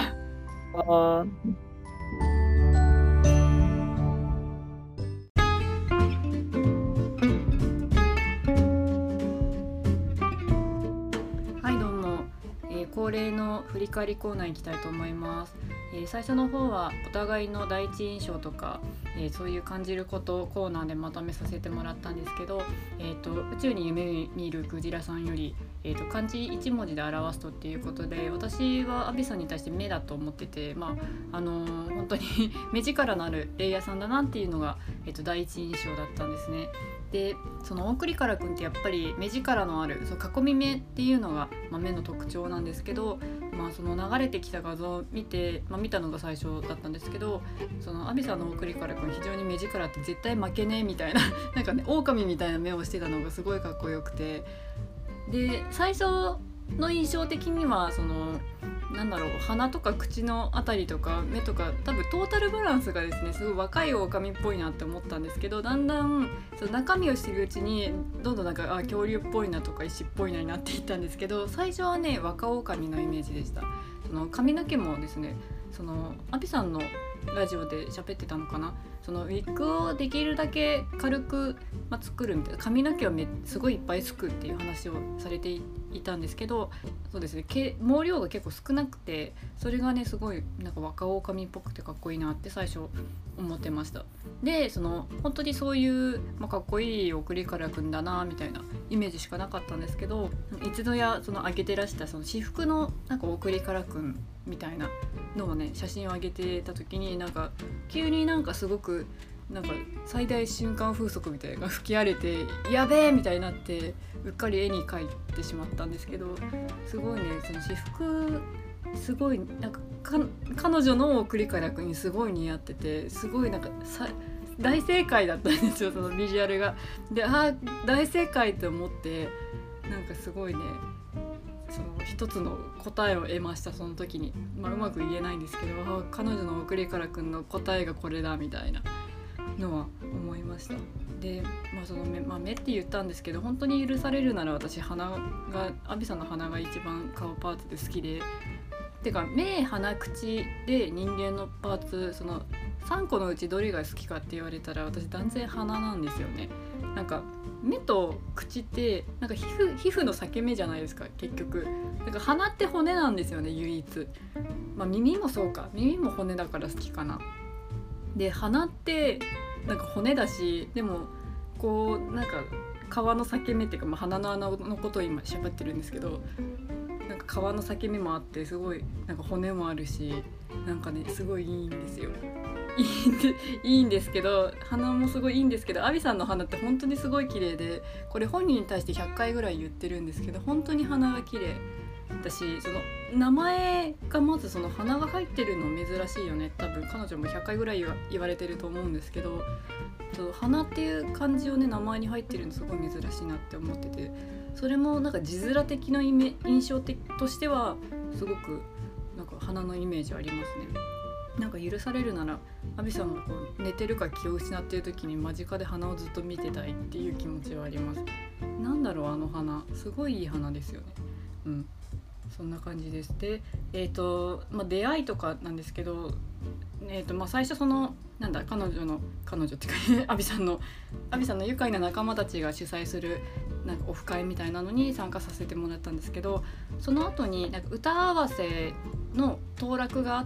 恒例の振り返りコーナーに行きたいと思います。最初の方はお互いの第一印象とか、そういう感じることをコーナーでまとめさせてもらったんですけど、宇宙に夢見るクジラさんより、漢字1文字で表すとっていうことで、私はアビさんに対して目だと思ってて、本当に目力のあるレイヤーさんだなっていうのが、第一印象だったんですね。でその大栗からくんってやっぱり目力のある囲み目っていうのが、目の特徴なんですけど、その流れてきた画像を見て、見たのが最初だったんですけど、そのアビさんの大栗からくん非常に目力って絶対負けねえみたいななんかね、狼みたいな目をしてたのがすごいかっこよくて、で最初の印象的にはその鼻とか口のあたりとか目とか多分トータルバランスがですねすごい若い狼っぽいなって思ったんですけど、だんだんその中身をしていくうちにどんどん恐竜っぽいなとか石っぽいなになっていったんですけど、最初はね若狼のイメージでした。その髪の毛もですね、そのアビさんのラジオで喋ってたのかな、そのウィッグをできるだけ軽く、作るみたいな、髪の毛をすごいいっぱいすくっていう話をされていたんですけど、そうですね、毛量が結構少なくて、それがねすごい若狼っぽくてかっこいいなって最初思ってました。でその本当にそういう、かっこいい送りからくんだなみたいなイメージしかなかったんですけど、一度やその上げてらしたその私服の送りからくんみたいなのをね写真を上げてた時に急にすごく最大瞬間風速みたいなのが吹き荒れてやべえみたいになってうっかり絵に描いてしまったんですけど、すごいねその私服すごい彼女の送りからくんにすごい似合ってて、すごい大正解だったんですよ、そのビジュアルが。で大正解と思ってすごいねその一つの答えを得ました。その時に、うまく言えないんですけど、彼女の送りからくんの答えがこれだみたいなのは思いました。で、その目って言ったんですけど、本当に許されるなら私アビさんの鼻が一番顔パーツで好きで、てか目鼻口で人間のパーツその3個のうちどれが好きかって言われたら私断然鼻なんですよね。目と口って皮膚の裂け目じゃないですか結局。鼻って骨なんですよね唯一。耳もそうか、耳も骨だから好きかな。で鼻って骨だし、でもこう皮の裂け目っていうか、鼻の穴のことを今喋ってるんですけど、皮の裂け目もあってすごい骨もあるしすごいいいんですよ。いいんですけど、鼻もすごいいいんですけど、アビさんの鼻って本当にすごい綺麗で、これ本人に対して100回ぐらい言ってるんですけど、本当に鼻が綺麗だし、その名前がまずその鼻が入ってるの珍しいよね。多分彼女も100回ぐらい言われてると思うんですけど、鼻っていう漢字をね名前に入ってるのすごい珍しいなって思ってて、それも字面的な印象的としてはすごく鼻のイメージありますね。許されるならアビさんがこう寝てるか気を失っている時に間近で鼻をずっと見てたいっていう気持ちはあります。あの花すごいいい花ですよね。そんな感じです。で、出会いとかなんですけど、最初その彼女っていうかアビさんの愉快な仲間たちが主催するオフ会みたいなのに参加させてもらったんですけど、その後に歌合わせの当落があって、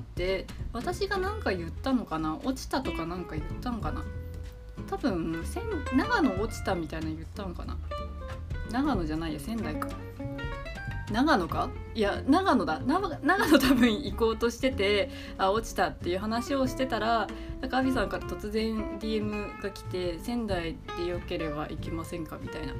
私が言ったのかな、落ちたとか言ったのかな、多分長野落ちたみたいな言ったのかな、長野じゃないや仙台か、長野か、いや長野だ、長野多分行こうとしてて、落ちたっていう話をしてたらアビさんから突然 DM が来て、仙台でよければ行きませんかみたいな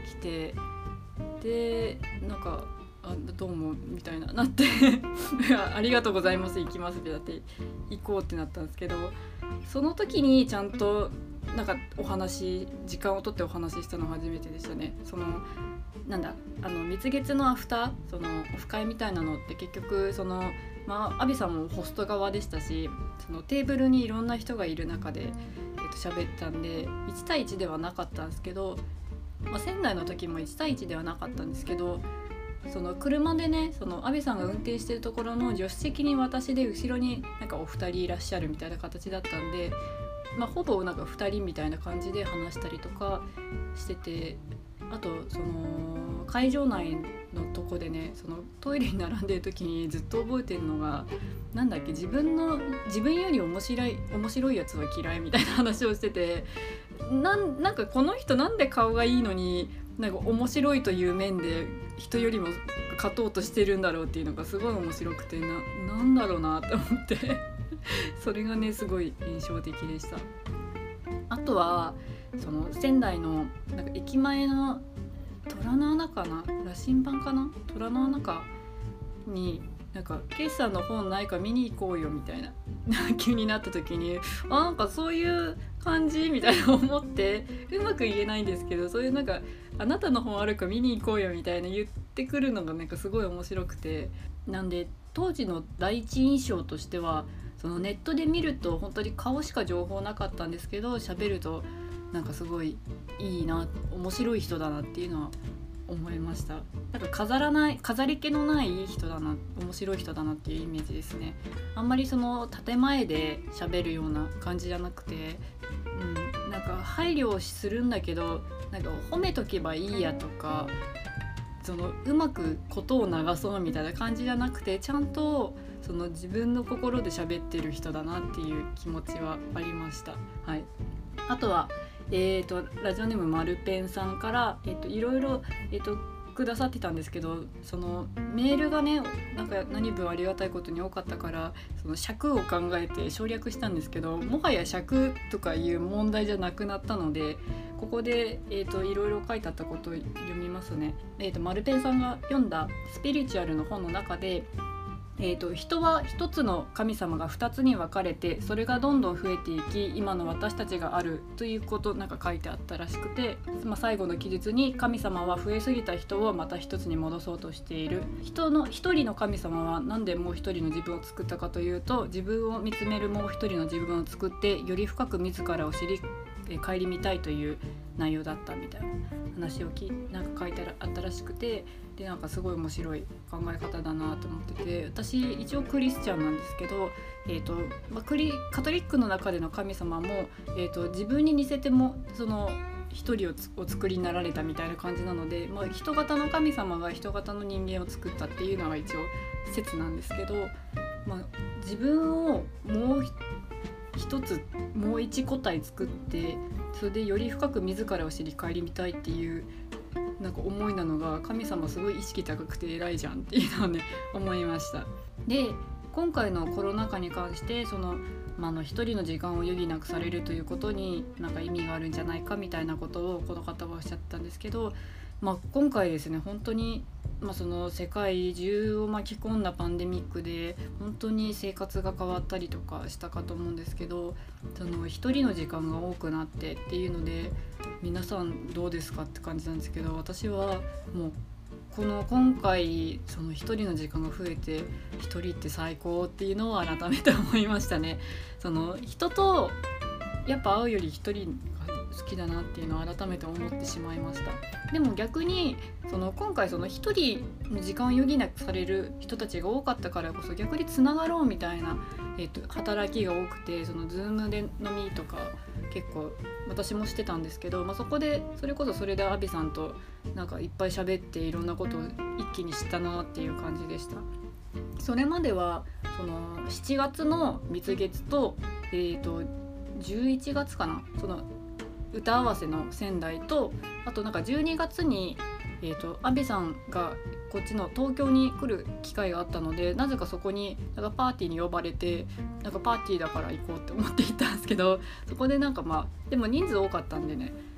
来て、でなんかどうもみたいなっていやありがとうございます行きますってなって行こうってなったんですけど、その時にちゃんとなんか時間を取ってお話ししたのは初めてでしたね。そのなんだ蜜月のアフターそのオフ会みたいなのって結局そのアビさんもホスト側でしたし、そのテーブルにいろんな人がいる中で喋ったんで1対1ではなかったんですけど、仙台の時も1対1ではなかったんですけど、その車でねそのアビさんが運転してるところの助手席に私で後ろになんかお二人いらっしゃるみたいな形だったんで、ほぼなんか2人みたいな感じで話したりとかしてて、あとその会場内のとこでねそのトイレに並んでる時にずっと覚えてるのがなんだっけ自分より面白いやつは嫌いみたいな話をしてて、なんかこの人なんで顔がいいのになんか面白いという面で人よりも勝とうとしてるんだろうっていうのがすごい面白くてなんだろうなって思ってそれがねすごい印象的でした。あとはその仙台のなんか駅前の虎の穴かな羅針盤かな虎の穴かになんかケイさんの本ないか見に行こうよみたいな急になった時になんかそういう感じみたいな思ってうまく言えないんですけど、そういうなんかあなたの本あるか見に行こうよみたいな言ってくるのがなんかすごい面白くて、なんで当時の第一印象としてはそのネットで見ると本当に顔しか情報なかったんですけど、喋るとなんかすごいいいな面白い人だなっていうのは思いました。なんか飾り気のない人だな面白い人だなっていうイメージですね。あんまりその建前で喋るような感じじゃなくて、なんか配慮をするんだけどなんか褒めとけばいいやとかそのうまくことを流そうみたいな感じじゃなくて、ちゃんとその自分の心で喋ってる人だなっていう気持ちはありました。はい。あとはラジオネームマルペンさんから、いろいろ、くださってたんですけど、そのメールがねなんか何分ありがたいことに多かったからその尺を考えて省略したんですけど、もはや尺とかいう問題じゃなくなったのでここで、いろいろ書いてあったことを読みますね。マルペンさんが読んだスピリチュアルの本の中で人は一つの神様が二つに分かれてそれがどんどん増えていき今の私たちがあるということなんか書いてあったらしくて、最後の記述に神様は増えすぎた人をまた一つに戻そうとしている、一人の神様はなんでもう一人の自分を作ったかというと自分を見つめるもう一人の自分を作ってより深く自らを知り顧みたいという内容だったみたいな話をなんか書いてあったらしくて、でなんかすごい面白い考え方だなと思ってて、私一応クリスチャンなんですけど、カトリックの中での神様も、自分に似せてもその一人をお作りになられたみたいな感じなので、人型の神様が人型の人間を作ったっていうのが一応説なんですけど、自分をもう一個体作ってそれでより深く自らを知り顧みたいっていうなんか思いなのが神様すごい意識高くて偉いじゃんっていうのをね思いました。で今回のコロナ禍に関してその一人の時間を余儀なくされるということになんか意味があるんじゃないかみたいなことをこの方はおっしゃったんですけど、今回ですね本当にその世界中を巻き込んだパンデミックで本当に生活が変わったりとかしたかと思うんですけど、その一人の時間が多くなってっていうので皆さんどうですかって感じなんですけど、私はもう今回その一人の時間が増えて一人って最高っていうのを改めて思いましたね。その人とやっぱ会うより一人好きだなっていうのを改めて思ってしまいました。でも逆に今回その一人の時間を余儀なくされる人たちが多かったからこそ逆につながろうみたいな、働きが多くてその Zoom で飲みとか結構私もしてたんですけど、そこでそれでアビさんとなんかいっぱい喋っていろんなことを一気に知ったなっていう感じでした。それまではその7月の蜜月と、11月かなその歌合わせの仙台とあとなんか12月にアビさんがこっちの東京に来る機会があったのでなぜかそこになんかパーティーに呼ばれてなんかパーティーだから行こうって思って行ったんですけど、そこでなんかでも人数多かったんでね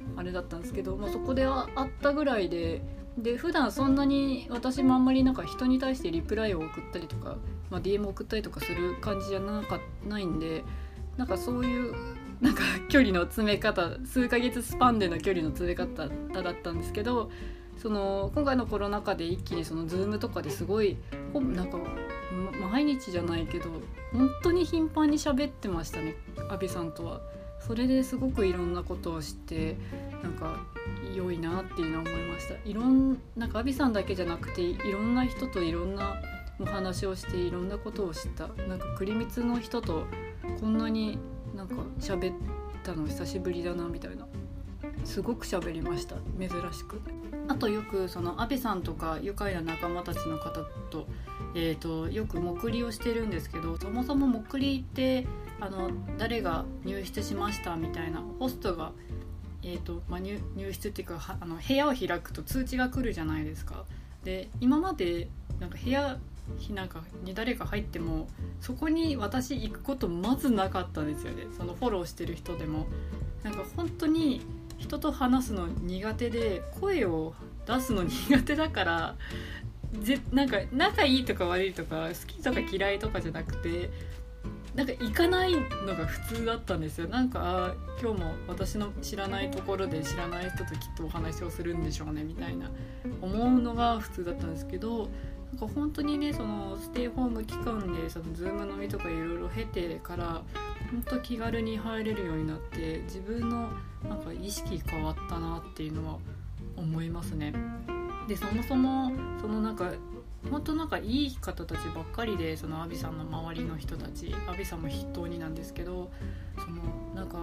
あれだったんですけど、そこで会ったぐらいで普段そんなに私もあんまりなんか人に対してリプライを送ったりとか、DM 送ったりとかする感じじゃないんで、なんかそういうなんか距離の詰め方、数ヶ月スパンでの距離の詰め方だったんですけど、その今回のコロナ禍で一気にその Zoom とかですごいなんか毎日じゃないけど本当に頻繁に喋ってましたね、阿部さんとは。それですごくいろんなことをしてなんか良いなっていうのは思いました。なんか阿部さんだけじゃなくていろんな人といろんなお話をしていろんなことを知った。なんか栗光の人とこんなになんか喋ったの久しぶりだなみたいな、すごく喋りました、珍しく。あとよくその阿部さんとか愉快な仲間たちの方と、よく目利をしてるんですけど、そもそも目利って誰が入室しましたみたいなホストが、入室っていうか部屋を開くと通知が来るじゃないですか。で今までなんか部屋に誰か入ってもそこに私行くことまずなかったんですよね。そのフォローしてる人でもなんか本当に人と話すの苦手で声を出すの苦手だからなんか仲いいとか悪いとか好きとか嫌いとかじゃなくてなんか行かないのが普通だったんですよ。なんか今日も私の知らないところで知らない人ときっとお話をするんでしょうねみたいな思うのが普通だったんですけど、なんか本当にねそのステイホーム期間でそのズーム飲みとかいろいろ経てから本当気軽に入れるようになって自分のなんか意識変わったなっていうのは思いますね。でそもそもそのなんか本当なんかいい方たちばっかりで、その阿部さんの周りの人たち、阿部さんも筆頭になんですけど、そのなんか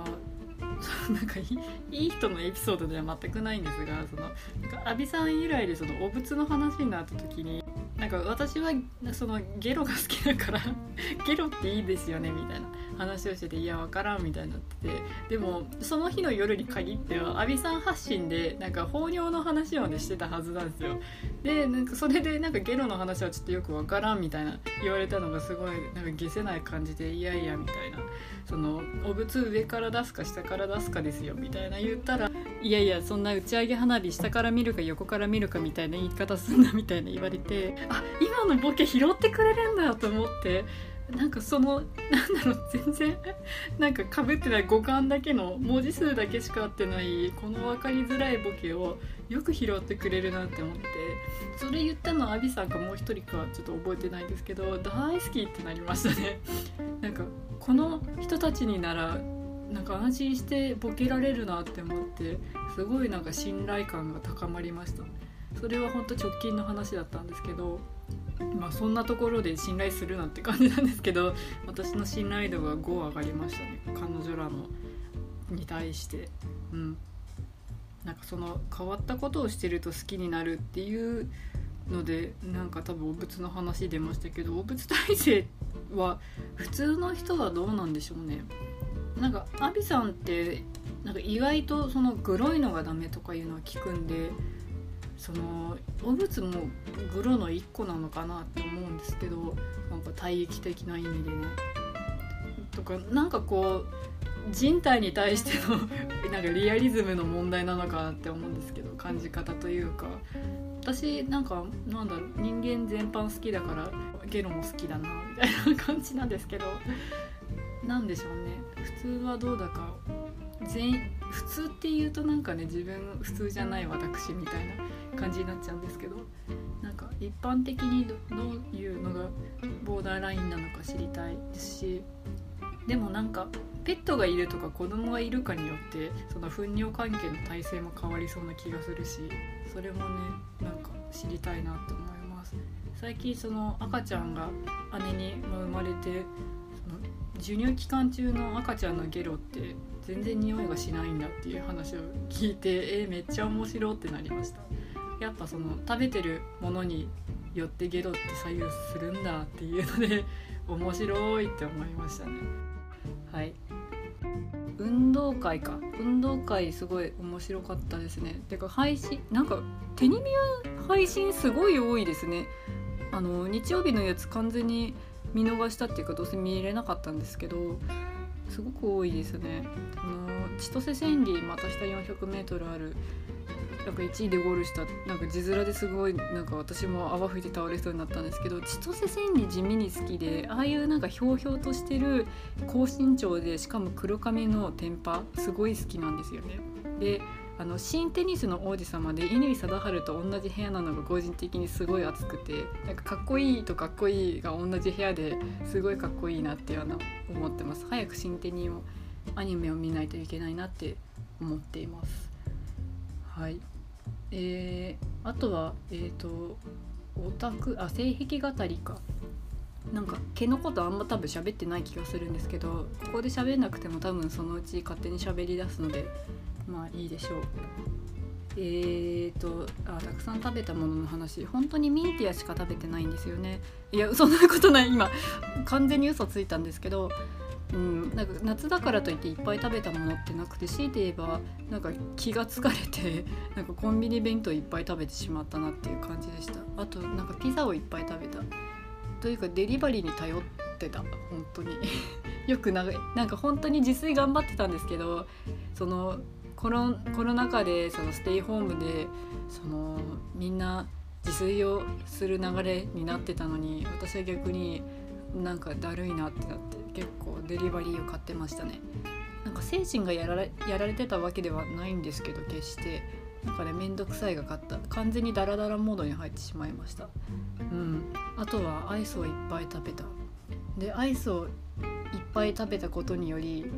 いい人のエピソードでは全くないんですが、そのなんか阿部さん由来でそのお仏の話になった時になんか私はそのゲロが好きだからゲロっていいですよねみたいな話をしてて、いやわからんみたいになってて、でもその日の夜に限っては阿部さん発信でなんか放尿の話をねしてたはずなんですよ。でなんかそれでなんかゲロの話はちょっとよくわからんみたいな言われたのがすごいなんか下せない感じで、いやいやみたいな、そのお仏上から出すか下から出すかですよみたいな言ったら、いやいやそんな打ち上げ花火下から見るか横から見るかみたいな言い方すんなみたいな言われて、あ今のボケ拾ってくれるんだと思って、なんかその全然なんか被ってない五感だけの文字数だけしか合ってないこの分かりづらいボケをよく拾ってくれるなって思って、それ言ったのはアビさんかもう一人かちょっと覚えてないんですけど、大好きってなりましたね。なんかこの人たちにならなんか安心してボケられるなって思って、すごいなんか信頼感が高まりました。それは本当直近の話だったんですけど、そんなところで信頼するなって感じなんですけど、私の信頼度が5上がりましたね、彼女らのに対して。なんかその変わったことをしてると好きになるっていうので、なんか多分お仏の話出ましたけど、お仏体制は普通の人はどうなんでしょうね。なんかアビさんってなんか意外とそのグロいのがダメとかいうのは聞くんで、そのお仏もグロの一個なのかなって思うんですけど、なんか体液的な意味でねとか、なんかこう人体に対してのなんかリアリズムの問題なのかなって思うんですけど、感じ方というか、私なんだろう、人間全般好きだからゲロも好きだなみたいな感じなんですけど、なんでしょうね、普通はどうだか、普通っていうとなんかね、自分普通じゃない私みたいな感じになっちゃうんですけど、なんか一般的にどういうのがボーダーラインなのか知りたいですし、でもなんかペットがいるとか子供がいるかによってその糞尿関係の体制も変わりそうな気がするし、それもねなんか知りたいなと思います。最近その赤ちゃんが姉に生まれて、その授乳期間中の赤ちゃんのゲロって全然匂いがしないんだっていう話を聞いて、めっちゃ面白ってなりました。やっぱその食べてるものによってゲロって左右するんだっていうので面白いって思いましたね。はい、運動会すごい面白かったですね。てか配信なんかテニミュ配信すごい多いですね。日曜日のやつ完全に見逃したっていうか、どうせ見れなかったんですけど、 すごく多いですね。千歳千里また下 400m ある、なんか1位でゴールした、なんか字面ですごいなんか私も泡吹いて倒れそうになったんですけど、千歳千里地味に好きで、ああいうなんかひょうひょうとしてる高身長でしかも黒髪のテンパすごい好きなんですよね。で新テニスの王子様で乾貞治と同じ部屋なのが個人的にすごい熱くて、なんかかっこいいとかっこいいが同じ部屋ですごいかっこいいなって思ってます。早く新テニをアニメを見ないといけないなって思っています。はい。あとはオタク性癖語りか。なんか毛のことあんま多分喋ってない気がするんですけど、ここで喋んなくても多分そのうち勝手に喋り出すのでまあいいでしょう。たくさん食べたものの話、本当にミンティアしか食べてないんですよね。いやそんなことない、今完全に嘘ついたんですけど、なんか夏だからといっていっぱい食べたものってなくて、強いて言えばなんか気が疲れてなんかコンビニ弁当いっぱい食べてしまったなっていう感じでした。あとなんかピザをいっぱい食べたというか、デリバリーに頼ってた本当によくなんか本当に自炊頑張ってたんですけど、そのコロナ禍でそのステイホームでみんな自炊をする流れになってたのに、私は逆になんかだるいなってなって結構デリバリーを買ってましたね。なんか精神がやられてたわけではないんですけど、決してなんかねめんどくさいが勝った、完全にダラダラモードに入ってしまいました。あとはアイスをいっぱい食べた。でアイスをいっぱい食べたことにより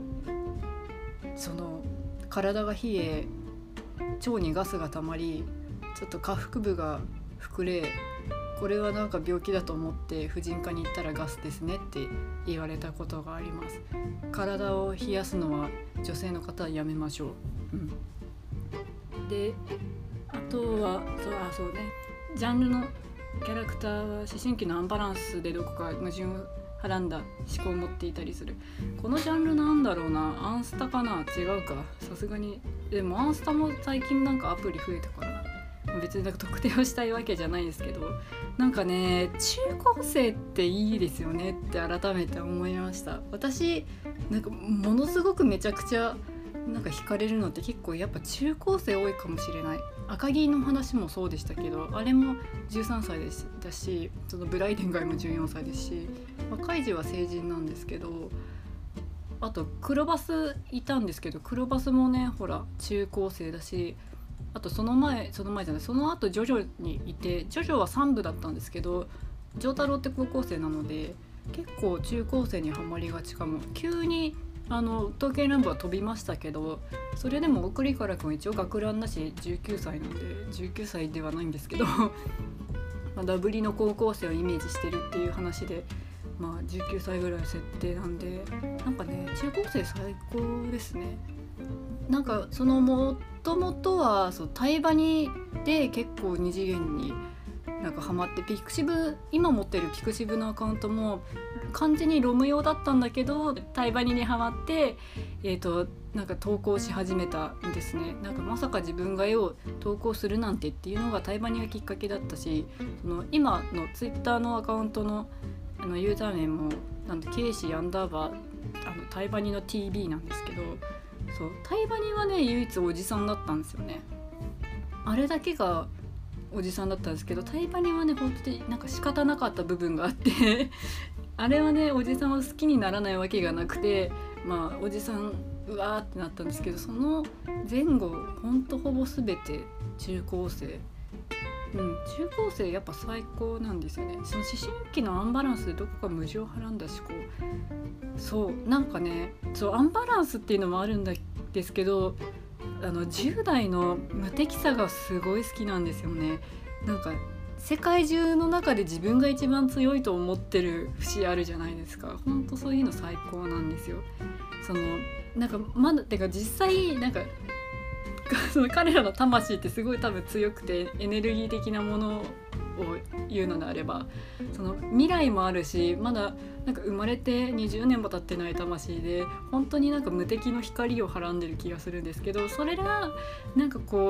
体が冷え、腸にガスが溜まり、ちょっと下腹部が膨れ、これはなんか病気だと思って婦人科に行ったらガスですねって言われたことがあります。体を冷やすのは女性の方はやめましょう。であとはそうね、ジャンルのキャラクターは思春期のアンバランスでどこか矛盾をはらんだ思考を持っていたりする。このジャンルなんだろうな、アンスタかな、違うか、さすがに。でもアンスタも最近なんかアプリ増えたからな、別になんか特定をしたいわけじゃないですけど、なんかね中高生っていいですよねって改めて思いました。私なんかものすごくめちゃくちゃなんか惹かれるのって結構やっぱ中高生多いかもしれない。赤城の話もそうでしたけど、あれも13歳でしたし、そのブライデン街も14歳ですし、カイジは成人なんですけど、あと黒バスいたんですけど、黒バスもねほら中高生だし、あとその後ジョジョにいて、ジョジョは3部だったんですけど、ジョータロって高校生なので結構中高生にはまりがちかも。急に東京乱舞は飛びましたけど、それでも送りからくん一応学ランだし19歳なんで、19歳ではないんですけどダブリの高校生をイメージしてるっていう話で、19歳ぐらいの設定なんで、なんかね中高生最高ですね。なんかもともとはタイバニで結構二次元になんかハマって、今持ってるピクシブのアカウントも完全にロム用だったんだけど、タイバニにハマってなんか投稿し始めたんですね。なんかまさか自分が絵を投稿するなんてっていうのがタイバニがきっかけだったし、今のツイッターのアカウントのユーザー名もケイシー_タイバニの TB なんですけど、タイバニはね唯一おじさんだったんですよね。あれだけがおじさんだったんですけど、タイバニはね本当になんか仕方なかった部分があってあれはねおじさんは好きにならないわけがなくて、おじさんうわーってなったんですけど、その前後ほんとほぼ全て中高生、中高生やっぱ最高なんですよね。その思春期のアンバランスでどこか矛盾をはらんだ思考、なんかねアンバランスっていうのもあるんですけど、10代の無敵さがすごい好きなんですよね。なんか世界中の中で自分が一番強いと思ってる節あるじゃないですか。ほんとそういうの最高なんですよ。なんか実際なんか彼らの魂ってすごい多分強くて、エネルギー的なものを言うのであれば未来もあるし、まだなんか生まれて20年も経ってない魂で本当になんか無敵の光をはらんでる気がするんですけど、それがなんか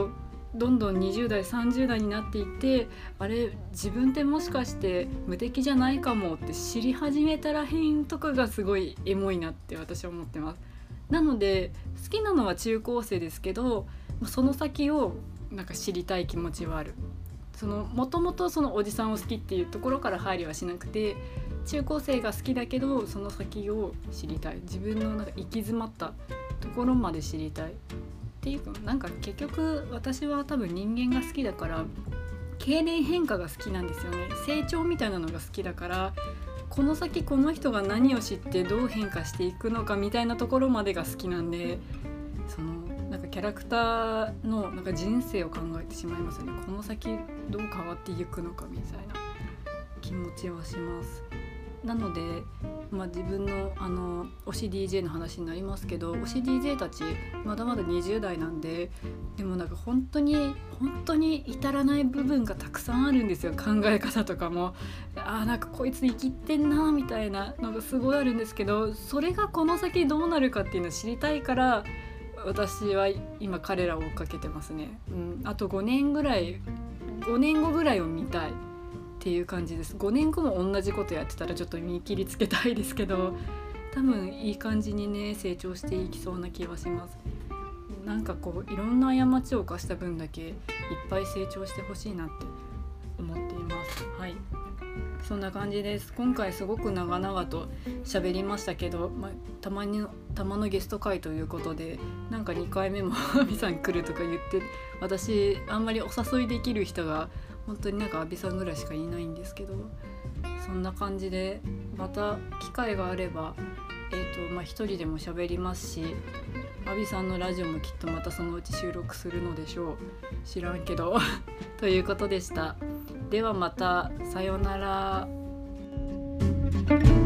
どんどん20代30代になっていって、あれ自分ってもしかして無敵じゃないかもって知り始めたらへんとかがすごいエモいなって私は思ってます。なので好きなのは中高生ですけど、その先をなんか知りたい気持ちはある。もともとそのおじさんを好きっていうところから入りはしなくて、中高生が好きだけどその先を知りたい、自分のなんか行き詰まったところまで知りたいっていうか、なんか結局私は多分人間が好きだから経年変化が好きなんですよね。成長みたいなのが好きだから、この先この人が何を知ってどう変化していくのかみたいなところまでが好きなんで、なんかキャラクターのなんか人生を考えてしまいますよね。この先どう変わっていくのかみたいな気持ちはします。なので、自分の推し DJ の話になりますけど、推し DJ たちまだまだ20代なんで、でもなんか本当に至らない部分がたくさんあるんですよ。考え方とかもなんかこいつ生きてんなみたいなのがすごいあるんですけど、それがこの先どうなるかっていうのを知りたいから私は今彼らを追っかけてますね。あと5年後ぐらいを見たいっていう感じです。5年後も同じことやってたらちょっと見切りつけたいですけど、多分いい感じにね成長していきそうな気はします。なんかこういろんな過ちを犯した分だけいっぱい成長してほしいなって思っています。はい、そんな感じです。今回すごく長々と喋りましたけど、たまのゲスト会ということで、なんか2回目もアビさん来るとか言って、私あんまりお誘いできる人が本当になんかアビさんぐらいしかいないんですけど、そんな感じでまた機会があれば一人でも喋りますし、アビさんのラジオもきっとまたそのうち収録するのでしょう。知らんけどということでした。ではまた、さようなら。